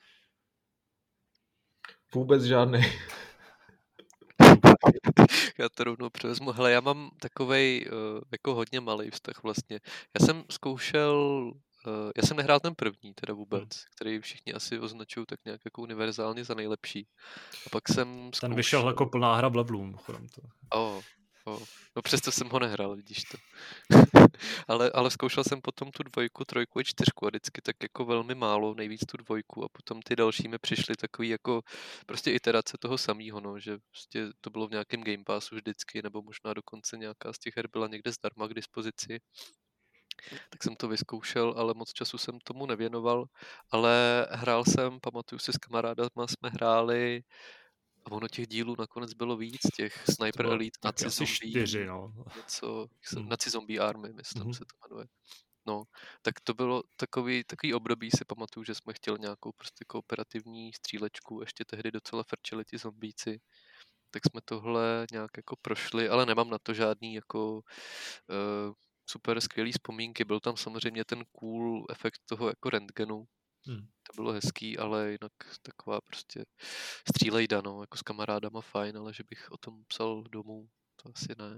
Vůbec žádný. Já to rovnou převezmu. Hele, já mám takovej uh, jako hodně malý vztah vlastně. Já jsem zkoušel, uh, já jsem nehrál ten první teda vůbec, hmm. který všichni asi označují tak nějak jako univerzálně za nejlepší. A pak jsem zkoušel... Ten vyšel jako plná hra v levelu. To. Oh, oh. No přesto jsem ho nehrál, vidíš to. ale, ale zkoušel jsem potom tu dvojku, trojku a čtyřku a vždycky tak jako velmi málo, nejvíc tu dvojku a potom ty další mi přišly takový jako prostě iterace toho samého, no, že prostě to bylo v nějakém Game Passu vždycky, nebo možná dokonce nějaká z těch her byla někde zdarma k dispozici. Tak jsem to vyzkoušel, ale moc času jsem tomu nevěnoval, ale hrál jsem, pamatuju si s kamarádama, jsme hráli a ono těch dílů nakonec bylo víc, těch Sniper Elite, Nazi Zombie, čtyři, no. něco, hmm. Nazi Zombie Army, myslím, hmm. se to jmenuje. No, tak to bylo takový, takový období, si pamatuju, že jsme chtěli nějakou prostě kooperativní střílečku, ještě tehdy docela frčeli ti zombíci, tak jsme tohle nějak jako prošli, ale nemám na to žádný jako uh, super skvělý vzpomínky, byl tam samozřejmě ten cool efekt toho jako rentgenu, hmm. to bylo hezký, ale jinak taková prostě střílejda, no, jako s kamarádama fajn, ale že bych o tom psal domů, to asi ne.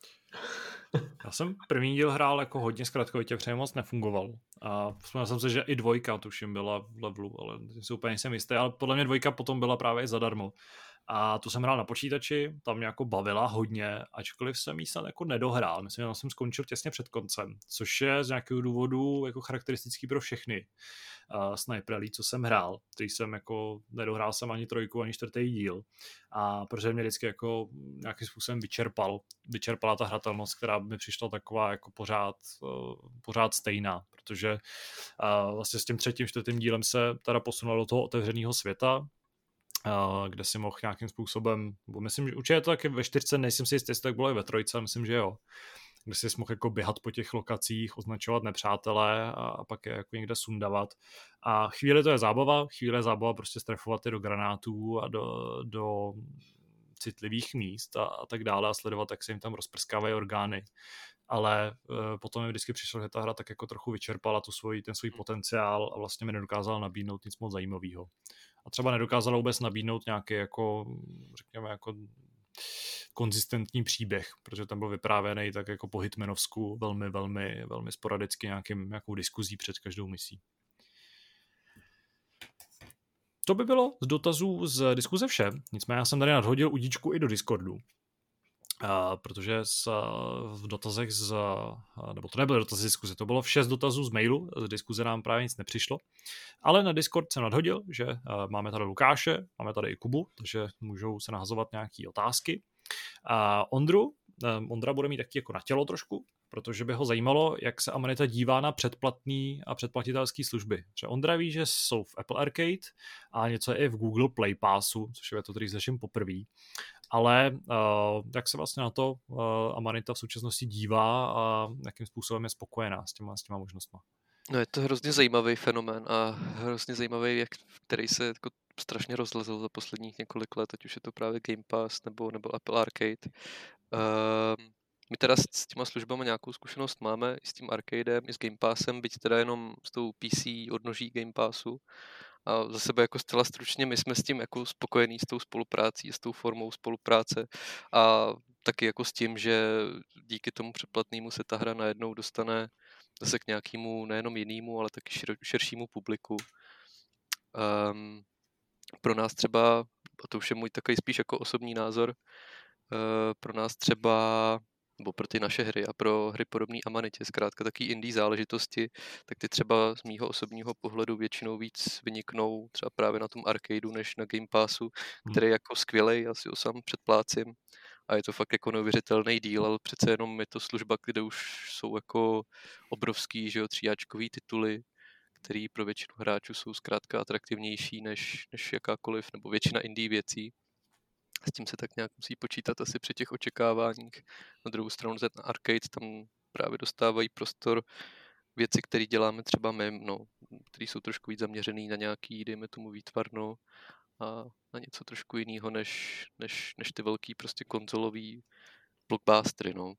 Já jsem první díl hrál jako hodně zkratkovitě, protože moc nefungoval. A vzpomněl jsem se, že i dvojka tuším byla v levelu, ale si úplně nejsem jistý, ale podle mě dvojka potom byla právě zadarmo. A tu jsem hrál na počítači, tam mě jako bavila hodně, ačkoliv jsem jí snad jako nedohrál. Myslím, že jsem skončil těsně před koncem, což je z nějakého důvodu jako charakteristický pro všechny uh, Sniper Elite, co jsem hrál. Který jsem jako nedohrál jsem ani trojku, ani čtvrtý díl. A protože mě vždycky jako nějakým způsobem vyčerpal, vyčerpala ta hratelnost, která mi přišla taková jako pořád, uh, pořád stejná, protože uh, vlastně s tím třetím, čtvrtým dílem se teda posunula do toho otevřeného světa, Uh, kde si mohl nějakým způsobem, bo myslím, že určitě je to taky ve čtyřce, nejsem si jistý, jestli tak bylo i ve trojce, myslím, že jo, kde si mohl jako běhat po těch lokacích, označovat nepřátelé a, a pak je jako někde sundavat. A chvíli to je zábava, chvíli je zábava prostě strefovat je do granátů a do, do citlivých míst a, a tak dále a sledovat, jak se jim tam rozprskávají orgány. Ale uh, potom mi vždycky přišlo, že ta hra tak jako trochu vyčerpala tu svůj, ten svůj potenciál a vlastně mi nedokázala nabídnout nic moc zajímavého. A třeba nedokázala vůbec nabídnout nějaký jako, řekněme, jako konzistentní příběh, protože tam byl vyprávěný tak jako po hitmanovsku velmi, velmi, velmi sporadicky nějakým, nějakou diskuzí před každou misí. To by bylo z dotazů z diskuze vše. Nicméně já jsem tady nadhodil udíčku i do Discordu. Uh, protože z, uh, v dotazech z, uh, nebo to nebyly dotazy z diskuze, to bylo vše z dotazů z mailu, z diskuze nám právě nic nepřišlo, ale na Discord jsem nadhodil, že uh, máme tady Lukáše, máme tady i Kubu, takže můžou se nahazovat nějaké otázky. Uh, Ondru, uh, Ondra bude mít taky jako na tělo trošku, protože by ho zajímalo, jak se Amanita dívá na předplatný a předplatitelské služby. Protože Ondra ví, že jsou v Apple Arcade a něco je i v Google Play Passu, což je to, který slyším poprvé. Ale uh, jak se vlastně na to uh, Amanita v současnosti dívá a jakým způsobem je spokojená s těma, s těma možnostma? No je to hrozně zajímavý fenomén a hrozně zajímavý, jak, který se jako strašně rozlezl za posledních několik let, ať už je to právě Game Pass nebo, nebo Apple Arcade. Uh, my teda s těma službama nějakou zkušenost máme, i s tím Arcadem, i s Game Passem, byť teda jenom s tou P C odnoží Game Passu. A za sebe jako zcela stručně, my jsme s tím jako spokojení s tou spoluprácí, s tou formou spolupráce a taky jako s tím, že díky tomu předplatnému se ta hra najednou dostane zase k nějakému nejenom jinému, ale taky šir, širšímu publiku. Um, pro nás třeba, a to už je můj takový spíš jako osobní názor, uh, pro nás třeba nebo pro ty naše hry a pro hry podobný Amanitě, zkrátka taky indie záležitosti, tak ty třeba z mýho osobního pohledu většinou víc vyniknou třeba právě na tom arcadeu než na Game Passu, který je jako skvělej, já si ho sám předplácím. a je to fakt jako neuvěřitelný díl, ale přece jenom je to služba, kde už jsou jako obrovský, že jo, tříáčkový tituly, který pro většinu hráčů jsou zkrátka atraktivnější než, než jakákoliv, nebo většina indie věcí. S tím se tak nějak musí počítat asi při těch očekáváních. Na druhou stranu ten arcade tam právě dostávají prostor věci, které děláme třeba my, no, které jsou trošku víc zaměřený na nějaký, dejme tomu, výtvarno a na něco trošku jiného, než, než, než ty velký prostě konzolový blockbustery, no.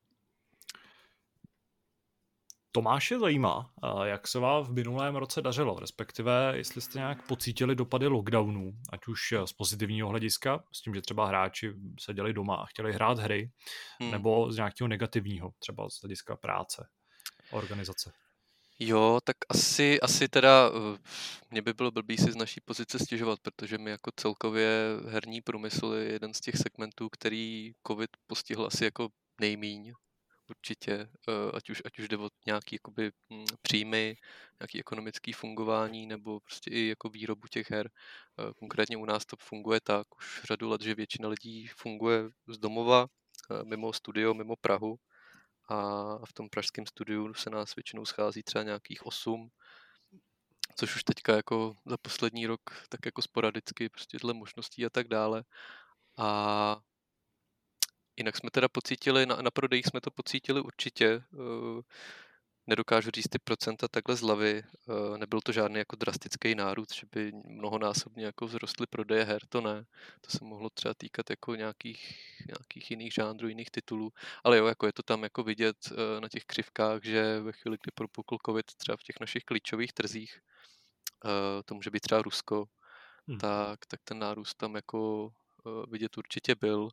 Tomáše zajímá, jak se vám v minulém roce dařilo, respektive jestli jste nějak pocítili dopady lockdownů, ať už z pozitivního hlediska, s tím, že třeba hráči seděli doma a chtěli hrát hry, hmm. nebo z nějakého negativního, třeba z hlediska práce, organizace. Jo, tak asi, asi teda mě by bylo blbý si z naší pozice stěžovat, protože my jako celkově herní průmysl je jeden z těch segmentů, který covid postihl asi jako nejmíň. Určitě, ať už, ať už jde o nějaký jakoby příjmy, nějaký ekonomický fungování nebo prostě i jako výrobu těch her. Konkrétně u nás to funguje tak už řadu let, že většina lidí funguje z domova, mimo studio, mimo Prahu. A v tom pražském studiu se nás většinou schází třeba nějakých osm, což už teďka jako za poslední rok tak jako sporadicky, prostě dle možností a tak dále. A jinak jsme teda pocítili, na, na prodejích jsme to pocítili určitě, uh, nedokážu říct ty procenta takhle z hlavy, uh, nebyl to žádný jako drastický nárůst, že by mnohonásobně jako vzrostly prodeje her, to ne, to se mohlo třeba týkat jako nějakých, nějakých jiných žánrů, jiných titulů, ale jo, jako je to tam jako vidět uh, na těch křivkách, že ve chvíli, kdy propukl covid třeba v těch našich klíčových trzích, uh, to může být třeba Rusko, hmm. tak, tak ten nárůst tam jako uh, vidět určitě byl.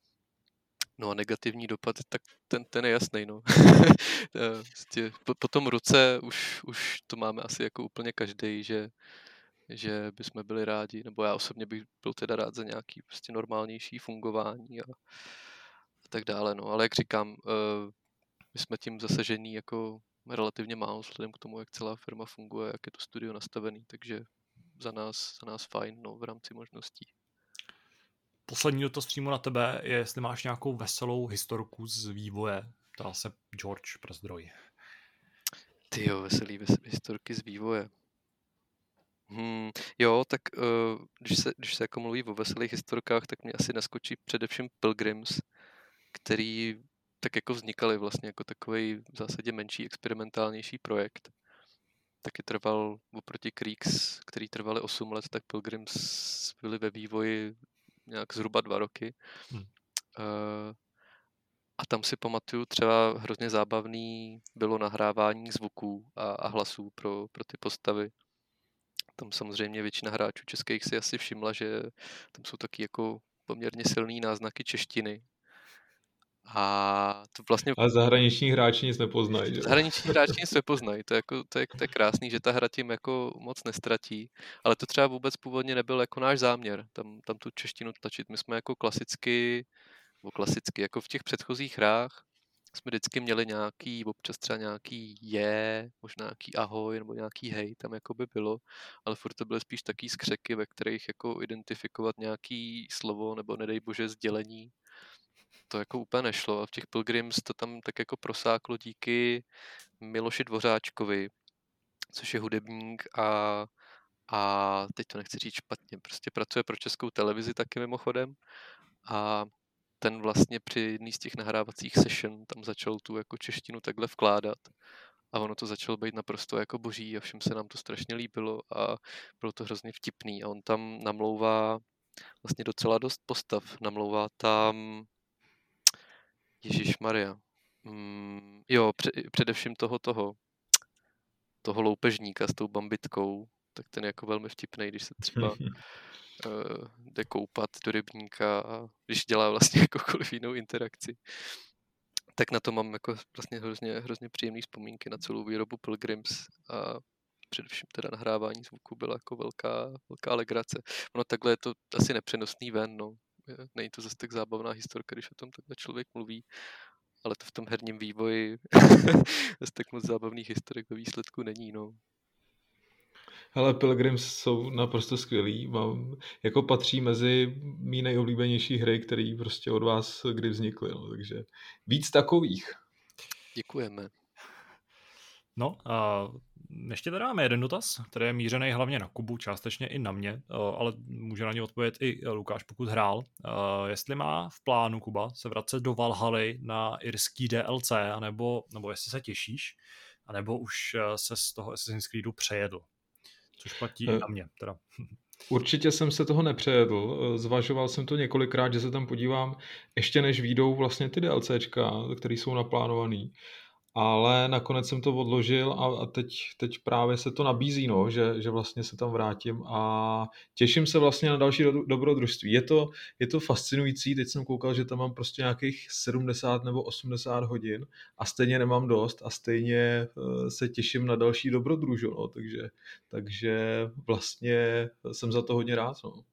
No a negativní dopad, tak ten, ten je jasný, no. po, po tom roce už, už to máme asi jako úplně každý, že, že bychom byli rádi, nebo já osobně bych byl teda rád za nějaký prostě normálnější fungování a, a tak dále, no. Ale jak říkám, uh, my jsme tím zasažení jako relativně málo, vzhledem k tomu, jak celá firma funguje, jak je to studio nastavený, takže za nás, za nás fajn, no, v rámci možností. Poslední dotaz přímo na tebe je, jestli máš nějakou veselou historku z vývoje. Ptá se George Prazdroj. Tyjo, veselý, veselý historky z vývoje. Hmm, jo, tak uh, když, se, když se jako mluví o veselých historkách, tak mě asi naskočí především Pilgrims, který tak jako vznikaly vlastně jako takový v zásadě menší experimentálnější projekt. Taky trval oproti Creeks, který trvaly osm let, tak Pilgrims byly ve vývoji nějak zhruba dva roky. Hmm. Uh, a tam si pamatuju třeba hrozně zábavný bylo nahrávání zvuků a, a hlasů pro, pro ty postavy. Tam samozřejmě většina hráčů českých si asi všimla, že tam jsou taky jako poměrně silný náznaky češtiny. A to vlastně... A zahraniční hráči nic nepoznají. Že? Zahraniční hráči nic nepoznají. To je, jako, to, je, to je krásný, že ta hra tím jako moc nestratí. Ale to třeba vůbec původně nebyl jako náš záměr. Tam, tam tu češtinu tlačit. My jsme jako klasicky, nebo klasicky, jako v těch předchozích hrách, jsme vždycky měli nějaký, občas třeba nějaký je, možná nějaký ahoj, nebo nějaký hej, tam jako by bylo, ale furt to byly spíš taký skřeky, ve kterých jako identifikovat nějaký slovo, nebo nedej bože sdělení. To jako úplně nešlo a v těch Pilgrims to tam tak jako prosáklo díky Miloši Dvořáčkovi, což je hudebník a, a teď to nechci říct špatně, prostě pracuje pro Českou televizi taky mimochodem a ten vlastně při jedný z těch nahrávacích session tam začal tu jako češtinu takhle vkládat a ono to začalo být naprosto jako boží a všem se nám to strašně líbilo a bylo to hrozně vtipný a on tam namlouvá vlastně docela dost postav, namlouvá tam Ježišmarja, mm, jo, pře- především toho toho, toho loupežníka s tou bambitkou, tak ten je jako velmi vtipnej, když se třeba uh, jde koupat do rybníka a když dělá vlastně jakoukoliv jinou interakci. Tak na to mám jako vlastně hrozně, hrozně příjemné vzpomínky na celou výrobu Pilgrims a především teda nahrávání zvuku byla jako velká, velká legrace. Ono takhle je to asi nepřenosný ven, no. Není to zase tak zábavná historka, když o tom takhle člověk mluví, ale to v tom herním vývoji zase tak moc zábavných historek ve výsledku není, no. Hele, Pilgrims jsou naprosto skvělý. Mám, jako patří mezi mý nejoblíbenější hry, které prostě od vás kdy vznikly. No, takže víc takových. Děkujeme. No, a ještě tady máme jeden dotaz, který je mířený hlavně na Kubu, částečně i na mě, ale může na ně odpovědět i Lukáš, pokud hrál. Jestli má v plánu Kuba se vracet do Valhaly na irský D L C, anebo, nebo jestli se těšíš, anebo už se z toho Assassin's Creedu přejedl. Což platí i na mě. Teda. Určitě jsem se toho nepřejedl. Zvažoval jsem to několikrát, že se tam podívám ještě než výjdou vlastně ty DLCčka, které jsou naplánované. Ale nakonec jsem to odložil a, a teď, teď právě se to nabízí, no, že, že vlastně se tam vrátím a těším se vlastně na další do, dobrodružství. Je to, je to fascinující, teď jsem koukal, že tam mám prostě nějakých sedmdesát nebo osmdesát hodin a stejně nemám dost a stejně uh, se těším na další dobrodružo, no, takže, takže vlastně jsem za to hodně rád. No.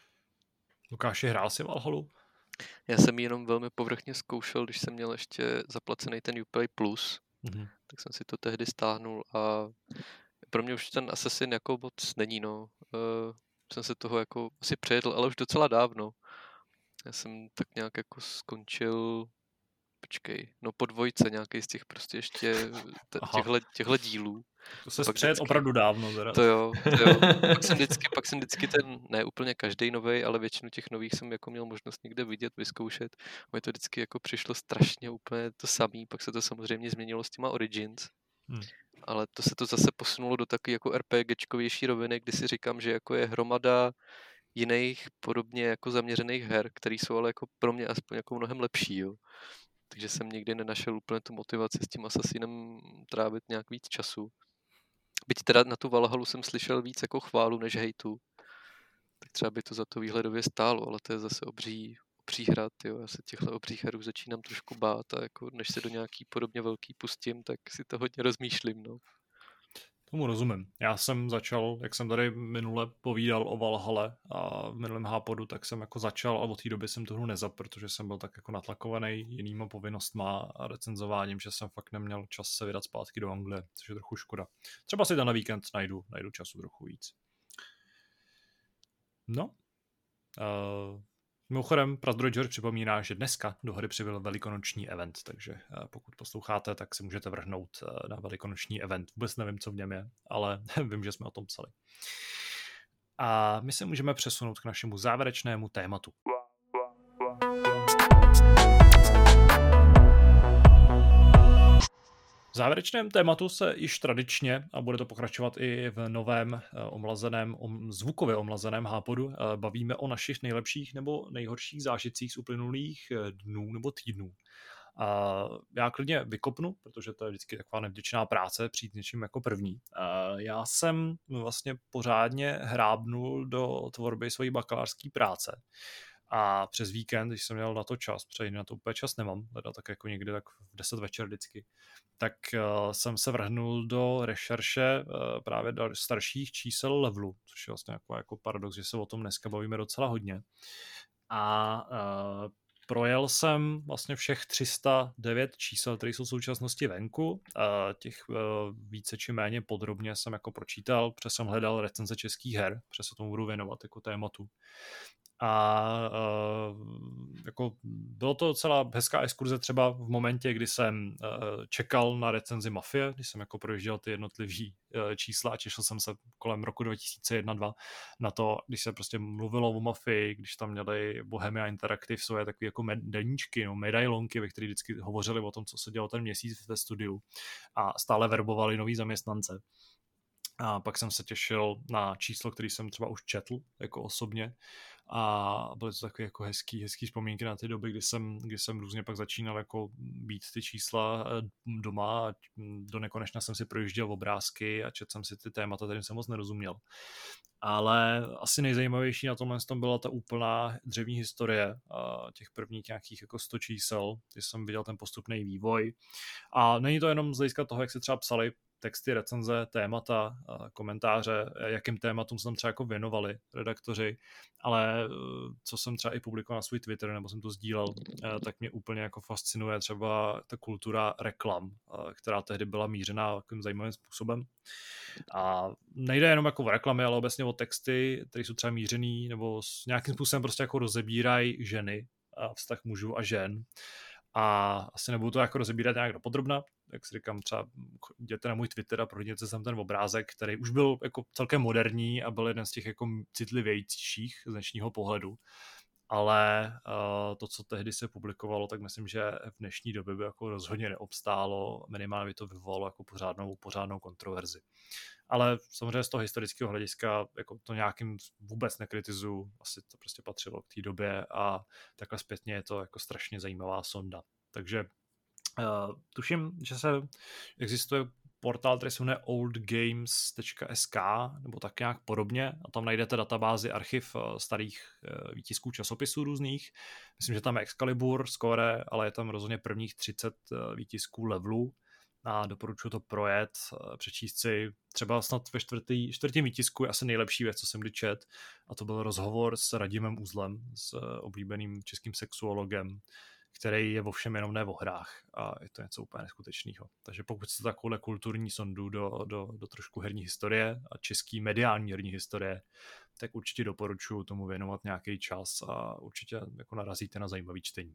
Lukáši, hrál jsi Valhalu? Já jsem ji jenom velmi povrchně zkoušel, když jsem měl ještě zaplacený ten Uplay Plus, mm-hmm. tak jsem si to tehdy stáhnul a pro mě už ten Assassin jako moc není, no. Uh, jsem se toho jako asi přejedl, ale už docela dávno. Já jsem tak nějak jako skončil, počkej, no po dvojce nějaký z těch prostě ještě těchhle, těchhle dílů. To se přejed opravdu dávno. Teda. To jo, to jo. Pak jsem vždycky, pak jsem vždycky ten, ne úplně každý novej, ale většinu těch nových jsem jako měl možnost někde vidět, vyzkoušet. Moje to vždycky jako přišlo strašně úplně to samý, pak se to samozřejmě změnilo s těma Origins. Hmm. Ale to se to zase posunulo do takové jako RPGčkovější roviny, kdy si říkám, že jako je hromada jiných podobně jako zaměřených her, které jsou ale jako pro mě aspoň jako mnohem lepší, jo. Takže jsem nikdy nenašel úplně tu motivaci s tím Assassinem trávit nějak víc času. Byť teda na tu Valhalu jsem slyšel víc jako chválu než hejtu, tak třeba by to za to výhledově stálo, ale to je zase obří, obří hra, jo. Já se těchto obřích herů začínám trošku bát a jako než se do nějaký podobně velký pustím, tak si to hodně rozmýšlím, no. Tomu rozumím. Já jsem začal, jak jsem tady minule povídal o Valhale a v minulém hápodu, tak jsem jako začal a od té doby jsem tu hru nezap, protože jsem byl tak jako natlakovaný jinýma povinnostma a recenzováním, že jsem fakt neměl čas se vydat zpátky do Anglie, což je trochu škoda. Třeba si na víkend najdu, najdu času trochu víc. No. Uh... Mimochodem, Prazdroj George připomíná, že dneska do hry přibyl velikonoční event, takže pokud posloucháte, tak si můžete vrhnout na velikonoční event. Vůbec nevím, co v něm je, ale vím, že jsme o tom psali. A my se můžeme přesunout k našemu závěrečnému tématu. V závěrečném tématu se již tradičně, a bude to pokračovat i v novém omlazeném, om, zvukově omlazeném hápodu, bavíme o našich nejlepších nebo nejhorších zážitcích z uplynulých dnů nebo týdnů. A já klidně vykopnu, protože to je vždycky taková nevděčná práce přijít něčím jako první. A já jsem vlastně pořádně hrábnul do tvorby své bakalářské práce. A přes víkend, když jsem měl na to čas, protože na to úplně čas nemám, teda tak jako někdy tak v deset večer vždycky, tak uh, jsem se vrhnul do rešerše uh, právě do starších čísel levelu, což je vlastně jako, jako paradox, že se o tom dneska bavíme docela hodně. A uh, projel jsem vlastně všech tři sta devět čísel, které jsou v současnosti venku. Uh, těch uh, více či méně podrobně jsem jako pročítal, protože jsem hledal recenze českých her, protože se tomu budu věnovat jako tématu. A uh, jako bylo to docela hezká exkurze třeba v momentě, kdy jsem uh, čekal na recenzi Mafie, když jsem jako projížděl ty jednotlivý uh, čísla a těšil jsem se kolem roku dva tisíce jedna dva na to, když se prostě mluvilo o Mafii, když tam měli Bohemia Interactive svoje takové jako deníčky, no, medailonky, ve kterých vždycky hovořili o tom, co se dělo ten měsíc ve studiu a stále verbovali nový zaměstnance. A pak jsem se těšil na číslo, který jsem třeba už četl jako osobně a byly to takové jako hezký, hezký vzpomínky na ty doby, kdy jsem, kdy jsem různě pak začínal jako být ty čísla doma a do nekonečna jsem si projížděl obrázky a četl jsem si ty témata, kterým jsem moc nerozuměl. Ale asi nejzajímavější na tomhle tom byla ta úplná dřevní historie těch prvních nějakých jako sto čísel, kdy jsem viděl ten postupný vývoj. A není to jenom z hlediska toho, jak se třeba psali texty, recenze, témata, komentáře, jakým tématům se tam třeba jako věnovali redaktoři, ale co jsem třeba i publikoval na svůj Twitter, nebo jsem to sdílel, tak mě úplně jako fascinuje třeba ta kultura reklam, která tehdy byla mířená takovým zajímavým způsobem. A nejde jenom jako o reklamy, ale obecně o texty, které jsou třeba mířený, nebo s nějakým způsobem prostě jako rozebírají ženy a vztah mužů a žen. A asi nebudu to jako rozebírat nějak dopodrobna, jak si říkám, třeba jděte na můj Twitter a prohlídněte sem ten obrázek, který už byl jako celkem moderní a byl jeden z těch jako citlivějších z dnešního pohledu. Ale uh, to, co tehdy se publikovalo, tak myslím, že v dnešní době by jako rozhodně neobstálo, minimálně by to vyvolalo jako pořádnou, pořádnou kontroverzi. Ale samozřejmě z toho historického hlediska jako to nějakým vůbec nekritizuju, asi to prostě patřilo k té době a takhle zpětně je to jako strašně zajímavá sonda. Takže uh, tuším, že se existuje portál, který se jmenuje old games tečka es ká nebo tak nějak podobně a tam najdete databázi archiv starých výtisků časopisů různých. Myslím, že tam je Excalibur, Score, ale je tam rozhodně prvních třicet výtisků Levelu a doporučuji to projet, přečíst si třeba snad ve čtvrtý, čtvrtém výtisku je asi nejlepší věc, co jsem kdy čet, a to byl rozhovor s Radimem Uzlem, s oblíbeným českým sexuologem, který je ovšem jenom ne o hrách a je to něco úplně neskutečného. Takže pokud jste takovouhle kulturní sondu do, do, do trošku herní historie a český mediální herní historie, tak určitě doporučuji tomu věnovat nějaký čas a určitě jako narazíte na zajímavý čtení.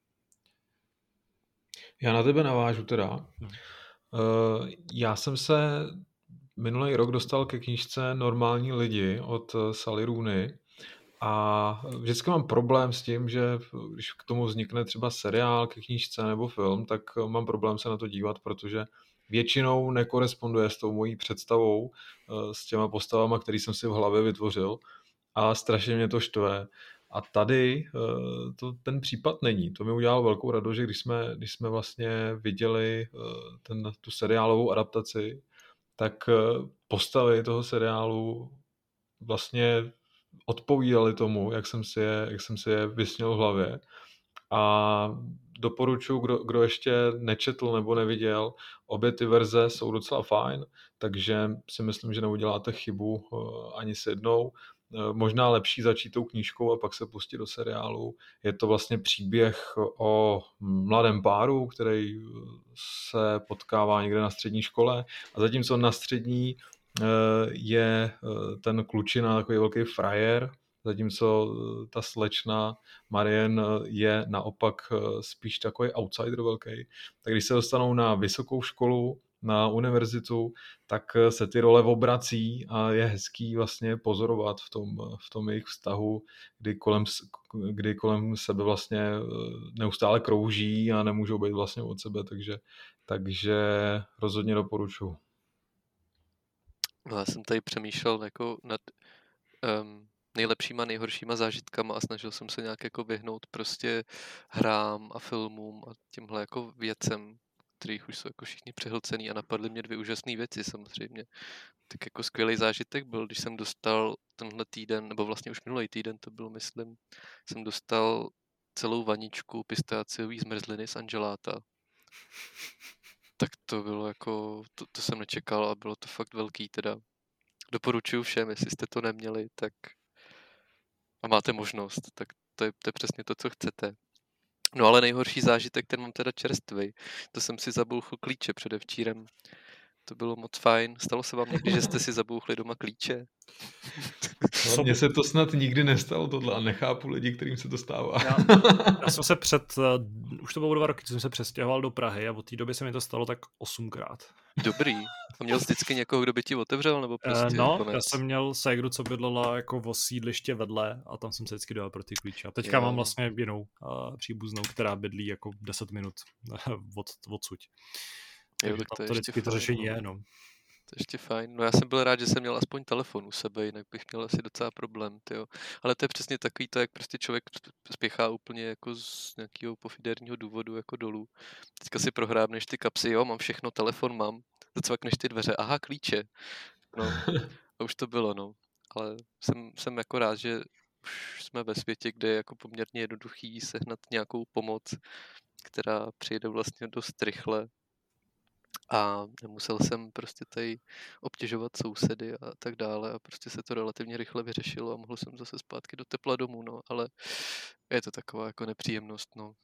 Já na tebe navážu teda. Hmm. Uh, já jsem se minulý rok dostal ke knížce Normální lidi od Sally Rooney. A vždycky mám problém s tím, že když k tomu vznikne třeba seriál ke knížce nebo film, tak mám problém se na to dívat, protože většinou nekoresponduje s tou mojí představou, s těma postavama, který jsem si v hlavě vytvořil a strašně mě to štve. A tady to, ten případ není. To mi udělalo velkou radost, že když jsme, když jsme vlastně viděli ten, tu seriálovou adaptaci, tak postavy toho seriálu vlastně odpovídali tomu, jak jsem si je, jak jsem si je vysnil v hlavě. A doporučuji, kdo, kdo ještě nečetl nebo neviděl, obě ty verze jsou docela fajn, takže si myslím, že neuděláte chybu ani s jednou. Možná lepší začít tou knížkou a pak se pustit do seriálu. Je to vlastně příběh o mladém páru, který se potkává někde na střední škole a zatímco na střední je ten klučina takový velký frajer, zatímco ta slečna Marianne je naopak spíš takový outsider velký. Tak když se dostanou na vysokou školu, na univerzitu, tak se ty role obrací a je hezký vlastně pozorovat v tom, v tom jejich vztahu, kdy kolem, kdy kolem sebe vlastně neustále krouží a nemůžou být vlastně od sebe, takže, takže rozhodně doporučuji. No, já jsem tady přemýšlel jako nad um, nejlepšíma, nejhoršíma zážitkama a snažil jsem se nějak jako vyhnout prostě hrám a filmům a těmhle jako věcem, kterých už jsou jako všichni přehlcený a napadly mě dvě úžasné věci samozřejmě. Tak jako skvělý zážitek byl, když jsem dostal tenhle týden, nebo vlastně už minulý týden to byl, myslím, jsem dostal celou vaničku pistáciový zmrzliny z Angeláta. Tak to bylo jako, to, to jsem nečekal a bylo to fakt velký teda. Doporučuji všem, jestli jste to neměli, tak a máte možnost, tak to je, to je přesně to, co chcete. No ale nejhorší zážitek, ten mám teda čerstvý. To jsem si zabouchl klíče předevčírem. To bylo moc fajn. Stalo se vám někdy, že jste si zabouchli doma klíče? No, mně se to snad nikdy nestalo tohle a nechápu lidi, kterým se to stává. Já, já jsem se před, uh, už to bylo dva roky, co jsem se přestěhoval do Prahy a od té doby se mi to stalo tak osmkrát. Dobrý. A měl jsi vždycky někoho, kdo by ti otevřel, nebo prostě uh, No, konec? Já jsem měl ségru, co bydlela jako v sídliště vedle a tam jsem se vždycky dal pro ty klíče. A teďka jo. Mám vlastně jinou uh, příbuznou, která bydlí jako deset minut od, odsud. Jo, tak to, to ještě vždycky to řešení je, no. To ještě fajn. No já jsem byl rád, že jsem měl aspoň telefon u sebe, jinak bych měl asi docela problém, tyjo. Ale to je přesně takový to, jak prostě člověk spěchá úplně jako z nějakého pofiderního důvodu jako dolů. Teďka si prohrábneš ty kapsy, jo, mám všechno, telefon mám, zacvakneš ty dveře, aha, klíče. No, a už to bylo, no. Ale jsem, jsem jako rád, že už jsme ve světě, kde je jako poměrně jednoduchý sehnat nějakou pomoc, která přijde vlastně dost rychle. a nemusel jsem prostě tady obtěžovat sousedy a tak dále a prostě se to relativně rychle vyřešilo a mohl jsem zase zpátky do tepla domů, no, ale je to taková jako nepříjemnost, no.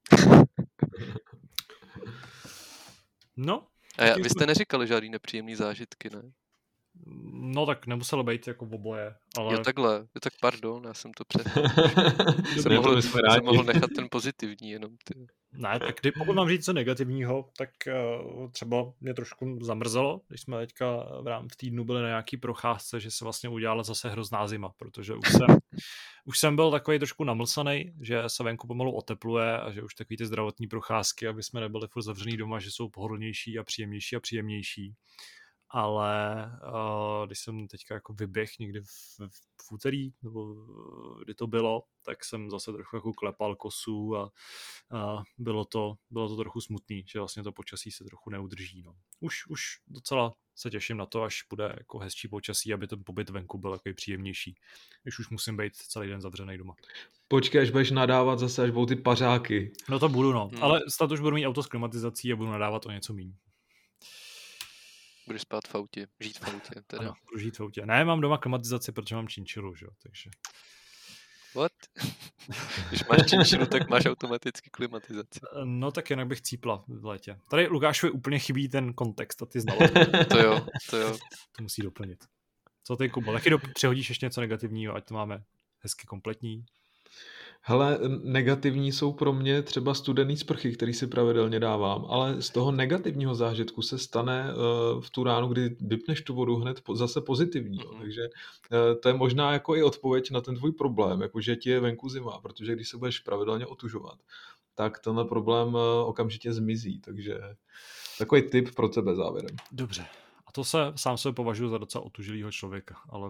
No. A já, vy jste neříkali žádný nepříjemný zážitky, ne? No tak nemuselo být jako v oboje, ale... Jo takhle, jo tak pardon, já jsem to před... jsem, mohl, jsem mohl nechat ten pozitivní jenom, ty. Ne, tak kdy, pokud mám říct co negativního, tak uh, třeba mě trošku zamrzelo, když jsme teďka v rámci týdnu byli na nějaký procházce, že se vlastně udělala zase hrozná zima, protože už jsem, už jsem byl takový trošku namlsanej, že se venku pomalu otepluje a že už takový ty zdravotní procházky, aby jsme nebyli furt zavřený doma, že jsou pohodlnější a příjemnější a příjemnější. Ale uh, když jsem teďka jako vyběh někdy v, v úterý, nebo kdy to bylo, tak jsem zase trochu jako klepal kosu a, a bylo, to, bylo to trochu smutný, že vlastně to počasí se trochu neudrží. No. Už, už docela se těším na to, až bude jako hezčí počasí, aby ten pobyt venku byl takový příjemnější, když už musím být celý den zavřený doma. Počkej, až budeš nadávat zase, až budou ty pařáky. No to budu, no. Hmm. Ale snad už budu mít auto s klimatizací a budu nadávat o něco méně. Budeš spát v autě, žít v autě. Teda. Ano, budu žít v autě. Ne, mám doma klimatizaci, protože mám činčilu, že jo, takže... What? Když máš činčilu, tak máš automaticky klimatizaci. No tak jinak bych cípla v létě. Tady Lukášovi úplně chybí ten kontext a ty znalosti. To jo, to jo. To musí doplnit. Co ty, Kubo? Taky do, přihodíš ještě něco negativního, ať to máme hezky kompletní. Hele, negativní jsou pro mě třeba studený sprchy, který si pravidelně dávám, ale z toho negativního zážitku se stane uh, v tu ránu, kdy vypneš tu vodu, hned po, zase pozitivní. Mm-hmm. Takže uh, to je možná jako i odpověď na ten tvůj problém, jakože ti je venku zima, protože když se budeš pravidelně otužovat, tak tenhle problém uh, okamžitě zmizí. Takže takový tip pro tebe závěrem. Dobře. A to se sám sebe považuji za docela otužilýho člověka, ale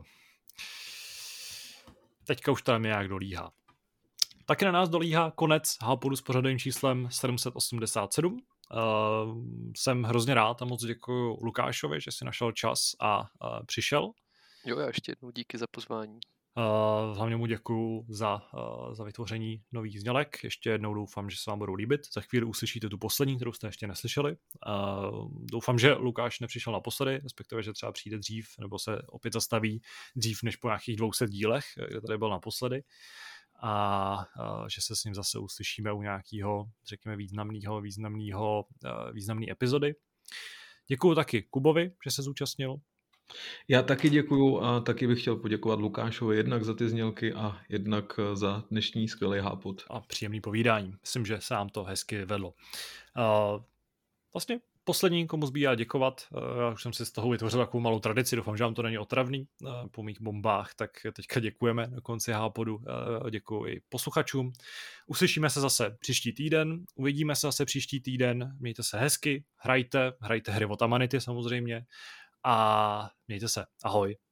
teďka už tam nějak dolíhá. Taky na nás dolíhá konec Hápodu s pořadovým číslem sedm set osmdesát sedm. Uh, jsem hrozně rád a moc děkuji Lukášovi, že si našel čas a uh, přišel. Jo, já ještě jednou díky za pozvání. Uh, hlavně mu děkuju za, uh, za vytvoření nových znělek. Ještě jednou doufám, že se vám budou líbit. Za chvíli uslyšíte tu poslední, kterou jste ještě neslyšeli. Uh, doufám, že Lukáš nepřišel naposledy, respektive, že třeba přijde dřív, nebo se opět zastaví dřív než po nějakých dvou set dílech, kde tady byl naposledy. A uh, že se s ním zase uslyšíme u nějakého, řekněme, významného, významného, uh, významné epizody. Děkuju taky Kubovi, že se zúčastnil. Já taky děkuju a taky bych chtěl poděkovat Lukášovi jednak za ty znělky a jednak za dnešní skvělý hápot. A příjemný povídání. Myslím, že se nám to hezky vedlo. Uh, vlastně poslední, komu zbývá děkovat, já už jsem si z toho vytvořil takovou malou tradici, doufám, že vám to není otravný po mých bombách, tak teďka děkujeme na konci Hápodu, děkuji i posluchačům. Uslyšíme se zase příští týden, uvidíme se zase příští týden, mějte se hezky, hrajte, hrajte hry od Amanity samozřejmě a mějte se, ahoj.